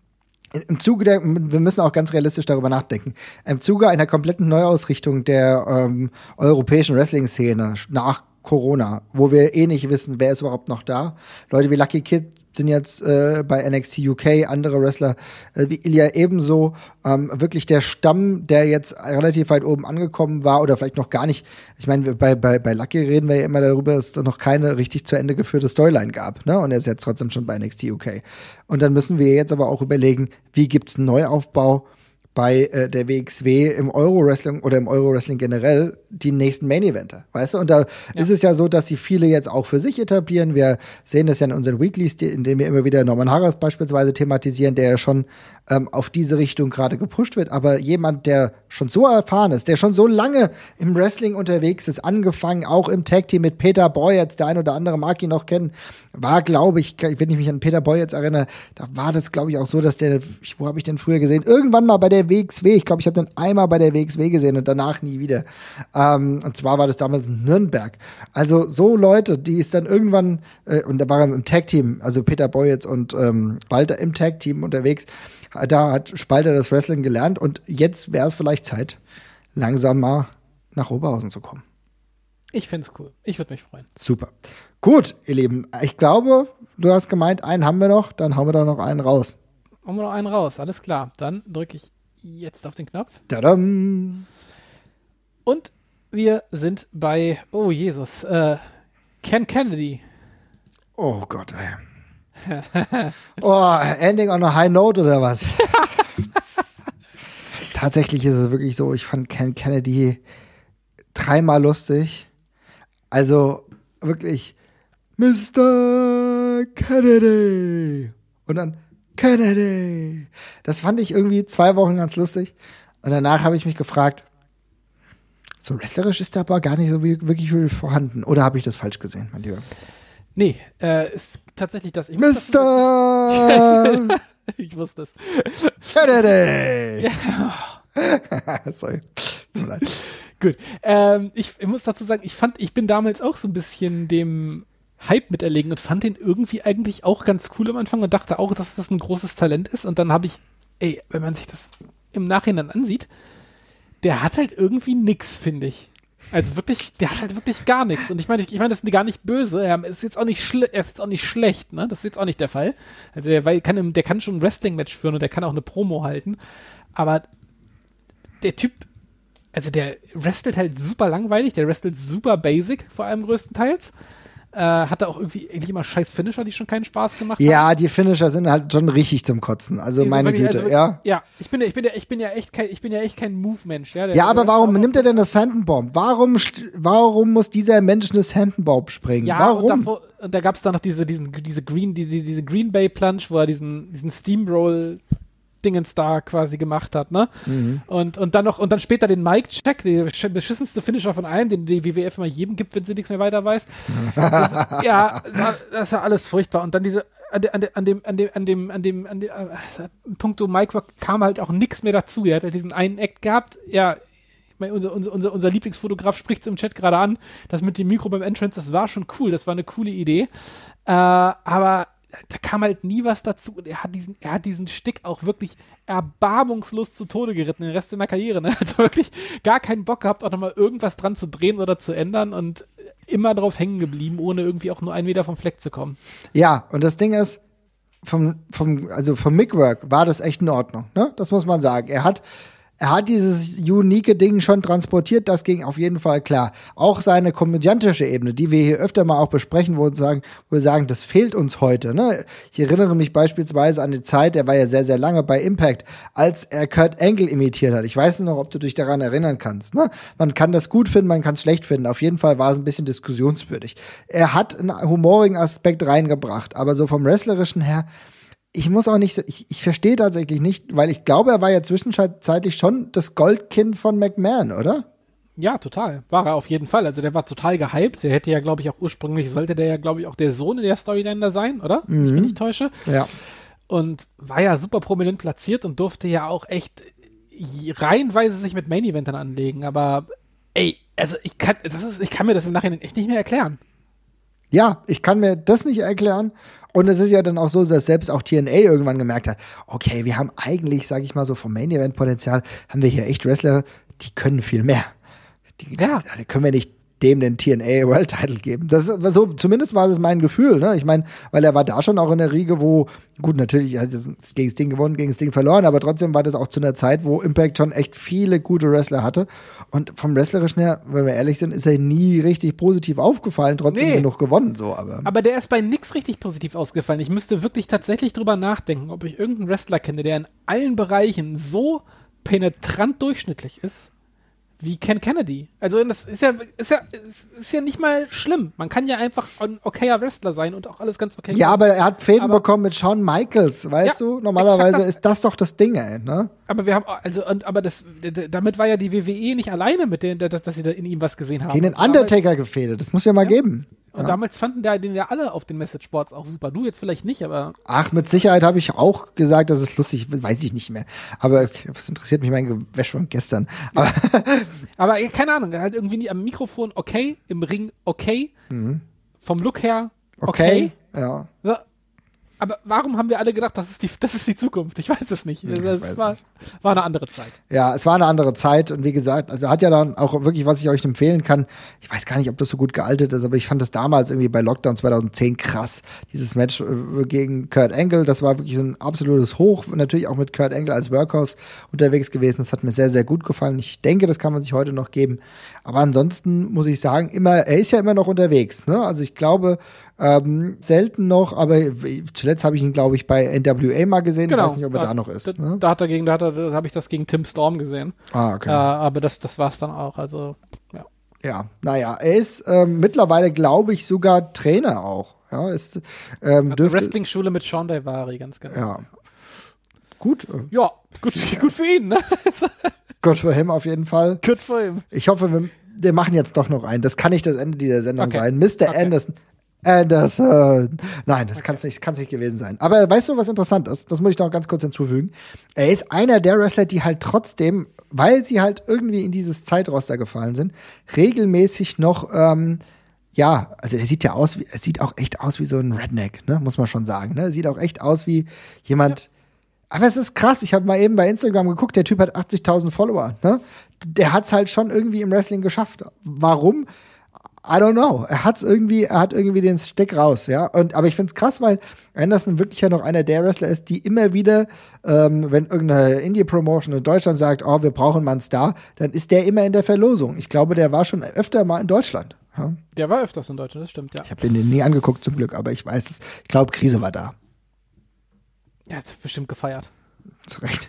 Im Zuge wir müssen auch ganz realistisch darüber nachdenken, im Zuge einer kompletten Neuausrichtung der europäischen Wrestling-Szene nach Corona, wo wir eh nicht wissen, wer ist überhaupt noch da. Leute wie Lucky Kid sind jetzt bei NXT UK, andere Wrestler wie Ilya ebenso. Wirklich der Stamm, der jetzt relativ weit oben angekommen war oder vielleicht noch gar nicht. Ich meine, bei Lucky reden wir ja immer darüber, dass es noch keine richtig zu Ende geführte Storyline gab, ne? Und er ist jetzt trotzdem schon bei NXT UK. Und dann müssen wir jetzt aber auch überlegen, wie gibt's einen Neuaufbau bei der WXW im Euro-Wrestling oder im Euro-Wrestling generell die nächsten Main-Eventer, weißt du? Und da ist es ja so, dass sie viele jetzt auch für sich etablieren. Wir sehen das ja in unseren Weeklies, in denen wir immer wieder Norman Harras beispielsweise thematisieren, der ja schon auf diese Richtung gerade gepusht wird. Aber jemand, der schon so erfahren ist, der schon so lange im Wrestling unterwegs ist, angefangen auch im Tag-Team mit Peter Boy, jetzt der ein oder andere mag ihn noch kennen, war, glaube ich, wenn ich mich an Peter Boy jetzt erinnere, da war das, glaube ich, auch so, dass wo habe ich den früher gesehen? Irgendwann mal bei der WXW. Ich glaube, ich habe den einmal bei der WXW gesehen und danach nie wieder. Und zwar war das damals in Nürnberg. Also so Leute, die ist dann irgendwann, und da war er im Tag-Team, also Peter Boy jetzt und Walter im Tag-Team unterwegs. Da hat Spalter das Wrestling gelernt und jetzt wäre es vielleicht Zeit, langsam mal nach Oberhausen zu kommen. Ich finde es cool. Ich würde mich freuen. Super. Gut, ihr Lieben. Ich glaube, du hast gemeint, einen haben wir noch, dann hauen wir da noch einen raus. Hauen wir noch einen raus, alles klar. Dann drücke ich jetzt auf den Knopf. Tadam. Und wir sind bei, oh Jesus, Ken Kennedy. Oh Gott, ey. Oh, Ending on a high note oder was? Tatsächlich ist es wirklich so, ich fand Ken Kennedy dreimal lustig. Also wirklich Mr. Kennedy. Und dann Kennedy. Das fand ich irgendwie 2 Wochen ganz lustig. Und danach habe ich mich gefragt, so wrestlerisch ist da aber gar nicht so wirklich viel vorhanden. Oder habe ich das falsch gesehen, mein Lieber? Nee, ist tatsächlich das. Mr. Ich wusste es. Kennedy. Ja. Sorry. Tut mir leid. Gut. Ich muss dazu sagen, ich bin damals auch so ein bisschen dem Hype miterlegen und fand den irgendwie eigentlich auch ganz cool am Anfang und dachte auch, dass das ein großes Talent ist. Und dann habe ich, wenn man sich das im Nachhinein ansieht, der hat halt irgendwie nix, finde ich. Also wirklich, der hat halt wirklich gar nichts. Und ich meine, das ist gar nicht böse. Er ist jetzt auch nicht schlecht, ne? Das ist jetzt auch nicht der Fall. Also der kann schon ein Wrestling-Match führen und der kann auch eine Promo halten. Aber der Typ, also der wrestelt halt super langweilig, der wrestelt super basic, vor allem größtenteils. Hatte auch irgendwie eigentlich immer scheiß Finisher, die schon keinen Spaß gemacht haben. Ja, die Finisher sind halt schon richtig zum Kotzen. Also meine Güte, also, ja. Ja, ich bin ja echt kein Move-Mensch. Ja, aber warum nimmt er denn das Sandbomb? Warum muss dieser Mensch eine Sandbomb springen? Ja, warum? Und da gab es dann noch diese Green Bay Plunge, wo er diesen Steamroll Dingens da quasi gemacht hat, ne? Mhm. Und dann später den Mic-Check, der beschissenste Finisher von allem, den die WWF immer jedem gibt, wenn sie nichts mehr weiter weiß. Das war alles furchtbar. Und dann an dem Punkto Mike kam halt auch nichts mehr dazu. Er hat halt diesen einen Act gehabt. Ja, ich meine, unser Lieblingsfotograf spricht es im Chat gerade an. Das mit dem Mikro beim Entrance, das war schon cool. Das war eine coole Idee. Aber da kam halt nie was dazu und er hat diesen Stick auch wirklich erbarmungslos zu Tode geritten, den Rest seiner Karriere, ne? Also wirklich gar keinen Bock gehabt, auch nochmal irgendwas dran zu drehen oder zu ändern und immer drauf hängen geblieben, ohne irgendwie auch nur 1 Meter vom Fleck zu kommen. Ja, und das Ding ist, vom Mic-Work war das echt in Ordnung, ne? Das muss man sagen. Er hat dieses unique Ding schon transportiert, das ging auf jeden Fall klar. Auch seine komödiantische Ebene, die wir hier öfter mal auch besprechen, wo wir sagen, das fehlt uns heute. Ne? Ich erinnere mich beispielsweise an die Zeit, der war ja sehr, sehr lange bei Impact, als er Kurt Angle imitiert hat. Ich weiß noch, ob du dich daran erinnern kannst. Ne? Man kann das gut finden, man kann es schlecht finden. Auf jeden Fall war es ein bisschen diskussionswürdig. Er hat einen humorigen Aspekt reingebracht, aber so vom Wrestlerischen her, ich muss auch nicht, ich verstehe tatsächlich nicht, weil ich glaube, er war ja zwischenzeitlich schon das Goldkind von McMahon, oder? Ja, total. War er auf jeden Fall. Also der war total gehypt. Der hätte ja, glaube ich, auch ursprünglich, sollte der ja, glaube ich, auch der Sohn in der Storyline da sein, oder? Wenn ich mich nicht täusche. Ja. Und war ja super prominent platziert und durfte ja auch echt reihenweise sich mit Main-Eventern anlegen. Aber, also ich kann mir das im Nachhinein echt nicht mehr erklären. Ja, ich kann mir das nicht erklären. Und es ist ja dann auch so, dass selbst auch TNA irgendwann gemerkt hat, okay, wir haben eigentlich, sag ich mal so, vom Main-Event-Potenzial haben wir hier echt Wrestler, die können viel mehr. Da können wir nicht dem den TNA World Title geben. Das ist so, zumindest war das mein Gefühl, ne? Ich meine, weil er war da schon auch in der Riege, wo, gut, natürlich, er hat gegen das Ding gewonnen, gegen das Ding verloren, aber trotzdem war das auch zu einer Zeit, wo Impact schon echt viele gute Wrestler hatte. Und vom Wrestlerischen her, wenn wir ehrlich sind, ist er nie richtig positiv aufgefallen, trotzdem genug gewonnen, so, aber der ist bei nix richtig positiv ausgefallen. Ich müsste wirklich tatsächlich drüber nachdenken, ob ich irgendeinen Wrestler kenne, der in allen Bereichen so penetrant durchschnittlich ist, wie Ken Kennedy. Also das ist ja nicht mal schlimm. Man kann ja einfach ein okayer Wrestler sein und auch alles ganz okay. Ja, aber er hat Fäden bekommen mit Shawn Michaels, weißt du? Normalerweise ist das doch das Ding, ey, ne? Aber wir haben, damit war ja die WWE nicht alleine mit denen, dass sie da in ihm was gesehen haben. Gegen den Undertaker gefädelt, das muss ja mal geben. Und damals fanden den ja alle auf den Message-Boards auch super. Du jetzt vielleicht nicht, aber... Ach, mit Sicherheit habe ich auch gesagt, das ist lustig, weiß ich nicht mehr. Aber was interessiert mich mein Gewäsch von gestern? Aber keine Ahnung, er hat irgendwie nie am Mikrofon okay, im Ring okay, vom Look her okay. Ja. So. Aber warum haben wir alle gedacht, das ist die Zukunft? Ich weiß es nicht. Das war eine andere Zeit. Ja, es war eine andere Zeit und wie gesagt, also hat ja dann auch wirklich, was ich euch empfehlen kann, ich weiß gar nicht, ob das so gut gealtert ist, aber ich fand das damals irgendwie bei Lockdown 2010 krass, dieses Match gegen Kurt Angle, das war wirklich so ein absolutes Hoch, natürlich auch mit Kurt Angle als Workhorse unterwegs gewesen, das hat mir sehr, sehr gut gefallen. Ich denke, das kann man sich heute noch geben, aber ansonsten muss ich sagen, er ist ja immer noch unterwegs, ne? Also ich glaube, selten noch, aber zuletzt habe ich ihn, glaube ich, bei NWA mal gesehen. Genau. Ich weiß nicht, ob er da noch ist. Ne? Da habe ich das gegen Tim Storm gesehen. Ah, okay. Aber das war's dann auch. Also, ja. Ja, naja, er ist mittlerweile, glaube ich, sogar Trainer auch. Ja, ist Wrestling-Schule mit Sean Daivari, ganz genau. Ja. Gut. Ja, gut für ihn, ne? Gut für ihn auf jeden Fall. Gut für ihn. Ich hoffe, wir machen jetzt doch noch einen. Das kann nicht das Ende dieser Sendung sein. Mr. Anderson. Nein, das kann's nicht gewesen sein. Aber weißt du, was interessant ist? Das muss ich noch ganz kurz hinzufügen. Er ist einer der Wrestler, die halt trotzdem, weil sie halt irgendwie in dieses Zeitroster gefallen sind, regelmäßig noch, also er sieht auch echt aus wie so ein Redneck, ne, muss man schon sagen, ne? Er sieht auch echt aus wie jemand. Ja. Aber es ist krass, ich habe mal eben bei Instagram geguckt, der Typ hat 80.000 Follower, ne? Der hat's halt schon irgendwie im Wrestling geschafft. Warum? I don't know. Er hat irgendwie den Steck raus, ja. Aber ich find's krass, weil Anderson wirklich ja noch einer der Wrestler ist, die immer wieder, wenn irgendeine Indie-Promotion in Deutschland sagt, oh, wir brauchen mal einen Star, dann ist der immer in der Verlosung. Ich glaube, der war schon öfter mal in Deutschland. Ja? Der war öfters in Deutschland, das stimmt, ja. Ich habe den nie angeguckt, zum Glück, aber ich weiß es. Ich glaube, Krise war da. Er hat bestimmt gefeiert. Zu Recht.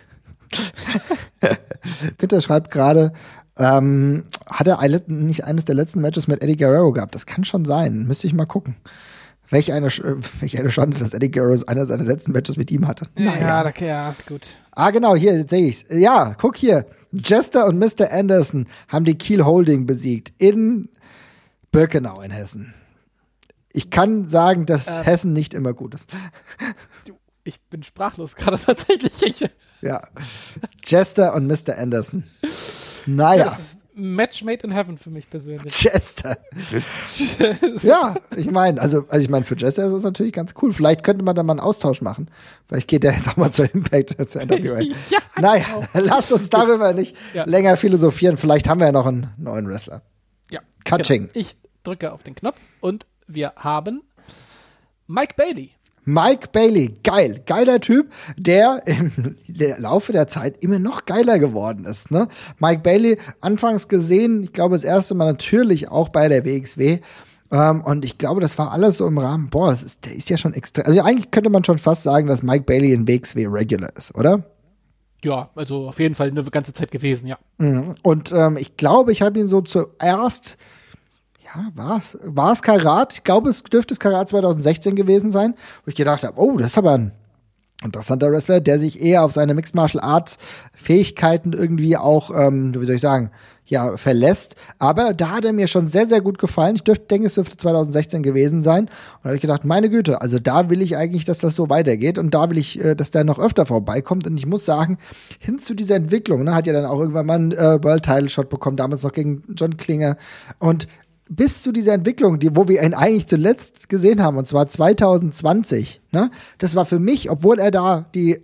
Günther schreibt gerade, hat er nicht eines der letzten Matches mit Eddie Guerrero gehabt? Das kann schon sein. Müsste ich mal gucken. Welch eine Schande, dass Eddie Guerrero einer seiner letzten Matches mit ihm hatte. Naja. Ja, gut. Ah, genau, hier, jetzt sehe ich's. Ja, guck hier. Jester und Mr. Anderson haben die Kiel Holding besiegt in Birkenau in Hessen. Ich kann sagen, dass Hessen nicht immer gut ist. Ich bin sprachlos gerade tatsächlich. Ja. Jester und Mr. Anderson. Naja. Das ist Match made in heaven für mich persönlich. Jester. Ja, ich meine, für Jester ist das natürlich ganz cool. Vielleicht könnte man da mal einen Austausch machen. Vielleicht geht der jetzt auch mal zur Impact, zur NWA. Ja, naja, lass uns darüber nicht länger philosophieren. Vielleicht haben wir ja noch einen neuen Wrestler. Ja. Catching. Genau. Ich drücke auf den Knopf und wir haben Mike Bailey. Mike Bailey, geiler Typ, der im Laufe der Zeit immer noch geiler geworden ist, ne? Mike Bailey, anfangs gesehen, ich glaube, das erste Mal natürlich auch bei der WXW, und ich glaube, das war alles so im Rahmen, der ist ja schon extrem, also eigentlich könnte man schon fast sagen, dass Mike Bailey in WXW Regular ist, oder? Ja, also auf jeden Fall eine ganze Zeit gewesen, ja. Und ich glaube, ich habe ihn so zuerst, war es Karat? Ich glaube, es dürfte es Karat 2016 gewesen sein, wo ich gedacht habe, oh, das ist aber ein interessanter Wrestler, der sich eher auf seine Mixed Martial Arts Fähigkeiten irgendwie auch, verlässt. Aber da hat er mir schon sehr, sehr gut gefallen. Ich denke, es dürfte 2016 gewesen sein. Und da habe ich gedacht, meine Güte, also da will ich eigentlich, dass das so weitergeht. Und da will ich, dass der noch öfter vorbeikommt. Und ich muss sagen, hin zu dieser Entwicklung, ne, hat ja dann auch irgendwann mal einen World Title Shot bekommen, damals noch gegen John Klinger. Und bis zu dieser Entwicklung, wo wir ihn eigentlich zuletzt gesehen haben, und zwar 2020, ne? Das war für mich, obwohl er da die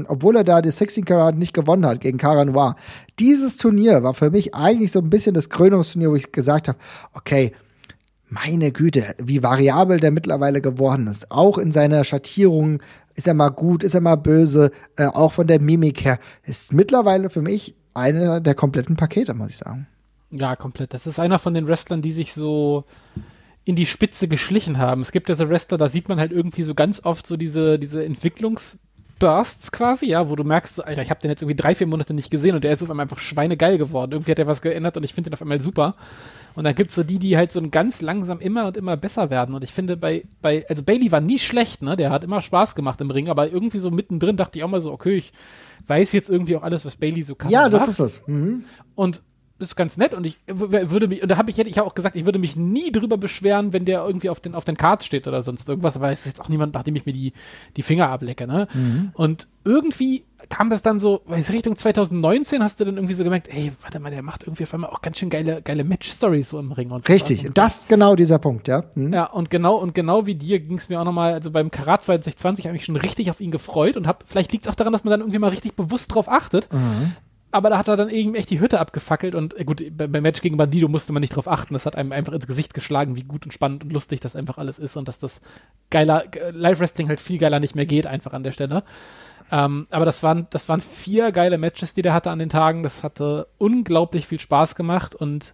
16 Karat nicht gewonnen hat gegen Cara Noir, dieses Turnier war für mich eigentlich so ein bisschen das Krönungsturnier, wo ich gesagt habe, okay, meine Güte, wie variabel der mittlerweile geworden ist. Auch in seiner Schattierung, ist er mal gut, ist er mal böse, auch von der Mimik her, ist mittlerweile für mich einer der kompletten Pakete, muss ich sagen. Ja, komplett. Das ist einer von den Wrestlern, die sich so in die Spitze geschlichen haben. Es gibt ja so Wrestler, da sieht man halt irgendwie so ganz oft so diese Entwicklungsbursts quasi, ja, wo du merkst, so, Alter, ich habe den jetzt irgendwie 3-4 Monate nicht gesehen und der ist auf einmal einfach schweinegeil geworden. Irgendwie hat er was geändert und ich finde den auf einmal super. Und dann gibt's so die halt so ganz langsam immer und immer besser werden. Und ich finde also Bayley war nie schlecht, ne? Der hat immer Spaß gemacht im Ring, aber irgendwie so mittendrin dachte ich auch mal so, okay, ich weiß jetzt irgendwie auch alles, was Bayley so kann. Ja, das ist es. Mhm. Und das ist ganz nett und hätte ich auch gesagt, ich würde mich nie drüber beschweren, wenn der irgendwie auf den Cards steht oder sonst irgendwas, aber es ist jetzt auch niemand, nachdem ich mir die Finger ablecke, ne? Mhm. Und irgendwie kam das dann so, Richtung 2019 hast du dann irgendwie so gemerkt, ey, warte mal, der macht irgendwie auf einmal auch ganz schön geile Match-Stories so im Ring. Und richtig, und das ist genau dieser Punkt, ja. Mhm. Ja, und genau wie dir ging es mir auch nochmal, also beim Karat 2020 habe ich mich schon richtig auf ihn gefreut und vielleicht liegt es auch daran, dass man dann irgendwie mal richtig bewusst drauf achtet. Mhm. Aber da hat er dann eben echt die Hütte abgefackelt und gut, beim Match gegen Bandido musste man nicht drauf achten. Das hat einem einfach ins Gesicht geschlagen, wie gut und spannend und lustig das einfach alles ist und dass das Live-Wrestling halt viel geiler nicht mehr geht, einfach an der Stelle. Aber das waren 4 geile Matches, die der hatte an den Tagen. Das hatte unglaublich viel Spaß gemacht und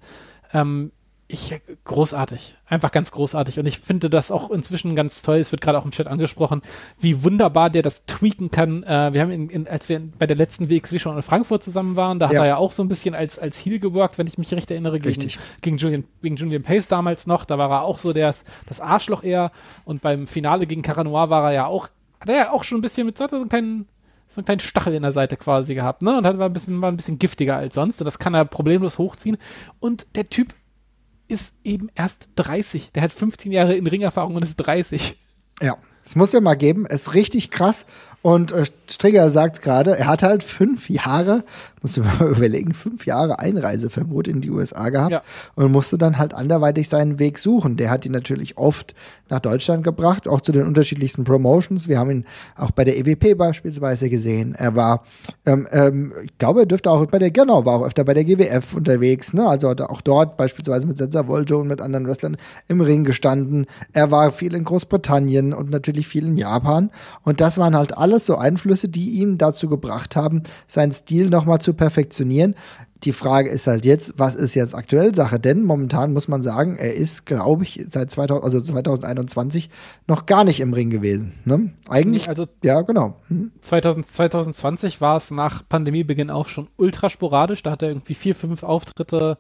großartig. Einfach ganz großartig. Und ich finde das auch inzwischen ganz toll. Es wird gerade auch im Chat angesprochen, wie wunderbar der das tweaken kann. Wir haben als wir bei der letzten WXW schon in Frankfurt zusammen waren, da hat er ja auch so ein bisschen als Heel geworkt, wenn ich mich recht erinnere, gegen Julian Pace damals noch. Da war er auch so das Arschloch eher. Und beim Finale gegen Cara Noir hat er ja auch schon ein bisschen mit so einen kleinen Stachel in der Seite quasi gehabt, ne? Und war ein bisschen giftiger als sonst. Und das kann er problemlos hochziehen. Und der Typ ist eben erst 30. Der hat 15 Jahre in Ringerfahrung und ist 30. Ja, das muss ja mal geben. Ist richtig krass. Und Strigger sagt es gerade, er hat halt 5 Jahre, musst du mal überlegen, 5 Jahre Einreiseverbot in die USA gehabt und musste dann halt anderweitig seinen Weg suchen. Der hat ihn natürlich oft nach Deutschland gebracht, auch zu den unterschiedlichsten Promotions. Wir haben ihn auch bei der EWP beispielsweise gesehen. Er war, ich glaube, er dürfte auch war auch öfter bei der GWF unterwegs, ne? Also hat er auch dort beispielsweise mit Senza Volto und mit anderen Wrestlern im Ring gestanden. Er war viel in Großbritannien und natürlich viel in Japan. Und das waren halt alles so Einflüsse, die ihn dazu gebracht haben, seinen Stil nochmal zu perfektionieren. Die Frage ist halt jetzt, was ist jetzt aktuell Sache? Denn momentan muss man sagen, er ist, glaube ich, seit 2021 noch gar nicht im Ring gewesen. Ne? Eigentlich, also ja, genau. 2020 war es nach Pandemiebeginn auch schon ultra sporadisch. Da hat er irgendwie 4-5 Auftritte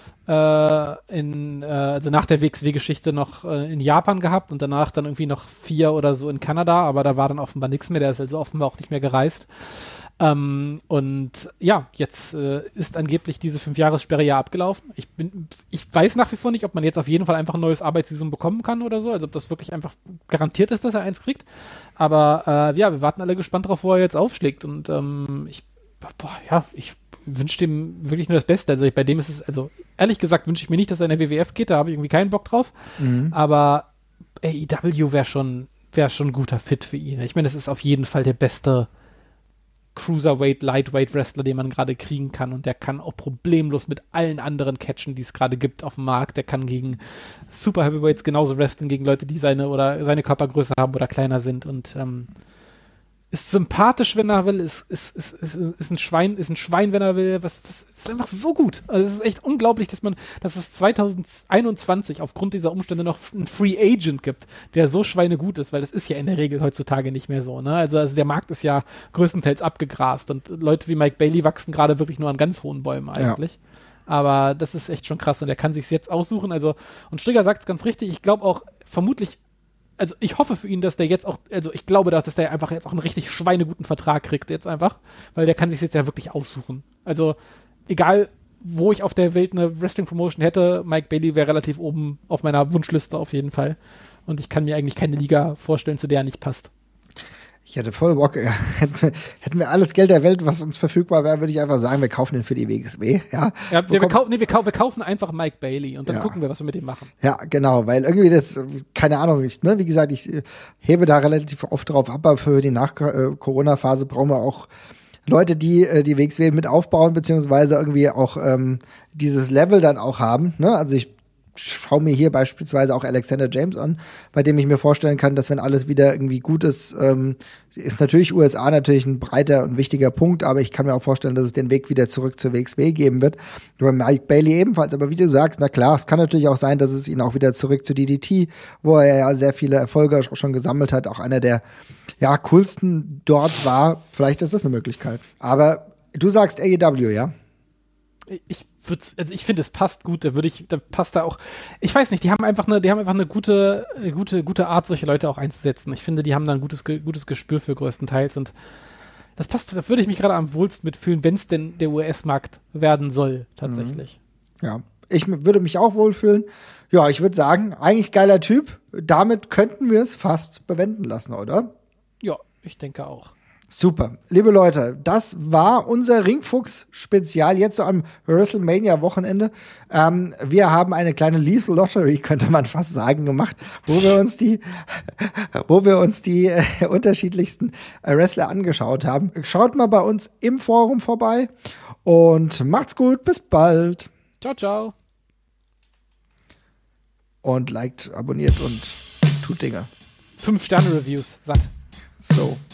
also nach der WXW-Geschichte noch in Japan gehabt und danach dann irgendwie noch 4 oder so in Kanada, aber da war dann offenbar nichts mehr, der ist also offenbar auch nicht mehr gereist. Und ja, jetzt ist angeblich diese 5-Jahres-Sperre ja abgelaufen. Ich weiß nach wie vor nicht, ob man jetzt auf jeden Fall einfach ein neues Arbeitsvisum bekommen kann oder so, also ob das wirklich einfach garantiert ist, dass er eins kriegt. Aber ja, wir warten alle gespannt drauf, wo er jetzt aufschlägt und ich wünsche dem wirklich nur das Beste. Also bei dem ist es, also ehrlich gesagt wünsche ich mir nicht, dass er in der WWF geht, da habe ich irgendwie keinen Bock drauf. Mhm. Aber AEW wäre schon ein guter Fit für ihn. Ich meine, das ist auf jeden Fall der beste Cruiserweight, Lightweight Wrestler, den man gerade kriegen kann und der kann auch problemlos mit allen anderen catchen, die es gerade gibt auf dem Markt. Der kann gegen Super Heavyweights genauso wrestlen, gegen Leute, die seine Körpergröße haben oder kleiner sind und ist sympathisch, wenn er will, ist ein Schwein, wenn er will, was ist einfach so gut. Also es ist echt unglaublich, dass es 2021 aufgrund dieser Umstände noch einen Free Agent gibt, der so schweinegut ist, weil das ist ja in der Regel heutzutage nicht mehr so, ne? Also der Markt ist ja größtenteils abgegrast und Leute wie Mike Bailey wachsen gerade wirklich nur an ganz hohen Bäumen eigentlich. Ja. Aber das ist echt schon krass und er kann sich's jetzt aussuchen, also und Strigger sagt es ganz richtig, ich glaube auch vermutlich, also ich hoffe für ihn, dass der jetzt auch, also ich glaube, dass der einfach jetzt auch einen richtig schweineguten Vertrag kriegt jetzt einfach, weil der kann sich jetzt ja wirklich aussuchen. Also egal, wo ich auf der Welt eine Wrestling-Promotion hätte, Mike Bailey wäre relativ oben auf meiner Wunschliste auf jeden Fall. Und ich kann mir eigentlich keine Liga vorstellen, zu der er nicht passt. Ich hätte voll Bock, ja. Hätten wir alles Geld der Welt, was uns verfügbar wäre, würde ich einfach sagen, wir kaufen den für die WXW. Ja, wir kaufen einfach Mike Bailey und dann gucken wir, was wir mit dem machen. Ja, genau, weil irgendwie das, keine Ahnung, wie gesagt, ich hebe da relativ oft drauf ab, aber für die Nach-Corona-Phase brauchen wir auch Leute, die die WXW mit aufbauen, beziehungsweise irgendwie auch dieses Level dann auch haben. Ne? Also ich schaue mir hier beispielsweise auch Alexander James an, bei dem ich mir vorstellen kann, dass wenn alles wieder irgendwie gut ist, ist natürlich USA natürlich ein breiter und wichtiger Punkt, aber ich kann mir auch vorstellen, dass es den Weg wieder zurück zur WXW geben wird. Über Mike Bailey ebenfalls, aber wie du sagst, na klar, es kann natürlich auch sein, dass es ihn auch wieder zurück zu DDT, wo er ja sehr viele Erfolge schon gesammelt hat, auch einer der coolsten dort war. Vielleicht ist das eine Möglichkeit. Aber du sagst AEW, ja? Ich finde, es passt gut, da passt da auch, ich weiß nicht, die haben einfach eine gute Art, solche Leute auch einzusetzen. Ich finde, die haben da ein gutes Gespür für größtenteils und das passt, da würde ich mich gerade am wohlsten mitfühlen, wenn es denn der US-Markt werden soll, tatsächlich. Ja, ich würde mich auch wohlfühlen. Ja, ich würde sagen, eigentlich geiler Typ. Damit könnten wir es fast bewenden lassen, oder? Ja, ich denke auch. Super. Liebe Leute, das war unser Ringfuchs-Spezial jetzt so am WrestleMania-Wochenende. Wir haben eine kleine Lethal Lottery, könnte man fast sagen, gemacht, wo wir uns die unterschiedlichsten Wrestler angeschaut haben. Schaut mal bei uns im Forum vorbei und macht's gut. Bis bald. Ciao, ciao. Und liked, abonniert und tut Dinge. 5-Sterne-Reviews, satt. So.